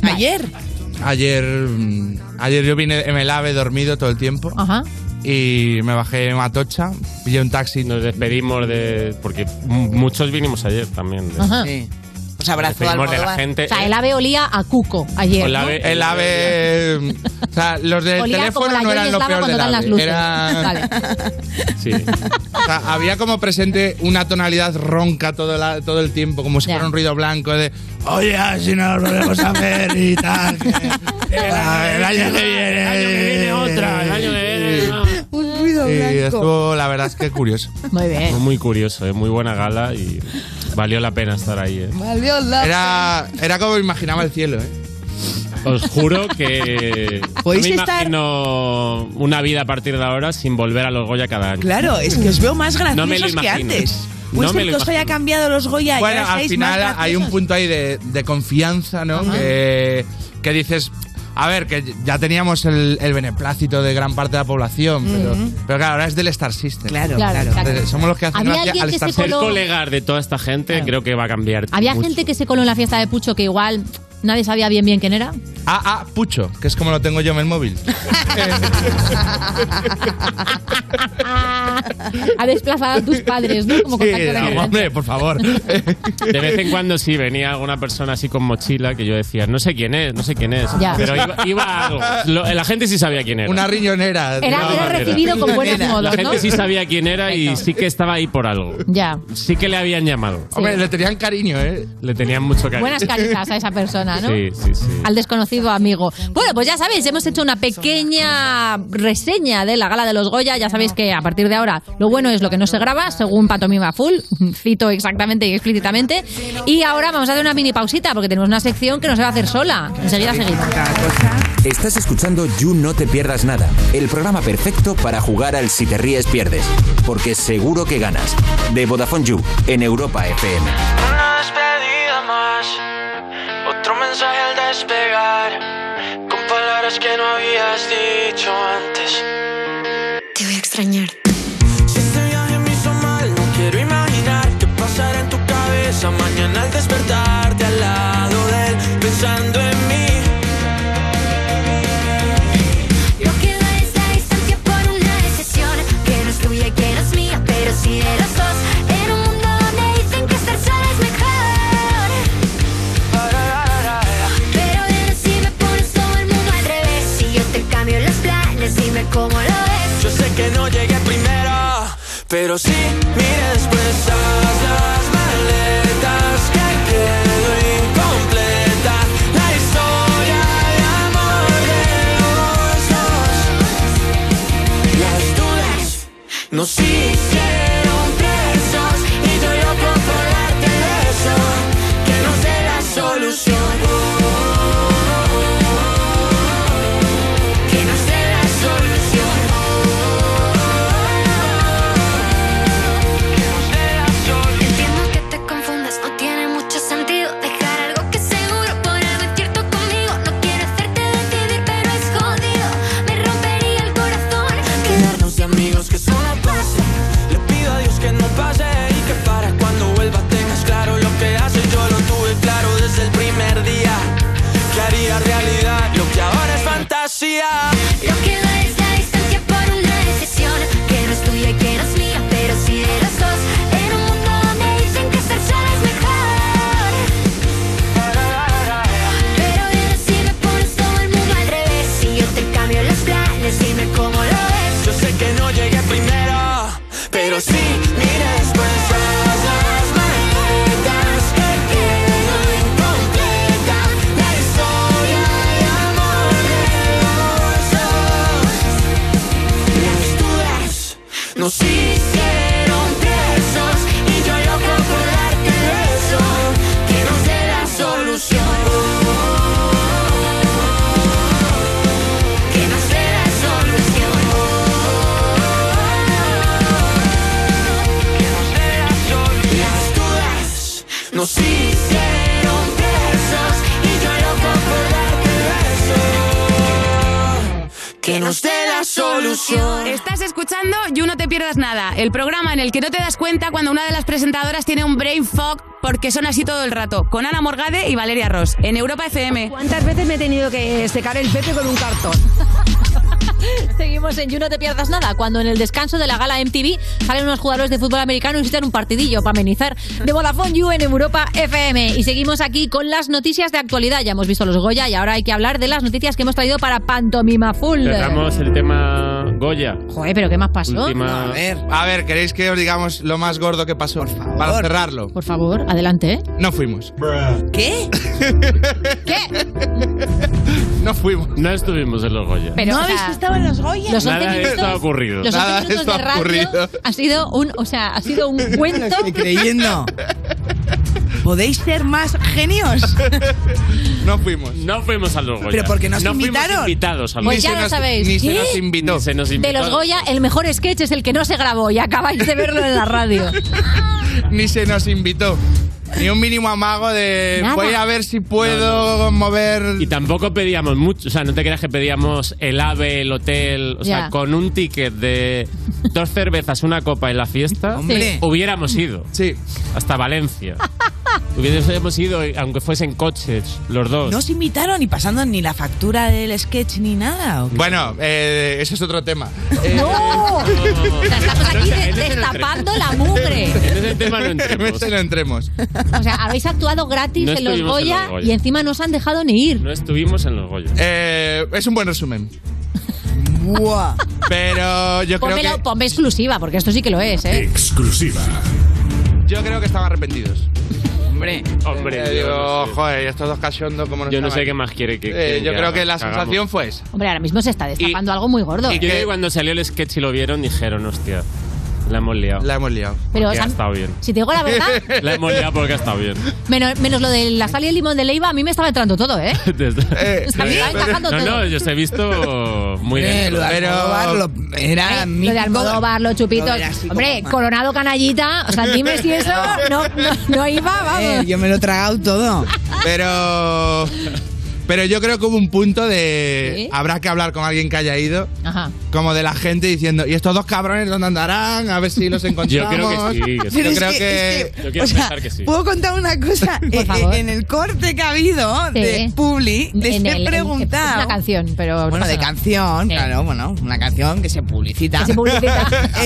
Speaker 20: Ayer yo vine en el AVE dormido todo el tiempo.
Speaker 4: Ajá.
Speaker 20: Y me bajé en Atocha, pillé un taxi.
Speaker 14: Nos despedimos de... Porque muchos vinimos ayer también.
Speaker 4: Ajá.
Speaker 3: Sí. Pues
Speaker 14: Nos
Speaker 3: abrazo
Speaker 14: despedimos
Speaker 3: al
Speaker 14: de la
Speaker 3: Almodóvar.
Speaker 14: gente.
Speaker 4: O sea, el ave olía a cuco ayer, ¿no?
Speaker 20: El AVE... O sea, los del
Speaker 4: Olía como
Speaker 20: teléfono
Speaker 4: la
Speaker 20: no eran lo
Speaker 4: Yoyeslava
Speaker 20: peor
Speaker 4: cuando
Speaker 20: del
Speaker 4: dan las
Speaker 20: AVE.
Speaker 4: luces.
Speaker 20: Era...
Speaker 4: Vale.
Speaker 14: Sí.
Speaker 20: O sea, había como presente una tonalidad ronca todo el tiempo, como si
Speaker 4: Ya.
Speaker 20: fuera un ruido blanco de oye, si no lo volvemos a ver y tal. El año que viene
Speaker 14: otra. El año que viene...
Speaker 3: Un ruido vestido
Speaker 20: Y
Speaker 3: blanco.
Speaker 20: estuvo, la verdad es que curioso.
Speaker 4: Muy bien.
Speaker 14: Fue muy curioso, muy buena gala y valió la pena estar ahí.
Speaker 3: Valió la
Speaker 20: Era como imaginaba el cielo, ¿eh?
Speaker 14: Os juro que no
Speaker 3: ¿Podéis
Speaker 14: me
Speaker 3: estar-
Speaker 14: imagino una vida a partir de ahora sin volver a los Goya cada año.
Speaker 3: Claro, es que os veo más graciosos
Speaker 14: No me lo
Speaker 3: que
Speaker 14: imagino.
Speaker 3: antes.
Speaker 14: No
Speaker 3: Puede
Speaker 14: me
Speaker 3: ser
Speaker 14: lo
Speaker 3: que os haya
Speaker 14: imagino.
Speaker 3: cambiado los Goya y
Speaker 20: Bueno,
Speaker 3: ahora
Speaker 20: al
Speaker 3: seáis
Speaker 20: final
Speaker 3: más
Speaker 20: hay un
Speaker 3: graciosos.
Speaker 20: punto ahí de confianza, ¿no?
Speaker 3: Ajá.
Speaker 20: Que dices, a ver, que ya teníamos el beneplácito de gran parte de la población, pero claro, ahora es del Star System.
Speaker 3: Claro,
Speaker 4: Claro.
Speaker 20: Entonces, somos los que hacen
Speaker 4: Había
Speaker 20: gracia
Speaker 4: alguien
Speaker 20: al
Speaker 4: que
Speaker 20: Star
Speaker 4: se
Speaker 14: Ser
Speaker 20: System.
Speaker 4: coló-
Speaker 14: colegas de toda esta gente creo que va a cambiar.
Speaker 4: Había
Speaker 14: mucho.
Speaker 4: gente que se coló en la fiesta de Pucho que igual nadie sabía bien quién era.
Speaker 20: Pucho, que es como lo tengo yo en el móvil.
Speaker 4: Ha desplazado a tus padres, ¿no? Como
Speaker 20: Sí,
Speaker 4: contacto de
Speaker 20: no,
Speaker 4: guerra.
Speaker 20: hombre, por favor.
Speaker 14: De vez en cuando sí venía alguna persona así con mochila que yo decía, no sé quién es.
Speaker 4: Ya.
Speaker 14: Pero iba algo. La gente sí sabía quién era.
Speaker 20: Una riñonera.
Speaker 4: Era recibido con buenos
Speaker 14: La
Speaker 4: modos, ¿no?
Speaker 14: gente sí sabía quién era y sí que estaba ahí por algo.
Speaker 4: Ya.
Speaker 14: Sí que le habían llamado.
Speaker 20: Hombre, le tenían cariño, ¿eh?
Speaker 14: Le tenían mucho cariño.
Speaker 4: Buenas caritas a esa persona, ¿no?
Speaker 14: Sí, sí, sí.
Speaker 4: Al desconocido amigo. Bueno, pues ya sabéis, hemos hecho una pequeña reseña de la gala de los Goya. Ya sabéis que a partir de ahora lo bueno es lo que no se graba, según Pantomima Full. Cito exactamente y explícitamente. Y ahora vamos a hacer una mini pausita porque tenemos una sección que no se va a hacer sola. Enseguida seguimos.
Speaker 15: Estás escuchando You No Te Pierdas Nada, el programa perfecto para jugar al Si Te Ríes Pierdes, porque seguro que ganas. De Vodafone You, en Europa FM.
Speaker 1: Una despedida más, otro mensaje al despegar, con palabras que no habías dicho antes.
Speaker 7: Te voy a extrañar.
Speaker 1: Si este viaje me hizo mal, no quiero imaginar qué pasará en tu cabeza mañana al despertarte al lado de él, pensando en mí.
Speaker 7: Lo que da es la distancia por una decisión que no es tuya y que no es mía, pero sí de los dos. En un mundo donde dicen que estar sola es mejor. Pero dime si me pones todo el mundo al revés. Si yo te cambio los planes, dime cómo lo ves.
Speaker 1: Yo sé que no llegué primero, pero sí, mire después haz las maletas, que quedó incompleta la historia de amor de los dos. Las dudas nos hicieron presos y yo loco por darte eso, que nos dé la solución. Que nos dé la solución.
Speaker 7: Entiendo que te confundas, no tiene mucho sentido dejar algo que seguro por algo es cierto conmigo. No quiero hacerte decidir, pero es jodido. Me rompería el corazón
Speaker 1: Quedarnos de amigos que solo pase. Le pido a Dios que no pase y que para cuando vuelva tengas claro lo que haces. Yo lo tuve claro desde el primer día, que haría realidad lo que ahora es fantasía.
Speaker 7: Lo que da es la distancia por una decisión que no es tuya y que no es mía, pero sí de los dos. En un mundo donde dicen que estar sola es mejor. Pero dime si me pones todo el mundo al revés. Si yo te cambio los planes, dime cómo lo ves.
Speaker 1: Yo sé que no llegué primero, pero sí, mira después haz las maletas, que quedó incompleta la historia de amor de los dos. Las dudas nos hicieron presos y yo loco por darte eso, que nos dé la solución. Que nos dé la solución. Las dudas nos hicieron presos y yo loco por darte beso, que nos dé la solución.
Speaker 9: Estás escuchando You No Te Pierdas Nada, el programa en el que no te das cuenta cuando una de las presentadoras tiene un brain fog porque son así todo el rato, con Ana Morgade y Valeria Ross, en Europa FM.
Speaker 16: ¿Cuántas veces me he tenido que secar el pepe con un cartón?
Speaker 4: Seguimos en You No Te Pierdas Nada, cuando en el descanso de la gala MTV salen unos jugadores de fútbol americano y necesitan un partidillo para amenizar. De Vodafone You en Europa FM. Y seguimos aquí con las noticias de actualidad. Ya hemos visto los Goya y ahora hay que hablar de las noticias que hemos traído para Pantomima Full.
Speaker 14: Cerramos el tema Goya.
Speaker 4: Joder, ¿pero qué más pasó?
Speaker 14: Última...
Speaker 20: A ver, ¿queréis que os digamos lo más gordo que pasó? Por favor. Para cerrarlo.
Speaker 4: Por favor, adelante, ¿eh?
Speaker 20: No fuimos.
Speaker 3: ¿Qué?
Speaker 4: ¿Qué?
Speaker 20: No fuimos.
Speaker 14: No estuvimos en los Goya.
Speaker 3: Pero, ¿no habéis estado en los Goya?
Speaker 4: Los 11
Speaker 14: Nada de esto ha ocurrido.
Speaker 4: Los 11 minutos de radio ha sido un cuento.
Speaker 3: Estoy creyendo. ¿Podéis ser más genios?
Speaker 20: No fuimos.
Speaker 14: No fuimos a los Goya.
Speaker 3: ¿Pero porque nos invitaron?
Speaker 14: No fuimos invitados a los
Speaker 4: Pues
Speaker 14: Goya.
Speaker 4: ya lo sabéis.
Speaker 20: Ni se nos invitó.
Speaker 14: Ni se nos invitó.
Speaker 4: De los Goya, el mejor sketch es el que no se grabó y acabáis de verlo en la radio.
Speaker 20: Ni se nos invitó. Ni un mínimo amago de
Speaker 4: Nada.
Speaker 20: voy a ver si puedo mover.
Speaker 14: Y tampoco pedíamos mucho, o sea, no te creas que pedíamos el AVE, el hotel, o sea,
Speaker 4: Ya.
Speaker 14: con un ticket de 2 cervezas, una copa en la fiesta,
Speaker 3: Hombre.
Speaker 14: hubiéramos ido.
Speaker 20: Sí.
Speaker 14: Hasta Valencia. Hubiéramos ido, aunque fuesen coches, los dos.
Speaker 3: ¿No os invitaron ni pasando ni la factura del sketch ni nada? ¿o qué?
Speaker 20: Bueno, ese es otro tema.
Speaker 4: ¡No! O sea, estamos aquí destapando la mugre.
Speaker 14: En ese tema no
Speaker 20: En
Speaker 14: entremos.
Speaker 20: ese no entremos.
Speaker 4: O sea, habéis actuado gratis
Speaker 14: No
Speaker 4: en los
Speaker 14: estuvimos en
Speaker 4: Goya
Speaker 14: los Goya.
Speaker 4: y encima no os han dejado ni ir.
Speaker 14: No estuvimos en los Goya.
Speaker 20: Es un buen resumen.
Speaker 3: Buah.
Speaker 20: Pero yo creo que.
Speaker 4: Ponme exclusiva, porque esto sí que lo es, ¿eh?
Speaker 18: Exclusiva.
Speaker 20: Yo creo que estaban arrepentidos.
Speaker 3: Hombre.
Speaker 14: Hombre, yo
Speaker 20: Digo,
Speaker 14: no sé.
Speaker 20: joder, estos dos cachondos como no
Speaker 14: Yo no
Speaker 20: estaban.
Speaker 14: sé qué más quiere que
Speaker 20: yo creo que la
Speaker 14: hagamos.
Speaker 20: sensación fue esa.
Speaker 4: Hombre, ahora mismo se está destapando algo muy gordo.
Speaker 14: Y creo que cuando salió el sketch y lo vieron, dijeron, hostia, la hemos liado.
Speaker 20: La hemos liado.
Speaker 4: Pero,
Speaker 14: Porque
Speaker 4: o sea,
Speaker 14: ha estado bien.
Speaker 4: Si te digo la verdad,
Speaker 14: La hemos liado porque ha estado bien.
Speaker 4: menos lo de la sal y el limón de Leiva, a mí me estaba entrando todo, ¿eh? O sea, me estaba encajando
Speaker 14: No,
Speaker 4: todo.
Speaker 14: no, yo os he visto muy bien.
Speaker 3: Lo de Almodóvar, era
Speaker 4: Lo
Speaker 3: mítico.
Speaker 4: de Almodóvar, los chupitos.
Speaker 3: Lo de así
Speaker 4: Hombre,
Speaker 3: como-
Speaker 4: Coronado Canallita. O sea, dime si eso no iba, vamos.
Speaker 3: Yo me lo he tragado todo.
Speaker 20: Pero yo creo que hubo un punto de.
Speaker 4: ¿Sí?
Speaker 20: Habrá que hablar con alguien que haya ido.
Speaker 4: Ajá.
Speaker 20: Como de la gente diciendo, ¿y estos dos cabrones dónde andarán? A ver si los
Speaker 14: Yo
Speaker 20: encontramos.
Speaker 14: creo que sí. Que sí.
Speaker 3: Pero
Speaker 20: Yo
Speaker 3: es
Speaker 20: creo
Speaker 3: que-
Speaker 20: que.
Speaker 3: es que-
Speaker 14: Yo quiero
Speaker 3: o sea,
Speaker 14: pensar que sí.
Speaker 3: ¿puedo contar una cosa?
Speaker 4: Por favor.
Speaker 3: En el corte que ha habido de Publi, les
Speaker 4: En
Speaker 3: he
Speaker 4: es
Speaker 3: preguntado...
Speaker 4: una canción, pero. no
Speaker 3: Bueno,
Speaker 4: pasa
Speaker 3: de
Speaker 4: nada.
Speaker 3: canción,
Speaker 4: Sí.
Speaker 3: claro, bueno, una canción que se publicita.
Speaker 4: Que se publicita.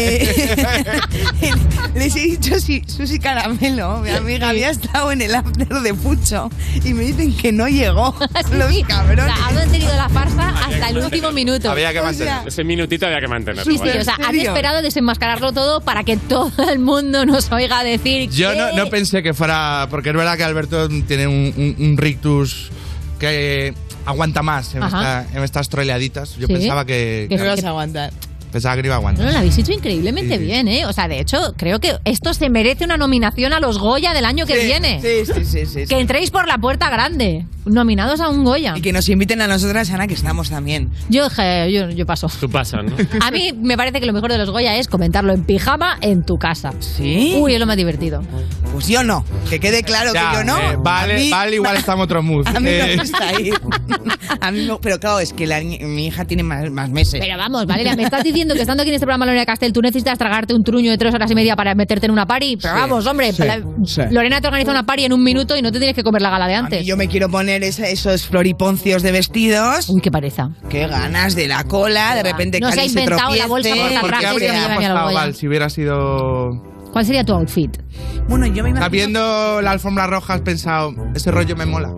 Speaker 3: Les he dicho si Susi Caramelo, mi amiga, había estado en el after de Pucho y me dicen que no llegó. Los
Speaker 4: Sí.
Speaker 3: cabrones.
Speaker 4: O sea, han mantenido la farsa hasta el último minuto.
Speaker 20: Había que mantener.
Speaker 14: Ese minutito había que mantenerlo.
Speaker 4: Sí, sí,
Speaker 14: ¿vale?
Speaker 4: o sea,
Speaker 3: ¿En
Speaker 4: han
Speaker 3: serio?
Speaker 4: esperado desenmascararlo todo para que todo el mundo nos oiga decir
Speaker 20: Yo
Speaker 4: que...
Speaker 20: no pensé que fuera. Porque es verdad que Alberto tiene un rictus que aguanta más
Speaker 4: Ajá.
Speaker 20: en estas troleaditas. Yo
Speaker 4: Sí.
Speaker 20: pensaba que.
Speaker 4: Que
Speaker 3: No
Speaker 4: sí,
Speaker 3: vas
Speaker 4: que-
Speaker 3: a aguantar.
Speaker 20: Pensaba que no iba a
Speaker 4: No,
Speaker 20: aguantar.
Speaker 4: lo habéis hecho increíblemente
Speaker 20: Sí.
Speaker 4: bien, ¿eh? O sea, de hecho, creo que esto se merece una nominación a los Goya del año que viene.
Speaker 3: Sí.
Speaker 4: Que entréis por la puerta grande. Nominados a un Goya.
Speaker 3: Y que nos inviten a nosotras, Ana, que estamos también.
Speaker 4: Yo paso.
Speaker 14: Tú pasas, ¿no?
Speaker 4: A mí me parece que lo mejor de los Goya es comentarlo en pijama en tu casa.
Speaker 3: ¿Sí?
Speaker 4: Uy, es lo más divertido.
Speaker 3: Pues yo no. Que quede claro
Speaker 20: Ya,
Speaker 3: que yo no.
Speaker 20: vale,
Speaker 3: A mí-
Speaker 20: vale, igual está en otro mood.
Speaker 3: A mí me gusta ir. A mí pero claro, es que mi hija tiene más meses.
Speaker 4: Pero vamos, Valeria, me estás diciendo que estando aquí en este programa Lorena Castel, tú necesitas tragarte un truño de 3 horas y media para meterte en una party. Pero
Speaker 3: Sí,
Speaker 4: vamos, hombre,
Speaker 3: sí, sí.
Speaker 4: Lorena te organiza una party en un minuto y no te tienes que comer la gala de
Speaker 3: A mí
Speaker 4: antes.
Speaker 3: yo me quiero poner esos floriponcios de vestidos.
Speaker 4: Uy, qué pereza.
Speaker 3: Qué ganas de la cola, de repente
Speaker 4: No se
Speaker 3: Cali
Speaker 4: ha inventado
Speaker 3: tropiece.
Speaker 4: la bolsa
Speaker 20: ¿Por qué
Speaker 4: portarrajes que me
Speaker 20: habríamos
Speaker 4: llevan a los
Speaker 20: pasado,
Speaker 4: Goya.
Speaker 20: Val, si hubiera sido.
Speaker 4: ¿Cuál sería tu outfit?
Speaker 3: Bueno, yo me imagino...
Speaker 20: Sabiendo la alfombra roja, has pensado, ese rollo me mola.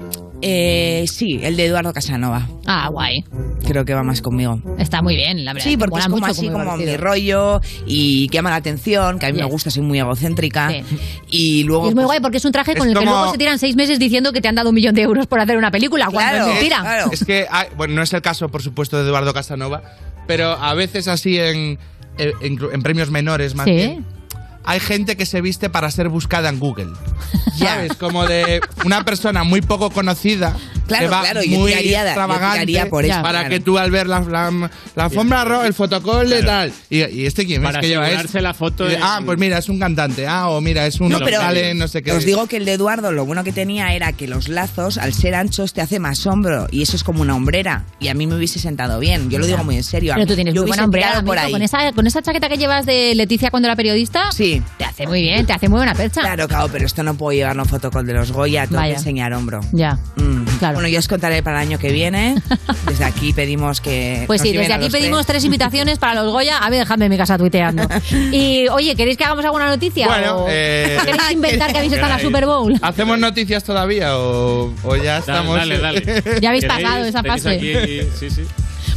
Speaker 3: Sí, el de Eduardo Casanova.
Speaker 4: Ah, guay.
Speaker 3: Creo que va más conmigo.
Speaker 4: Está muy bien, la verdad.
Speaker 3: Sí, porque
Speaker 4: mola
Speaker 3: es como
Speaker 4: mucho
Speaker 3: así
Speaker 4: cómo
Speaker 3: como
Speaker 4: vestido.
Speaker 3: mi rollo y que llama la atención, que a mí me
Speaker 4: Yes.
Speaker 3: gusta, soy muy egocéntrica.
Speaker 4: Sí.
Speaker 3: Y luego...
Speaker 4: Y es muy
Speaker 3: pues,
Speaker 4: guay porque es un traje
Speaker 20: es
Speaker 4: con el que
Speaker 20: como-
Speaker 4: luego se tiran 6 meses diciendo que te han dado 1 millón de euros por hacer una película, cuando
Speaker 3: Claro,
Speaker 4: es mentira.
Speaker 3: claro.
Speaker 20: Es que, bueno, no es el caso, por supuesto, de Eduardo Casanova, pero a veces así en premios menores, más
Speaker 4: Sí.
Speaker 20: bien, hay gente que se viste para ser buscada en Google. ¿Sabes? Como de una persona muy poco conocida.
Speaker 3: Claro,
Speaker 20: que va
Speaker 3: claro, yo
Speaker 20: muy
Speaker 3: tiraría
Speaker 20: extravagante
Speaker 3: por eso,
Speaker 20: para
Speaker 3: claro.
Speaker 20: que tú al ver la alfombra roja, el fotocall y tal. ¿Y este quién
Speaker 14: Para
Speaker 20: es que lleva
Speaker 14: asegurarse la foto
Speaker 20: Y-
Speaker 14: en-
Speaker 20: pues mira, es un cantante. O mira, es un
Speaker 3: No, pero
Speaker 20: sale, no sé qué.
Speaker 3: os digo que el de Eduardo lo bueno que tenía era que los lazos, al ser anchos, te hace más hombro y eso es como una hombrera. Y a mí me hubiese sentado bien. Yo lo digo muy en serio.
Speaker 4: Pero tú tienes
Speaker 3: Yo
Speaker 4: muy buena
Speaker 3: hubiese
Speaker 4: hombrera,
Speaker 3: tirado por
Speaker 4: amigo.
Speaker 3: ahí.
Speaker 4: Con esa chaqueta que llevas de Leticia cuando era periodista,
Speaker 3: Sí.
Speaker 4: te hace muy bien, te hace muy buena percha.
Speaker 3: Claro, pero esto no puedo llevarlo fotocall de los Goya, tengo
Speaker 4: Vaya.
Speaker 3: que enseñar hombro.
Speaker 4: Ya, claro.
Speaker 3: Bueno, yo os contaré para el año que viene. Desde aquí pedimos que.
Speaker 4: Pues
Speaker 3: nos
Speaker 4: sí,
Speaker 3: lleven
Speaker 4: desde
Speaker 3: a
Speaker 4: aquí
Speaker 3: los
Speaker 4: pedimos 3
Speaker 3: tres.
Speaker 4: invitaciones para los Goya. A ver, dejadme en mi casa tuiteando. Y, oye, ¿queréis que hagamos alguna noticia?
Speaker 20: Bueno,
Speaker 4: ¿O ¿queréis inventar que habéis estado en la Super Bowl?
Speaker 20: ¿Hacemos noticias todavía o ya estamos?
Speaker 14: Dale.
Speaker 4: Ya habéis
Speaker 14: ¿Queréis?
Speaker 4: pasado esa
Speaker 14: Tenéis
Speaker 4: fase.
Speaker 14: aquí- sí.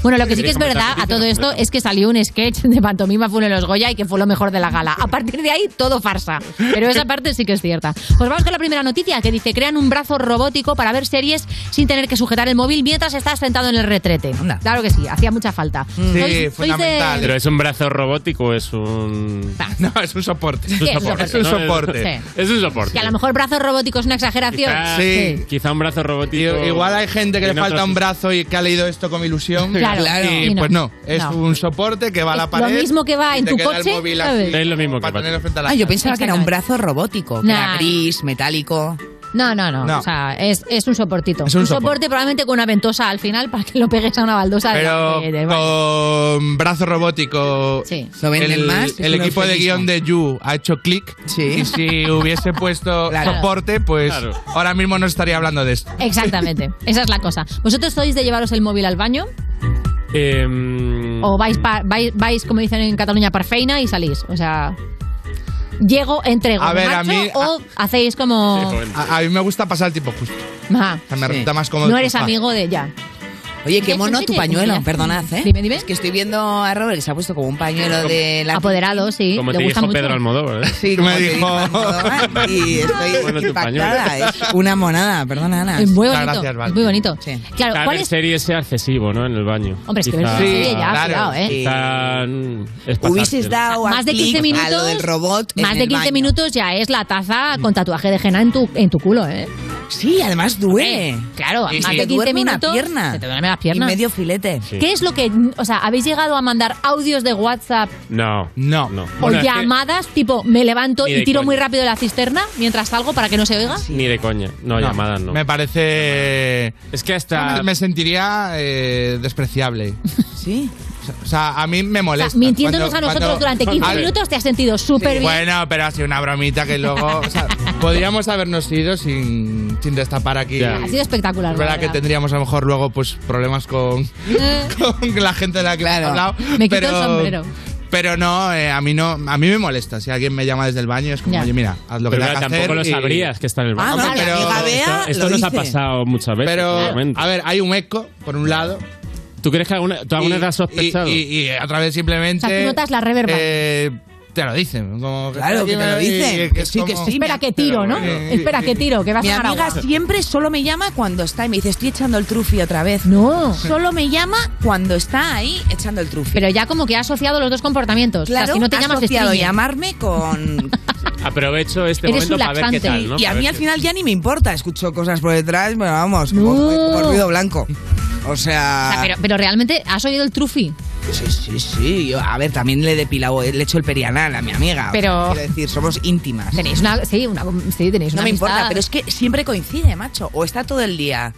Speaker 4: Bueno, lo que sí que es verdad a todo esto es que salió un sketch de Pantomima Full en los Goya y que fue lo mejor de la gala. A partir de ahí, todo farsa. Pero esa parte sí que es cierta. Pues vamos con la primera noticia, que dice: crean un brazo robótico para ver series sin tener que sujetar el móvil mientras estás sentado en el retrete. Claro que sí, hacía mucha falta.
Speaker 20: Sí, fundamental.
Speaker 14: ¿Pero es un brazo robótico o es un...?
Speaker 20: No, es un soporte.
Speaker 14: Es un soporte.
Speaker 20: Es un soporte.
Speaker 4: Sí.
Speaker 14: Es un soporte.
Speaker 4: Que a lo mejor brazo robótico es una exageración.
Speaker 14: Quizá un brazo robótico...
Speaker 20: Igual hay gente que le falta un brazo y que ha leído esto con ilusión.
Speaker 4: Claro.
Speaker 20: Y pues no, es un soporte que va a la pared.
Speaker 4: Lo mismo que va en tu coche.
Speaker 14: Es lo mismo que
Speaker 20: tenerlo frente a la
Speaker 3: yo pensaba que era un brazo robótico, que era
Speaker 4: Nah.
Speaker 3: gris, metálico.
Speaker 4: No. O sea, es un soportito.
Speaker 20: Es un
Speaker 4: soporte probablemente con una ventosa al final para que lo pegues a una baldosa.
Speaker 20: Pero con brazo robótico.
Speaker 4: Sí.
Speaker 3: ¿Lo venden más?
Speaker 20: El equipo de guión de You ha hecho clic. Y si hubiese puesto soporte, pues ahora mismo no estaría hablando de esto.
Speaker 4: Exactamente. Esa es la cosa. ¿Vosotros sois de llevaros el móvil al baño? ¿O vais, como dicen en Cataluña, per feina y salís? O sea... Llego, entrego,
Speaker 20: a ver,
Speaker 4: marcho,
Speaker 20: a mí,
Speaker 4: o hacéis como...
Speaker 20: A mí me gusta pasar el tiempo justo.
Speaker 4: Ajá.
Speaker 20: O sea, me resulta más cómodo.
Speaker 4: No eres amigo de ya.
Speaker 3: Oye, qué mono tu pañuelo, perdonad, ¿eh?
Speaker 4: Dime.
Speaker 3: Es que estoy viendo a Robert que se ha puesto como un pañuelo de la...
Speaker 4: Apoderado, sí.
Speaker 14: Como
Speaker 4: le
Speaker 14: te
Speaker 4: gusta
Speaker 14: dijo
Speaker 4: mucho.
Speaker 14: Pedro Almodóvar, ¿eh?
Speaker 3: Sí, como me dijo Almodóvar, y estoy impactada. Es una monada, perdona, Ana.
Speaker 4: Es muy bonito.
Speaker 20: Gracias, Val.
Speaker 4: Es muy bonito.
Speaker 3: Sí.
Speaker 4: Claro,
Speaker 14: Cada
Speaker 4: ¿cuál es?
Speaker 14: serie sea excesivo, ¿no? En el baño.
Speaker 4: Hombre, es que
Speaker 14: Quizá-
Speaker 4: ver serie ya,
Speaker 20: claro.
Speaker 4: cuidado, ¿eh?
Speaker 14: Quizá es pasarse.
Speaker 3: Hubieses dado
Speaker 4: Más de 15
Speaker 3: clic
Speaker 4: minutos,
Speaker 3: a lo del robot en
Speaker 4: más de
Speaker 3: el
Speaker 4: 15
Speaker 3: baño.
Speaker 4: minutos ya es la taza con tatuaje de henna en tu culo, ¿eh?
Speaker 3: Sí, además duele.
Speaker 4: Claro,
Speaker 3: Sí,
Speaker 4: más
Speaker 3: sí.
Speaker 4: de
Speaker 3: Te
Speaker 4: 15
Speaker 3: duerme una
Speaker 4: minutos
Speaker 3: pierna.
Speaker 4: se te duerme la
Speaker 3: Y
Speaker 4: pierna.
Speaker 3: medio filete.
Speaker 14: Sí.
Speaker 4: ¿Qué es lo que, o sea, habéis llegado a mandar audios de WhatsApp
Speaker 14: No.
Speaker 20: No.
Speaker 4: o
Speaker 14: Bueno, es que
Speaker 4: llamadas tipo me levanto
Speaker 14: Ni
Speaker 4: y
Speaker 14: de
Speaker 4: tiro
Speaker 14: coña.
Speaker 4: muy rápido de la cisterna mientras salgo para que no se oiga?
Speaker 14: Ni de coña. No, llamadas no.
Speaker 20: Me parece...
Speaker 14: Es que hasta...
Speaker 20: Me sentiría despreciable.
Speaker 3: Sí.
Speaker 20: O sea, a mí me
Speaker 4: O
Speaker 20: molesta.
Speaker 4: sea, mintiéndonos
Speaker 20: Cuando-
Speaker 4: a nosotros
Speaker 20: cuando-
Speaker 4: durante 15
Speaker 20: A ver,
Speaker 4: minutos te has sentido súper bien.
Speaker 20: Bueno, pero ha sido una bromita que luego... O sea, podríamos habernos ido sin destapar aquí.
Speaker 14: Ya.
Speaker 4: Ha sido espectacular.
Speaker 20: Es verdad
Speaker 4: la
Speaker 20: que tendríamos a lo mejor luego pues problemas con la gente de la que hemos hablado.
Speaker 4: Me quito
Speaker 20: pero,
Speaker 4: el sombrero.
Speaker 20: Pero no, a mí me molesta. Si alguien me llama desde el baño es como,
Speaker 4: Ya.
Speaker 20: oye, mira, haz lo que
Speaker 14: Pero
Speaker 20: tengas que hacer.
Speaker 14: tampoco lo
Speaker 20: y-
Speaker 14: sabrías que está en el baño.
Speaker 3: Ah, vale,
Speaker 20: pero-
Speaker 3: amiga Bea
Speaker 14: Esto
Speaker 3: lo
Speaker 14: nos ha
Speaker 3: dice.
Speaker 14: pasado muchas veces.
Speaker 20: Pero,
Speaker 14: realmente.
Speaker 20: a ver, hay un eco, por un lado.
Speaker 14: ¿Tú crees que alguna vez has sospechado?
Speaker 20: Y a través simplemente...
Speaker 4: O sea, tú notas la reverba.
Speaker 20: Te lo dicen. Como
Speaker 3: Claro, que te lo dicen.
Speaker 20: es
Speaker 3: Sí, que
Speaker 20: como-
Speaker 3: sí.
Speaker 4: Espera que tiro, ¿no? Espera que tiro, que vas
Speaker 3: Mi
Speaker 4: a ganar
Speaker 3: amiga
Speaker 4: agua.
Speaker 3: siempre solo me llama cuando está y me dice, estoy echando el trufi otra vez.
Speaker 4: No.
Speaker 3: Solo me llama cuando está ahí echando el trufi.
Speaker 4: Pero ya como que ha asociado los dos comportamientos.
Speaker 3: claro,
Speaker 4: o sea, si no te
Speaker 3: ha
Speaker 4: llamas
Speaker 3: asociado
Speaker 4: stringer.
Speaker 3: llamarme con...
Speaker 14: Aprovecho este
Speaker 4: Eres
Speaker 14: momento
Speaker 4: un
Speaker 14: para ver qué
Speaker 4: laxante.
Speaker 14: tal, ¿no?
Speaker 3: Y a
Speaker 14: Para
Speaker 3: mí
Speaker 14: ver
Speaker 3: al
Speaker 14: qué-
Speaker 3: final ya ni me importa. Escucho cosas por detrás, pero vamos,
Speaker 4: No.
Speaker 3: como ruido blanco. O sea...
Speaker 4: O sea, pero realmente has oído el trufi.
Speaker 3: Sí. Yo, a ver, también le he depilado, le he hecho el perianal a mi amiga.
Speaker 4: Pero-
Speaker 3: O sea, quiero decir, somos íntimas.
Speaker 4: Tenéis una, sí, tenéis una
Speaker 3: No me importa,
Speaker 4: amistad.
Speaker 3: pero es que siempre coincide, macho. O está todo el día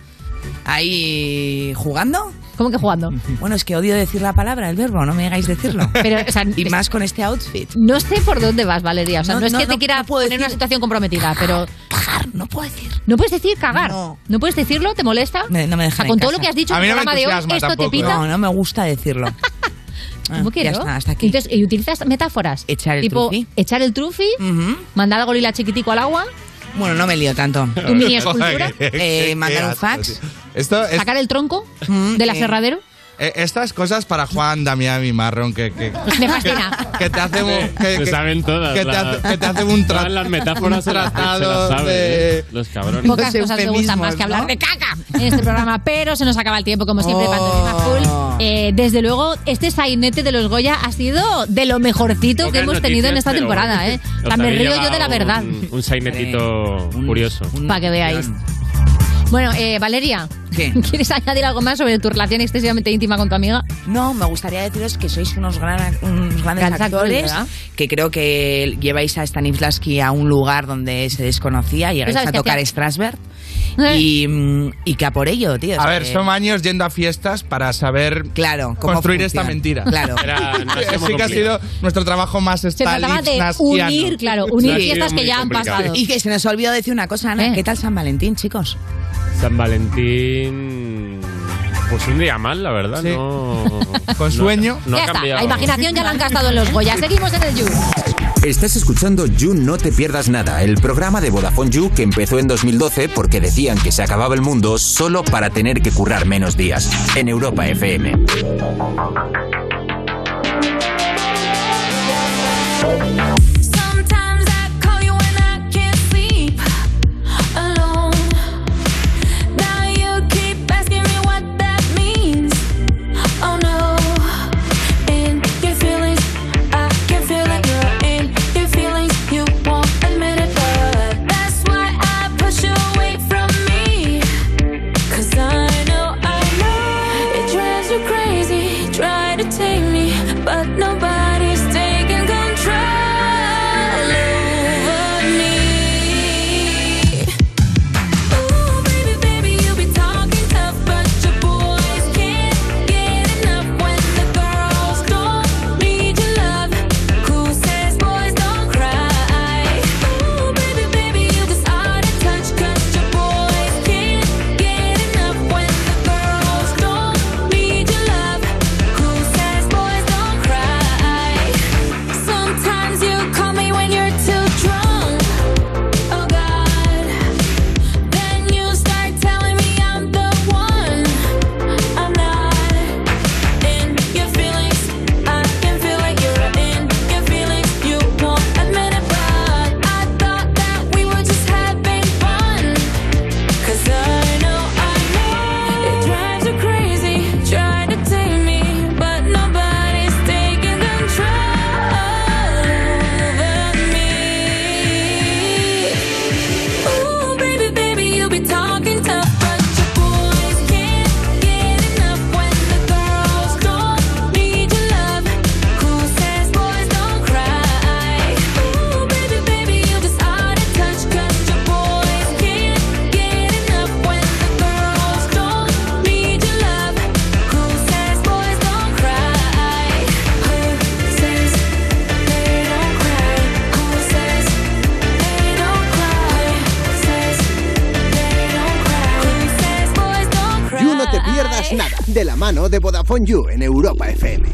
Speaker 3: ahí jugando.
Speaker 4: ¿Cómo que jugando?
Speaker 3: Bueno, es que odio decir la palabra, el verbo, no me hagáis decirlo.
Speaker 4: Pero, o sea,
Speaker 3: y más con este outfit.
Speaker 4: No sé por dónde vas, Valeria. O sea, no,
Speaker 3: No,
Speaker 4: es que
Speaker 3: no,
Speaker 4: te quiera
Speaker 3: no puedo
Speaker 4: poner en una
Speaker 3: decir
Speaker 4: situación comprometida, pero...
Speaker 3: Cagar, no puedo decir.
Speaker 4: ¿No puedes decir cagar?
Speaker 3: No.
Speaker 4: ¿No puedes decirlo? ¿Te molesta?
Speaker 3: No me
Speaker 4: O sea,
Speaker 3: dejan
Speaker 4: con
Speaker 3: en
Speaker 4: todo
Speaker 3: casa.
Speaker 4: lo que has dicho
Speaker 20: A
Speaker 4: en
Speaker 20: mí
Speaker 4: el
Speaker 20: no me
Speaker 4: programa de hoy,
Speaker 20: entusiasma
Speaker 4: ¿esto
Speaker 20: tampoco,
Speaker 4: te pita?
Speaker 3: No me gusta decirlo.
Speaker 4: ¿Cómo que
Speaker 3: ya
Speaker 4: no?
Speaker 3: está, hasta aquí.
Speaker 4: Entonces, ¿y utilizas metáforas?
Speaker 3: Echar el
Speaker 4: tipo,
Speaker 3: trufi.
Speaker 4: echar el trufi, mandar al gorila chiquitico al agua,
Speaker 3: Bueno, no me lío tanto.
Speaker 4: tu mini escultura,
Speaker 3: Mandar un fax.
Speaker 20: Esto es,
Speaker 4: sacar el tronco del aserradero.
Speaker 20: estas cosas para Juan, Damián y Marrón que
Speaker 4: Me fascina.
Speaker 20: que te hace un
Speaker 14: Se saben todas.
Speaker 20: que te hace un
Speaker 14: todas las metáforas se las
Speaker 20: tratado
Speaker 14: saben,
Speaker 20: de-
Speaker 14: los cabrones.
Speaker 4: Pocas cosas me gustan más que hablar de caca en este programa, pero se nos acaba el tiempo, como siempre, Pantomima Full. Desde luego, este sainete de los Goya ha sido de lo mejorcito que
Speaker 14: Pocas
Speaker 4: hemos tenido en
Speaker 14: noticias,
Speaker 4: esta
Speaker 14: pero
Speaker 4: temporada. ¿eh? O sea,
Speaker 14: os
Speaker 4: me
Speaker 14: habéis
Speaker 4: río yo de la
Speaker 14: llevado
Speaker 4: verdad,
Speaker 14: Un sainetito curioso.
Speaker 4: para que veáis. Bueno, Valeria,
Speaker 3: ¿Qué?
Speaker 4: ¿quieres añadir algo más sobre tu relación excesivamente íntima con tu amiga?
Speaker 3: No, me gustaría deciros que sois unos grandes
Speaker 4: Grandes actores,
Speaker 3: actores,
Speaker 4: ¿verdad?
Speaker 3: que creo que lleváis a Stanislavski a un lugar donde se desconocía, llegáis
Speaker 4: sabes
Speaker 3: a
Speaker 4: que
Speaker 3: tocar
Speaker 4: hacía-
Speaker 3: Strasberg y que a por ello, tío.
Speaker 20: A
Speaker 3: es
Speaker 20: ver,
Speaker 3: que-
Speaker 20: son años yendo a fiestas para saber
Speaker 3: Claro, cómo
Speaker 20: construir
Speaker 3: funciona.
Speaker 20: esta mentira.
Speaker 3: Claro.
Speaker 20: Sí que ha sido nuestro trabajo más
Speaker 4: Se trataba de
Speaker 20: stanislavskiano.
Speaker 4: unir, claro, unir
Speaker 14: Sí,
Speaker 4: fiestas
Speaker 14: muy
Speaker 4: que ya han
Speaker 14: complicado.
Speaker 4: pasado.
Speaker 3: Y que se nos olvidó decir una cosa, Ana.
Speaker 4: ¿Eh?
Speaker 3: ¿Qué tal San Valentín, chicos?
Speaker 14: San Valentín. Pues un día mal, la verdad.
Speaker 20: Sí.
Speaker 14: No,
Speaker 20: Con sueño.
Speaker 14: No
Speaker 4: Ya
Speaker 14: ha
Speaker 4: está,
Speaker 14: cambiado.
Speaker 4: la imaginación ya la han gastado en los Goya. Seguimos en el You.
Speaker 15: Estás escuchando You No Te Pierdas Nada, el programa de Vodafone You que empezó en 2012 porque decían que se acababa el mundo solo para tener que currar menos días. En Europa FM.
Speaker 5: De la mano de Vodafone You en Europa FM.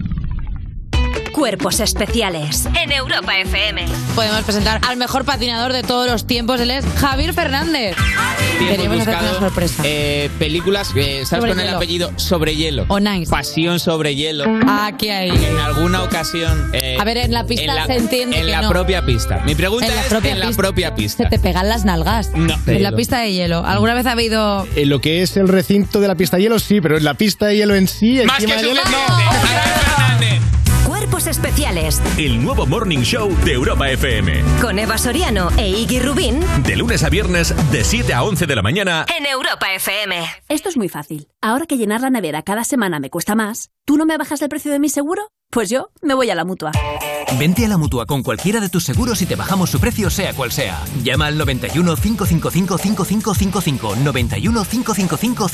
Speaker 8: Cuerpos especiales en Europa FM.
Speaker 4: Podemos presentar al mejor patinador de todos los tiempos. Él es Javier Fernández.
Speaker 17: Hemos buscado
Speaker 4: una sorpresa.
Speaker 17: películas, ¿sabes?
Speaker 4: Sobre
Speaker 17: Con el
Speaker 4: hielo.
Speaker 17: apellido Sobre Hielo.
Speaker 4: O Nice.
Speaker 17: Pasión sobre hielo.
Speaker 4: Aquí hay.
Speaker 17: En alguna ocasión.
Speaker 4: A ver, en la pista se entiende
Speaker 17: En
Speaker 4: que
Speaker 17: la
Speaker 4: no.
Speaker 17: propia pista. Mi pregunta
Speaker 4: En la
Speaker 17: es
Speaker 4: propia
Speaker 17: en la
Speaker 4: pista.
Speaker 17: propia pista.
Speaker 4: Se te pegan las nalgas.
Speaker 17: No.
Speaker 4: En la pista de hielo. ¿Alguna vez ha habido...?
Speaker 19: En lo que es el recinto de la pista de hielo, sí, pero en la pista de hielo en sí,
Speaker 17: Más
Speaker 19: encima
Speaker 17: que
Speaker 19: del hielo,
Speaker 17: suficiente.
Speaker 8: Cuerpos especiales
Speaker 21: El nuevo Morning Show de Europa FM.
Speaker 8: con Eva Soriano e Iggy Rubín
Speaker 21: De lunes a viernes, de 7 a 11 de la mañana.
Speaker 8: en Europa FM.
Speaker 17: Esto es muy fácil. Ahora que llenar la nevera cada semana me cuesta más, ¿tú no me bajas el precio de mi seguro? Pues yo me voy a la Mutua.
Speaker 22: Vente a la Mutua con cualquiera de tus seguros y te bajamos su precio sea cual sea. Llama al 91 555 5555. 91 555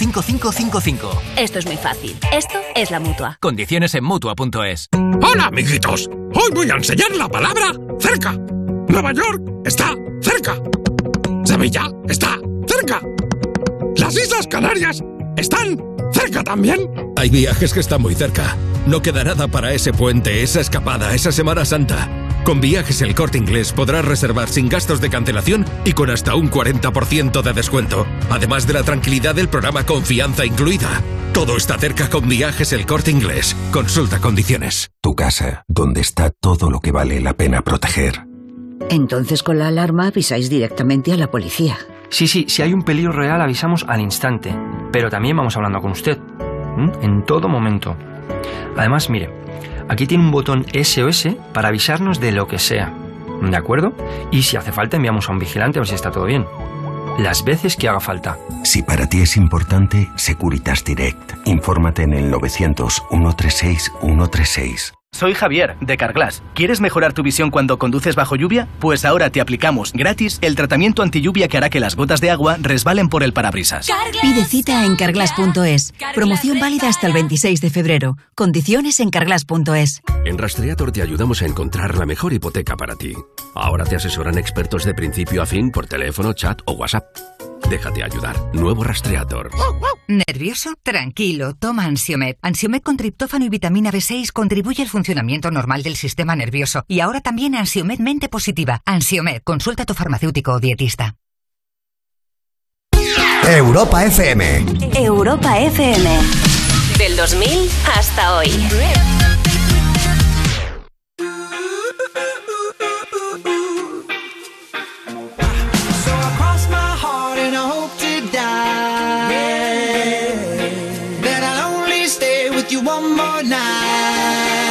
Speaker 22: 5555.
Speaker 17: Esto es muy fácil. Esto es la Mutua.
Speaker 22: Condiciones en Mutua.es.
Speaker 21: Hola, amiguitos. Hoy voy a enseñar la palabra cerca. Nueva York está cerca. Sevilla está cerca. Las Islas Canarias están cerca también. Hay viajes que están muy cerca. No queda nada para ese puente, esa escapada, esa Semana Santa. Con Viajes El Corte Inglés podrás reservar sin gastos de cancelación y con hasta un 40% de descuento. Además de la tranquilidad del programa Confianza incluida. Todo está cerca con Viajes El Corte Inglés. Consulta condiciones.
Speaker 18: Tu casa, donde está todo lo que vale la pena proteger.
Speaker 23: Entonces con la alarma avisáis directamente a la policía.
Speaker 24: Sí, si hay un peligro real avisamos al instante, pero también vamos hablando con usted, en todo momento. Además, mire, aquí tiene un botón SOS para avisarnos de lo que sea, ¿de acuerdo? Y si hace falta enviamos a un vigilante a ver si está todo bien. Las veces que haga falta.
Speaker 18: Si para ti es importante, Securitas Direct. Infórmate en el 900 136 136.
Speaker 30: Soy Javier, de Carglass. ¿Quieres mejorar tu visión cuando conduces bajo lluvia? Pues ahora te aplicamos gratis el tratamiento antilluvia que hará que las gotas de agua resbalen por el parabrisas.
Speaker 31: Pide cita en carglass.es. Promoción válida hasta el 26 de febrero. Condiciones en carglass.es.
Speaker 21: En Rastreator te ayudamos a encontrar la mejor hipoteca para ti. Ahora te asesoran expertos de principio a fin por teléfono, chat o WhatsApp. Déjate ayudar. Nuevo Rastreator.
Speaker 2: ¿Nervioso? Tranquilo, toma Ansiomed. Ansiomed con triptófano y vitamina B6 contribuye al funcionamiento normal del sistema nervioso. Y ahora también Ansiomed Mente Positiva. Ansiomed, consulta a tu farmacéutico o dietista.
Speaker 5: Europa FM.
Speaker 8: Europa FM. Del 2000 hasta hoy.
Speaker 1: One more night.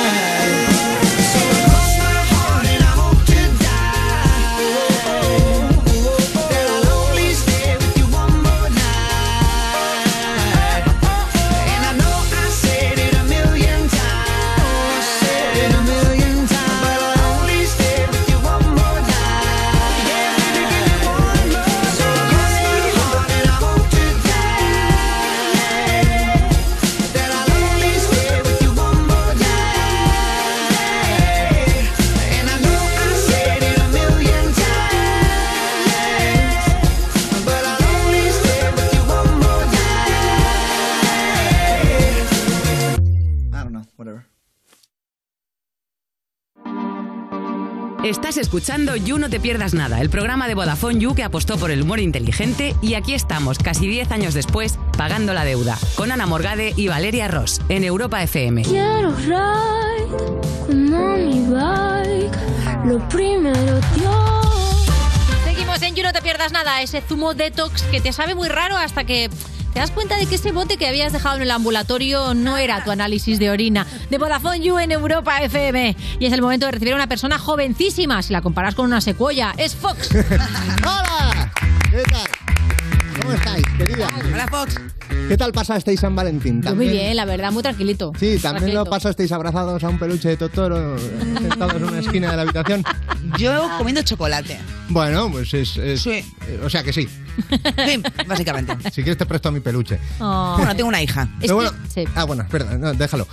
Speaker 9: Estás escuchando You No Te Pierdas Nada, el programa de Vodafone You que apostó por el humor inteligente, y aquí estamos, casi 10 años después, pagando la deuda, con Ana Morgade y Valeria Ross, en Europa FM.
Speaker 7: Quiero ride como mi bike, lo primero Dios.
Speaker 4: Seguimos en You No Te Pierdas Nada, ese zumo detox que te sabe muy raro hasta que te das cuenta de que ese bote que habías dejado en el ambulatorio no era tu análisis de orina. De Vodafone You en Europa FM. Y es el momento de recibir a una persona jovencísima. Si la comparas con una secuoya, es Fox.
Speaker 5: ¡Hola! ¿Qué tal? ¿Cómo estáis, querida?
Speaker 3: Hola, Fox.
Speaker 5: ¿Qué tal pasasteis San Valentín?
Speaker 4: Yo muy bien, la verdad, muy tranquilito.
Speaker 5: Sí, también lo pasasteis abrazados a un peluche de Totoro, sentados en una esquina de la habitación.
Speaker 3: Yo comiendo chocolate.
Speaker 5: Bueno, pues es
Speaker 3: sí.
Speaker 5: O sea que sí.
Speaker 3: Sí, básicamente.
Speaker 5: Si quieres te presto a mi peluche.
Speaker 3: Oh. Bueno, tengo una hija.
Speaker 5: Pero bueno, sí. Ah, bueno, espera, no, déjalo.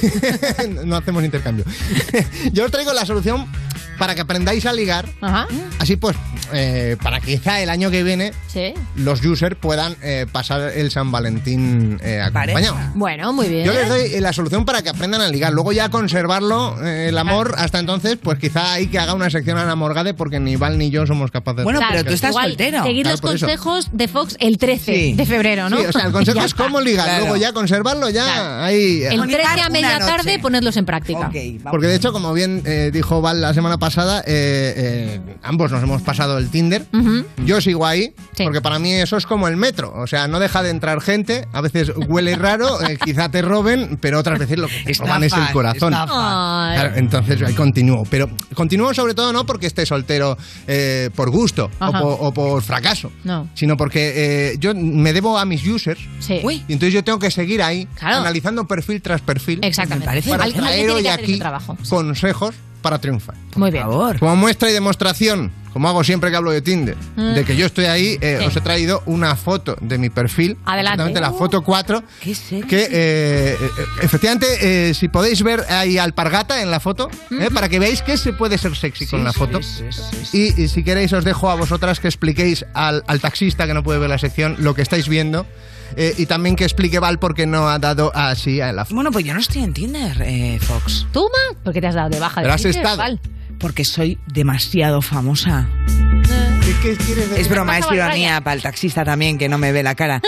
Speaker 5: No hacemos intercambio. Yo os traigo la solución para que aprendáis a ligar.
Speaker 4: Ajá.
Speaker 5: Así pues, para que quizá el año que viene los users puedan pasar el San Valentín acompañados.
Speaker 4: Bueno, muy bien.
Speaker 5: Yo les doy la solución para que aprendan a ligar. Luego ya conservarlo, el amor, hasta entonces, pues quizá hay que haga una sección a Ana Morgade, porque ni Val ni yo somos capaces
Speaker 3: bueno,
Speaker 5: de...
Speaker 3: Bueno, pero tú estás soltero.
Speaker 4: Seguid los consejos de Fox el 13 de febrero, ¿no?
Speaker 5: Sí, o sea, el consejo es cómo ligar. Claro. Luego ya conservarlo, ya ahí...
Speaker 4: El 13 a media tarde, ponedlos en práctica.
Speaker 3: Okay,
Speaker 5: porque de hecho, como bien dijo Val la semana pasada, ambos nos hemos pasado el Tinder. Yo sigo ahí, porque para mí eso es como el metro. O sea, no deja de entrar gente, a veces huele raro, quizá te roben, pero otras veces lo que te roban es el corazón. Claro, entonces ahí continúo. Pero continúo sobre todo no porque esté soltero por gusto o por fracaso, sino porque yo me debo a mis users. Y entonces yo tengo que seguir ahí, analizando perfil tras perfil.
Speaker 4: Exactamente.
Speaker 5: Para traer hoy aquí consejos para triunfar.
Speaker 4: Muy bien.
Speaker 5: Como muestra y demostración, como hago siempre que hablo de Tinder, de que yo estoy ahí, os he traído una foto de mi perfil.
Speaker 4: Adelante.
Speaker 5: La foto 4.
Speaker 3: Qué sexy.
Speaker 5: Que efectivamente, si podéis ver ahí alpargata en la foto, para que veáis que se puede ser sexy con la foto. Y si queréis os dejo a vosotras que expliquéis al taxista que no puede ver la sección lo que estáis viendo. Y también que explique Val por qué no ha dado así a la foto.
Speaker 3: Bueno, pues yo no estoy en Tinder, Fox.
Speaker 4: ¿Tú, ma? ¿Por qué te has dado de baja de Tinder?
Speaker 5: ¿Pero has estado?
Speaker 4: Val?
Speaker 3: Porque soy demasiado famosa.
Speaker 5: ¿Qué quieres decir?
Speaker 3: Es broma, es ironía para el taxista también, que no me ve la cara.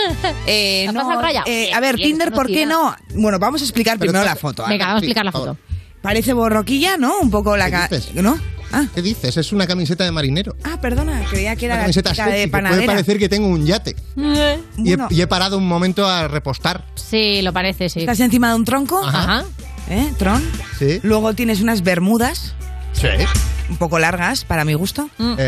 Speaker 3: A ver, Tinder, ¿por qué no? Bueno, vamos a explicar primero la foto.
Speaker 4: Venga, vamos a explicar la foto.
Speaker 3: Parece borroquilla, ¿no? Un poco la... ¿No?
Speaker 5: ¿Qué dices? Es una camiseta de marinero.
Speaker 3: Ah, perdona, creía que era
Speaker 5: una camiseta
Speaker 3: la
Speaker 5: sexy,
Speaker 3: de panadera.
Speaker 5: que puede parecer que tengo un yate. Y he parado un momento a repostar.
Speaker 4: Sí, lo parece, sí.
Speaker 3: ¿Estás encima de un tronco?
Speaker 4: Ajá.
Speaker 3: Tron.
Speaker 5: Sí.
Speaker 3: Luego tienes unas bermudas.
Speaker 5: Sí.
Speaker 3: Un poco largas, para mi gusto.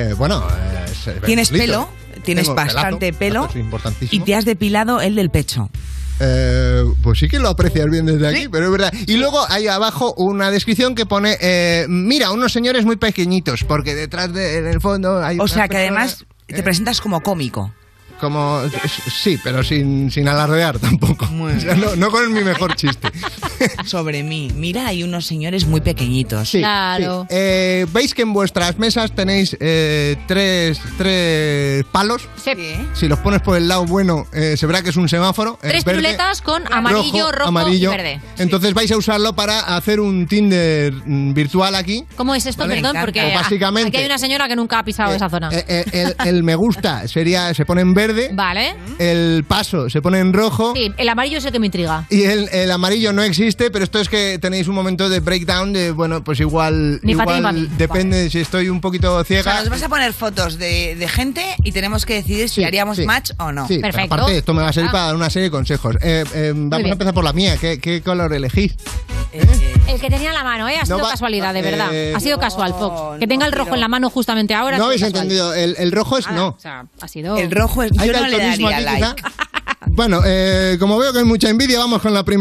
Speaker 3: Tienes pelo. Tienes bastante pelo.
Speaker 5: Es importantísimo.
Speaker 3: Y te has depilado el del pecho.
Speaker 5: Pues sí que lo aprecias bien desde aquí, pero es verdad. Y luego hay abajo una descripción que pone mira, unos señores muy pequeñitos, porque detrás en el fondo hay...
Speaker 3: O sea que además te presentas como cómico.
Speaker 5: como... Sí, pero sin alardear tampoco. O sea, no con mi mejor chiste.
Speaker 3: Sobre mí. Mira, hay unos señores muy pequeñitos.
Speaker 5: Sí,
Speaker 4: claro.
Speaker 5: Sí. ¿Veis que en vuestras mesas tenéis tres palos?
Speaker 4: Sí.
Speaker 5: Si los pones por el lado bueno, se verá que es un semáforo.
Speaker 4: 3
Speaker 5: verde,
Speaker 4: piruletas con amarillo, rojo
Speaker 5: amarillo.
Speaker 4: y verde.
Speaker 5: Entonces vais a usarlo para hacer un Tinder virtual aquí.
Speaker 4: ¿Cómo es esto?
Speaker 5: ¿Vale?
Speaker 4: Perdón, porque
Speaker 5: básicamente,
Speaker 4: aquí hay una señora que nunca ha pisado esa zona.
Speaker 5: El me gusta se pone en verde.
Speaker 4: Vale.
Speaker 5: El paso se pone en rojo.
Speaker 4: Sí, el amarillo es el que me intriga.
Speaker 5: Y el amarillo no existe, pero esto es que tenéis un momento de breakdown de, bueno, pues igual depende de si estoy un poquito ciega.
Speaker 3: O sea, nos vas a poner fotos de gente y tenemos que decidir si haríamos match o no.
Speaker 5: Sí, perfecto. Aparte, esto me va a servir para dar una serie de consejos. Vamos a empezar por la mía. ¿Qué color elegís?
Speaker 4: El que tenía en la mano, ha sido casualidad, de verdad. Ha sido casual, Fox. Que tenga el rojo en la mano justamente ahora.
Speaker 5: No habéis entendido. El rojo es no.
Speaker 4: O sea, ha sido...
Speaker 3: El rojo es... Yo no le daría like.
Speaker 5: Bueno, como veo que hay mucha envidia, vamos con el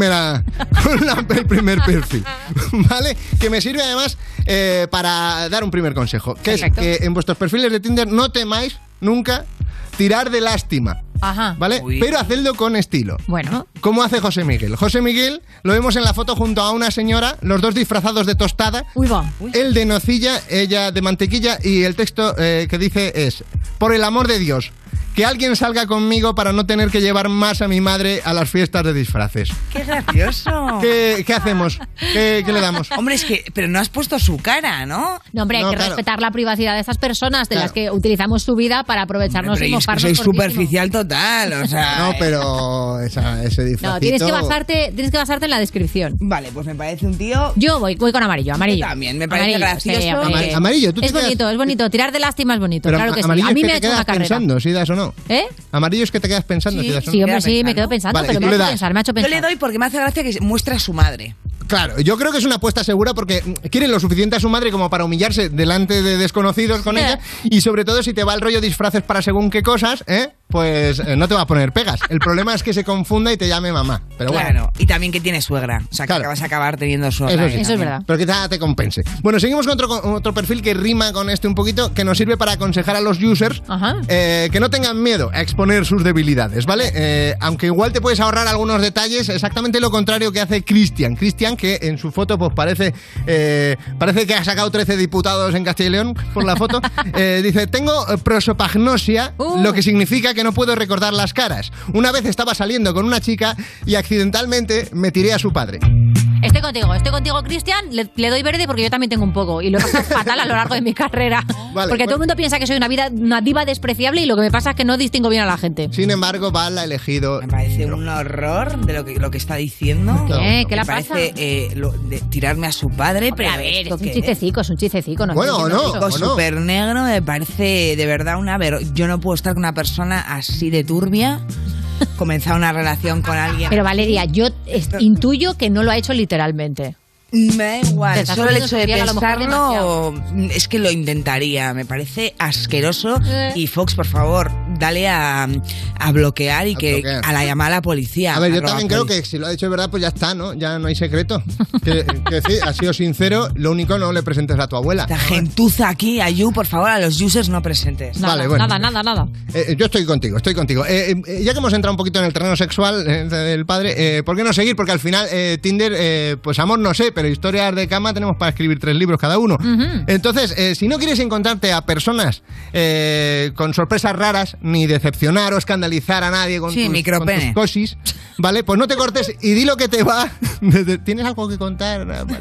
Speaker 5: primer perfil, ¿vale? Que me sirve además para dar un primer consejo, que es que en vuestros perfiles de Tinder no temáis nunca tirar de lástima.
Speaker 4: Ajá.
Speaker 5: ¿Vale? Pero hacedlo con estilo.
Speaker 4: Bueno.
Speaker 5: ¿Cómo hace José Miguel? José Miguel lo vemos en la foto junto a una señora, los dos disfrazados de tostada.
Speaker 4: Uy, va.
Speaker 5: Él de nocilla, ella de mantequilla, y el texto que dice es: por el amor de Dios, que alguien salga conmigo para no tener que llevar más a mi madre a las fiestas de disfraces.
Speaker 3: ¡Qué gracioso!
Speaker 5: ¿Qué hacemos? ¿Qué le damos?
Speaker 3: Hombre, es que... Pero no has puesto su cara, ¿no?
Speaker 4: No, hombre, hay que respetar la privacidad de esas personas de las que utilizamos su vida para aprovecharnos y mojarnos.
Speaker 3: Sois superficial total, o sea...
Speaker 5: No, pero ese disfrazito...
Speaker 4: No, tienes que basarte en la descripción.
Speaker 3: Vale, pues me parece un tío...
Speaker 4: Yo voy con amarillo.
Speaker 3: Yo también, me parece gracioso.
Speaker 4: Sí,
Speaker 5: amarillo, tú te
Speaker 4: es bonito. Tirar de lástima es bonito,
Speaker 5: pero
Speaker 4: claro que sí.
Speaker 5: A mí me
Speaker 4: ha hecho una carrera.
Speaker 5: Pensando, si das o no.
Speaker 4: ¿Eh?
Speaker 5: Amarillo es que te quedas pensando.
Speaker 4: Sí,
Speaker 5: si das o no.
Speaker 4: Sí, hombre, sí, me quedo pensando,
Speaker 5: vale,
Speaker 4: pero me ha hecho pensar.
Speaker 3: Yo le doy porque me hace gracia que muestre a su madre.
Speaker 5: Claro, yo creo que es una apuesta segura porque quieren lo suficiente a su madre como para humillarse delante de desconocidos con ella, y sobre todo si te va el rollo disfraces para según qué cosas, pues no te va a poner pegas. El problema es que se confunda y te llame mamá. Pero
Speaker 3: claro,
Speaker 5: bueno.
Speaker 3: Y también que tiene suegra. O sea, que vas a acabar teniendo suegra.
Speaker 5: Eso
Speaker 4: es verdad.
Speaker 5: Pero quizá te compense. Bueno, seguimos con otro perfil que rima con este un poquito, que nos sirve para aconsejar a los users que no tengan miedo a exponer sus debilidades, ¿vale? Aunque igual te puedes ahorrar algunos detalles, exactamente lo contrario que hace Cristian. Cristian, que en su foto pues parece que ha sacado 13 diputados en Castilla y León por la foto. Dice: tengo prosopagnosia, lo que significa que no puedo recordar las caras. Una vez estaba saliendo con una chica y accidentalmente me tiré a su padre.
Speaker 4: Estoy contigo, Cristian. Le doy verde porque yo también tengo un poco y lo he pasado fatal a lo largo de mi carrera. Porque todo el mundo piensa que soy una diva despreciable y lo que me pasa es que no distingo bien a la gente.
Speaker 5: Sin embargo, Val ha elegido...
Speaker 3: Me parece un horror de lo que está diciendo.
Speaker 4: ¿Qué le pasa?
Speaker 3: De tirarme a su padre.
Speaker 4: Hombre,
Speaker 3: pero
Speaker 4: a ver, es un chistecico.
Speaker 3: No, súper negro, me parece de verdad yo no puedo estar con una persona así de turbia. Comenzar una relación con alguien.
Speaker 4: Pero Valeria, yo intuyo que no lo ha hecho literalmente.
Speaker 3: Me da igual, solo el hecho de pensarlo es que lo intentaría. Me parece asqueroso. Y Fox, por favor, dale a bloquear y a la llamada a la policía.
Speaker 5: A ver, yo también creo que si lo ha dicho de verdad, pues ya está, ¿no? Ya no hay secreto. que sí, ha sido sincero. Lo único, no le presentes a tu abuela.
Speaker 3: Esta gentuza aquí, Ayu, por favor, a los users no presentes.
Speaker 5: Vale, bueno.
Speaker 4: Nada.
Speaker 5: Yo estoy contigo. Ya que hemos entrado un poquito en el terreno sexual del padre, ¿por qué no seguir? Porque al final Tinder, pues amor no sé, pero historias de cama tenemos para escribir 3 libros cada uno. Entonces, si no quieres encontrarte a personas con sorpresas raras, ni decepcionar o escandalizar a nadie con tus cosis, ¿vale? Pues no te cortes y di lo que te va. ¿Tienes algo que contar? Vale.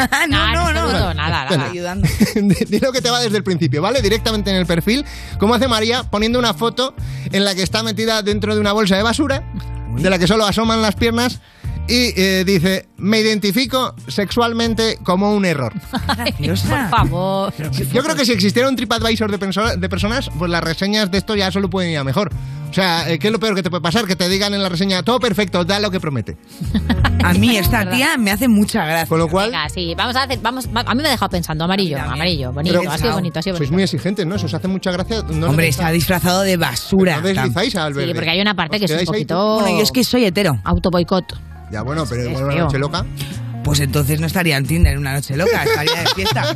Speaker 3: No, nada. Ayudando.
Speaker 5: Di lo que te va desde el principio, ¿vale? Directamente en el perfil, como hace María, poniendo una foto en la que está metida dentro de una bolsa de basura, de la que solo asoman las piernas. Y dice: me identifico sexualmente como un error.
Speaker 4: Por favor.
Speaker 5: Yo creo que si existiera un TripAdvisor de personas, pues las reseñas de esto ya solo pueden ir a mejor. O sea, ¿qué es lo peor que te puede pasar? Que te digan en la reseña: todo perfecto, da lo que promete.
Speaker 3: A mí esta tía me hace mucha gracia.
Speaker 5: Con lo cual...
Speaker 4: Venga, sí, a mí me ha dejado pensando. Amarillo, bonito. Ha sido bonito.
Speaker 5: Sois muy exigentes, ¿no? Eso os hace mucha gracia.
Speaker 3: Hombre, está disfrazado de basura.
Speaker 5: No deslizáis al verde.
Speaker 4: Sí, porque hay una parte que es un poquito...
Speaker 3: Bueno, yo es que soy hetero.
Speaker 4: Autoboicot.
Speaker 5: Ya, bueno, pero igual una noche loca.
Speaker 3: Pues entonces no estaría en Tinder en una noche loca, estaría de fiesta.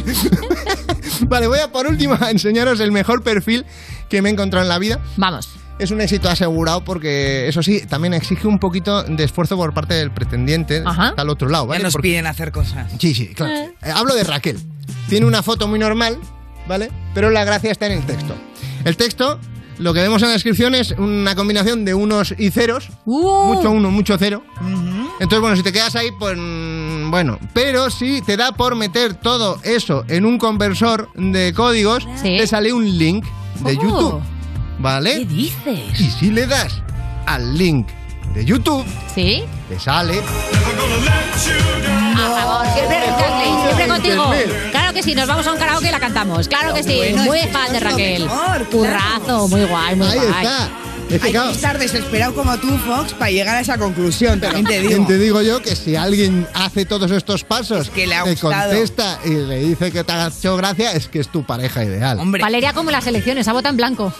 Speaker 5: Vale, voy a por último a enseñaros el mejor perfil que me he encontrado en la vida.
Speaker 4: Vamos.
Speaker 5: es un éxito asegurado porque, eso sí, también exige un poquito de esfuerzo por parte del pretendiente.
Speaker 3: Ajá.
Speaker 5: Está al otro lado, ¿vale?
Speaker 3: Ya nos
Speaker 5: Porque
Speaker 3: piden hacer cosas.
Speaker 5: Sí, claro. Hablo de Raquel. Tiene una foto muy normal, ¿vale? Pero la gracia está en el texto. El texto, lo que vemos en la descripción es una combinación de unos y ceros. Mucho uno, mucho cero. Entonces, bueno, si te quedas ahí, pues bueno. Pero si te da por meter todo eso en un conversor de códigos, te sale un link de YouTube. ¿Vale?
Speaker 4: ¿Qué dices?
Speaker 5: Y si le das al link de YouTube,
Speaker 4: ¿sí?
Speaker 5: Te sale...
Speaker 4: A favor, siempre contigo. Claro que sí, nos vamos a un karaoke y la cantamos. Claro que sí,
Speaker 3: Bueno,
Speaker 4: muy
Speaker 3: es que
Speaker 4: fan
Speaker 3: eso
Speaker 4: de
Speaker 3: es lo
Speaker 4: Raquel.
Speaker 3: mejor,
Speaker 4: Currazo, muy guay, muy
Speaker 5: Ahí
Speaker 4: guay.
Speaker 5: está. Es que,
Speaker 3: Hay
Speaker 5: claro,
Speaker 3: que estar desesperado como tú, Fox, para llegar a esa conclusión, también te digo.
Speaker 5: ¿quién te digo yo que si alguien hace todos estos pasos,
Speaker 3: Es que le ha
Speaker 5: te
Speaker 3: gustado.
Speaker 5: contesta y le dice que te ha hecho gracia, es que es tu pareja ideal.
Speaker 3: Hombre.
Speaker 4: Valeria, como en las elecciones, ha votado en blanco.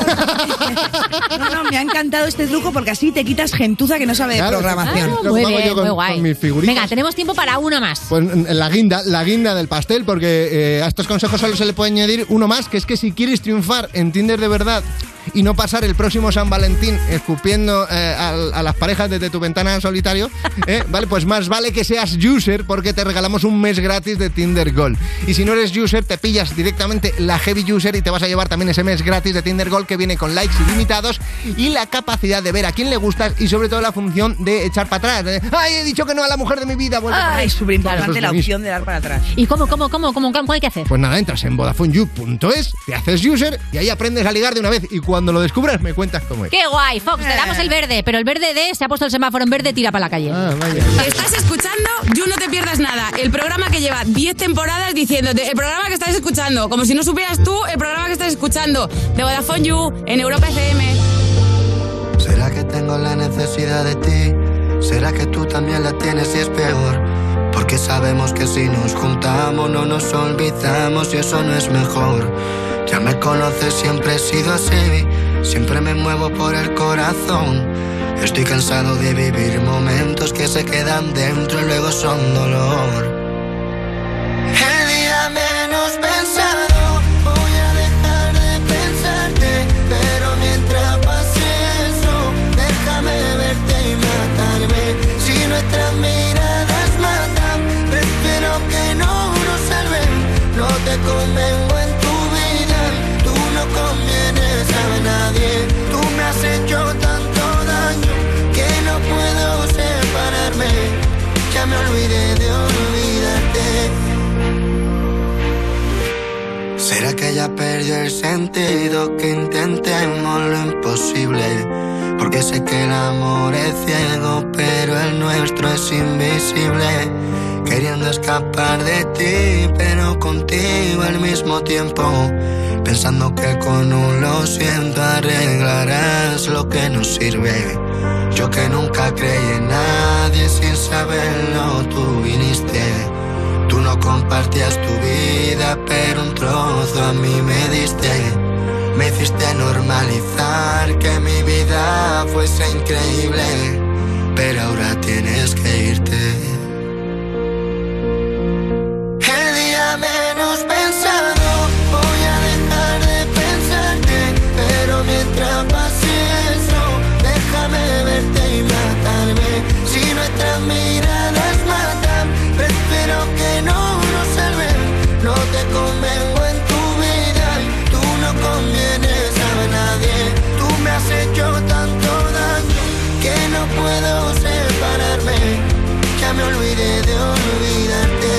Speaker 3: No, me ha encantado este truco porque así te quitas gentuza que no sabe de programación.
Speaker 5: Lo
Speaker 4: Muy
Speaker 5: que hago
Speaker 4: bien,
Speaker 5: yo con,
Speaker 4: muy guay.
Speaker 5: con mis figuritas.
Speaker 4: Venga, tenemos tiempo para una más.
Speaker 5: Pues la guinda del pastel, porque a estos consejos solo se le puede añadir uno más, que es que si quieres triunfar en Tinder de verdad y no pasar el próximo San Valentín escupiendo a las parejas desde tu ventana en solitario, ¿vale? Pues más vale que seas user porque te regalamos un mes gratis de Tinder Gold. Y si no eres user, te pillas directamente la Heavy User y te vas a llevar también ese mes gratis de Tinder Gold que viene con likes ilimitados y la capacidad de ver a quién le gustas y sobre todo la función de echar para atrás. ¡Ay, he dicho que no a la mujer de mi vida!
Speaker 3: Es súper importante
Speaker 5: Eso es
Speaker 3: la
Speaker 5: buenísimo.
Speaker 3: opción de dar para atrás.
Speaker 4: ¿Y cómo hay que hacer?
Speaker 5: Pues nada, entras en VodafoneYou.es, te haces user y ahí aprendes a ligar de una vez. Y cuando lo descubras, me cuentas cómo es.
Speaker 4: ¡Qué guay, Fox! Te damos el verde, pero el verde se ha puesto el semáforo en verde, tira para la calle.
Speaker 9: Estás escuchando You No Te Pierdas Nada, el programa que lleva 10 temporadas diciéndote el programa que estás escuchando, como si no supieras tú el programa que estás escuchando, de Vodafone You en Europa FM.
Speaker 6: ¿Será que tengo la necesidad de ti? ¿Será que tú también la tienes y es peor? Porque sabemos que si nos juntamos no nos olvidamos y eso no es mejor. Ya me conoces, siempre he sido así, siempre me muevo por el corazón. Estoy cansado de vivir momentos que se quedan dentro y luego son dolor. El día menos pensado voy a dejar de pensarte, pero mientras pase eso, déjame verte y matarme. Si nuestras miradas matan, prefiero que no nos salven. No te convengo en tu vida, tú no convienes a nadie. Tú me has hecho tanto daño que no puedo separarme. Ya me olvidé de olvidarte. ¿Será que ya perdió el sentido? Que intentemos lo imposible. Porque sé que el amor es ciego, pero el nuestro es invisible. Queriendo escapar de ti, pero contigo al mismo tiempo. Pensando que con un lo siento arreglarás lo que no sirve. Yo que nunca creí en nadie, sin saberlo tú viniste. Tú no compartías tu vida, pero un trozo a mí me diste. Me hiciste normalizar que mi vida fuese increíble, pero ahora tienes que irte. El día menos pensado voy a dejar de pensarte, pero mientras pase eso, déjame verte y matarme. Si nuestras miradas matan, prefiero que no nos salven. No te convengo en tu vida, tú no convienes a nadie. Tú me has hecho tanto daño que no puedo separarme. Ya me olvidé de olvidarte.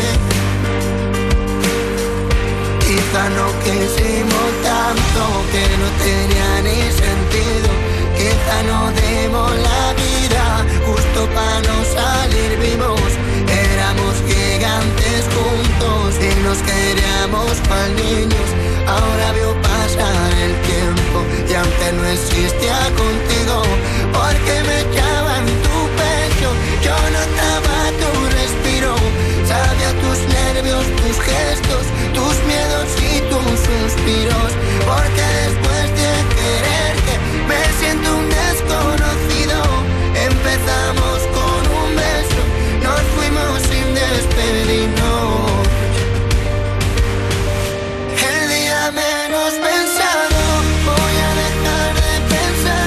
Speaker 6: Quizá no quisimos tanto que no tenía ni sentido. Quizá no demos la vida justo para no salir vivos. Éramos gigantes juntos y nos queríamos cual niños. Ahora veo pasar el tiempo y aunque no existía contigo, porque me echaba en tu pecho, yo notaba tu respiro. Sabía tus nervios, tus gestos, tus miedos y tus suspiros. Porque después de quererte me siento un desconocido. Empezamos con un beso, nos fuimos sin despedirnos. El día menos pensado voy a dejar de pensar.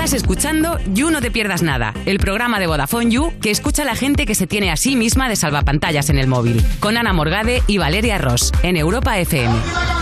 Speaker 9: Estás escuchando You No Te Pierdas Nada, el programa de Vodafone You que escucha a la gente que se tiene a sí misma de salvapantallas en el móvil. Con Ana Morgade y Valeria Ross, en Europa FM.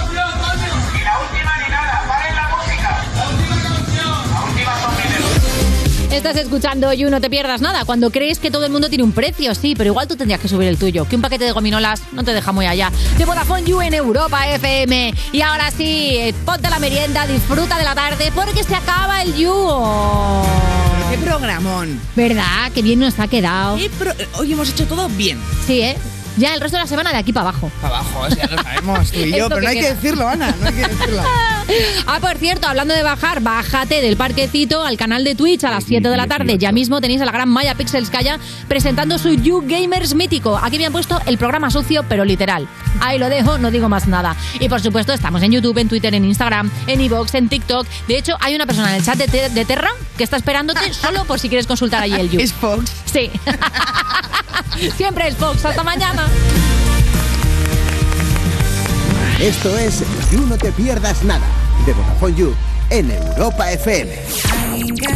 Speaker 4: Estás escuchando You No Te Pierdas Nada, cuando crees que todo el mundo tiene un precio, sí, pero igual tú tendrías que subir el tuyo, que un paquete de gominolas no te deja muy allá. De Vodafone You en Europa FM. Y ahora sí, ponte la merienda, disfruta de la tarde, porque se acaba el You.
Speaker 3: ¡Qué programón!
Speaker 4: ¿Verdad? Qué bien nos ha quedado.
Speaker 3: Hoy hemos hecho todo bien.
Speaker 4: Sí, ¿eh? Ya el resto de la semana de aquí para abajo.
Speaker 3: Para abajo, o sea, lo sabemos tú y yo, pero no hay que decirlo, Ana, no hay que decirlo.
Speaker 4: Por cierto, hablando de bajar, bájate del parquecito al canal de Twitch a las 7 de la tarde. Ya mismo tenéis a la gran Maya Pixelskaya presentando su You Gamers mítico. Aquí me han puesto el programa sucio, pero literal. Ahí lo dejo, no digo más nada. Y por supuesto, estamos en YouTube, en Twitter, en Instagram, en iVoox, en TikTok. De hecho, hay una persona en el chat de Terra que está esperándote solo por si quieres consultar allí el You.
Speaker 3: ¿Es Fox?
Speaker 4: Sí. Siempre es Fox. Hasta mañana.
Speaker 5: Esto es You No Te Pierdas Nada, de Vodafone You en Europa FM.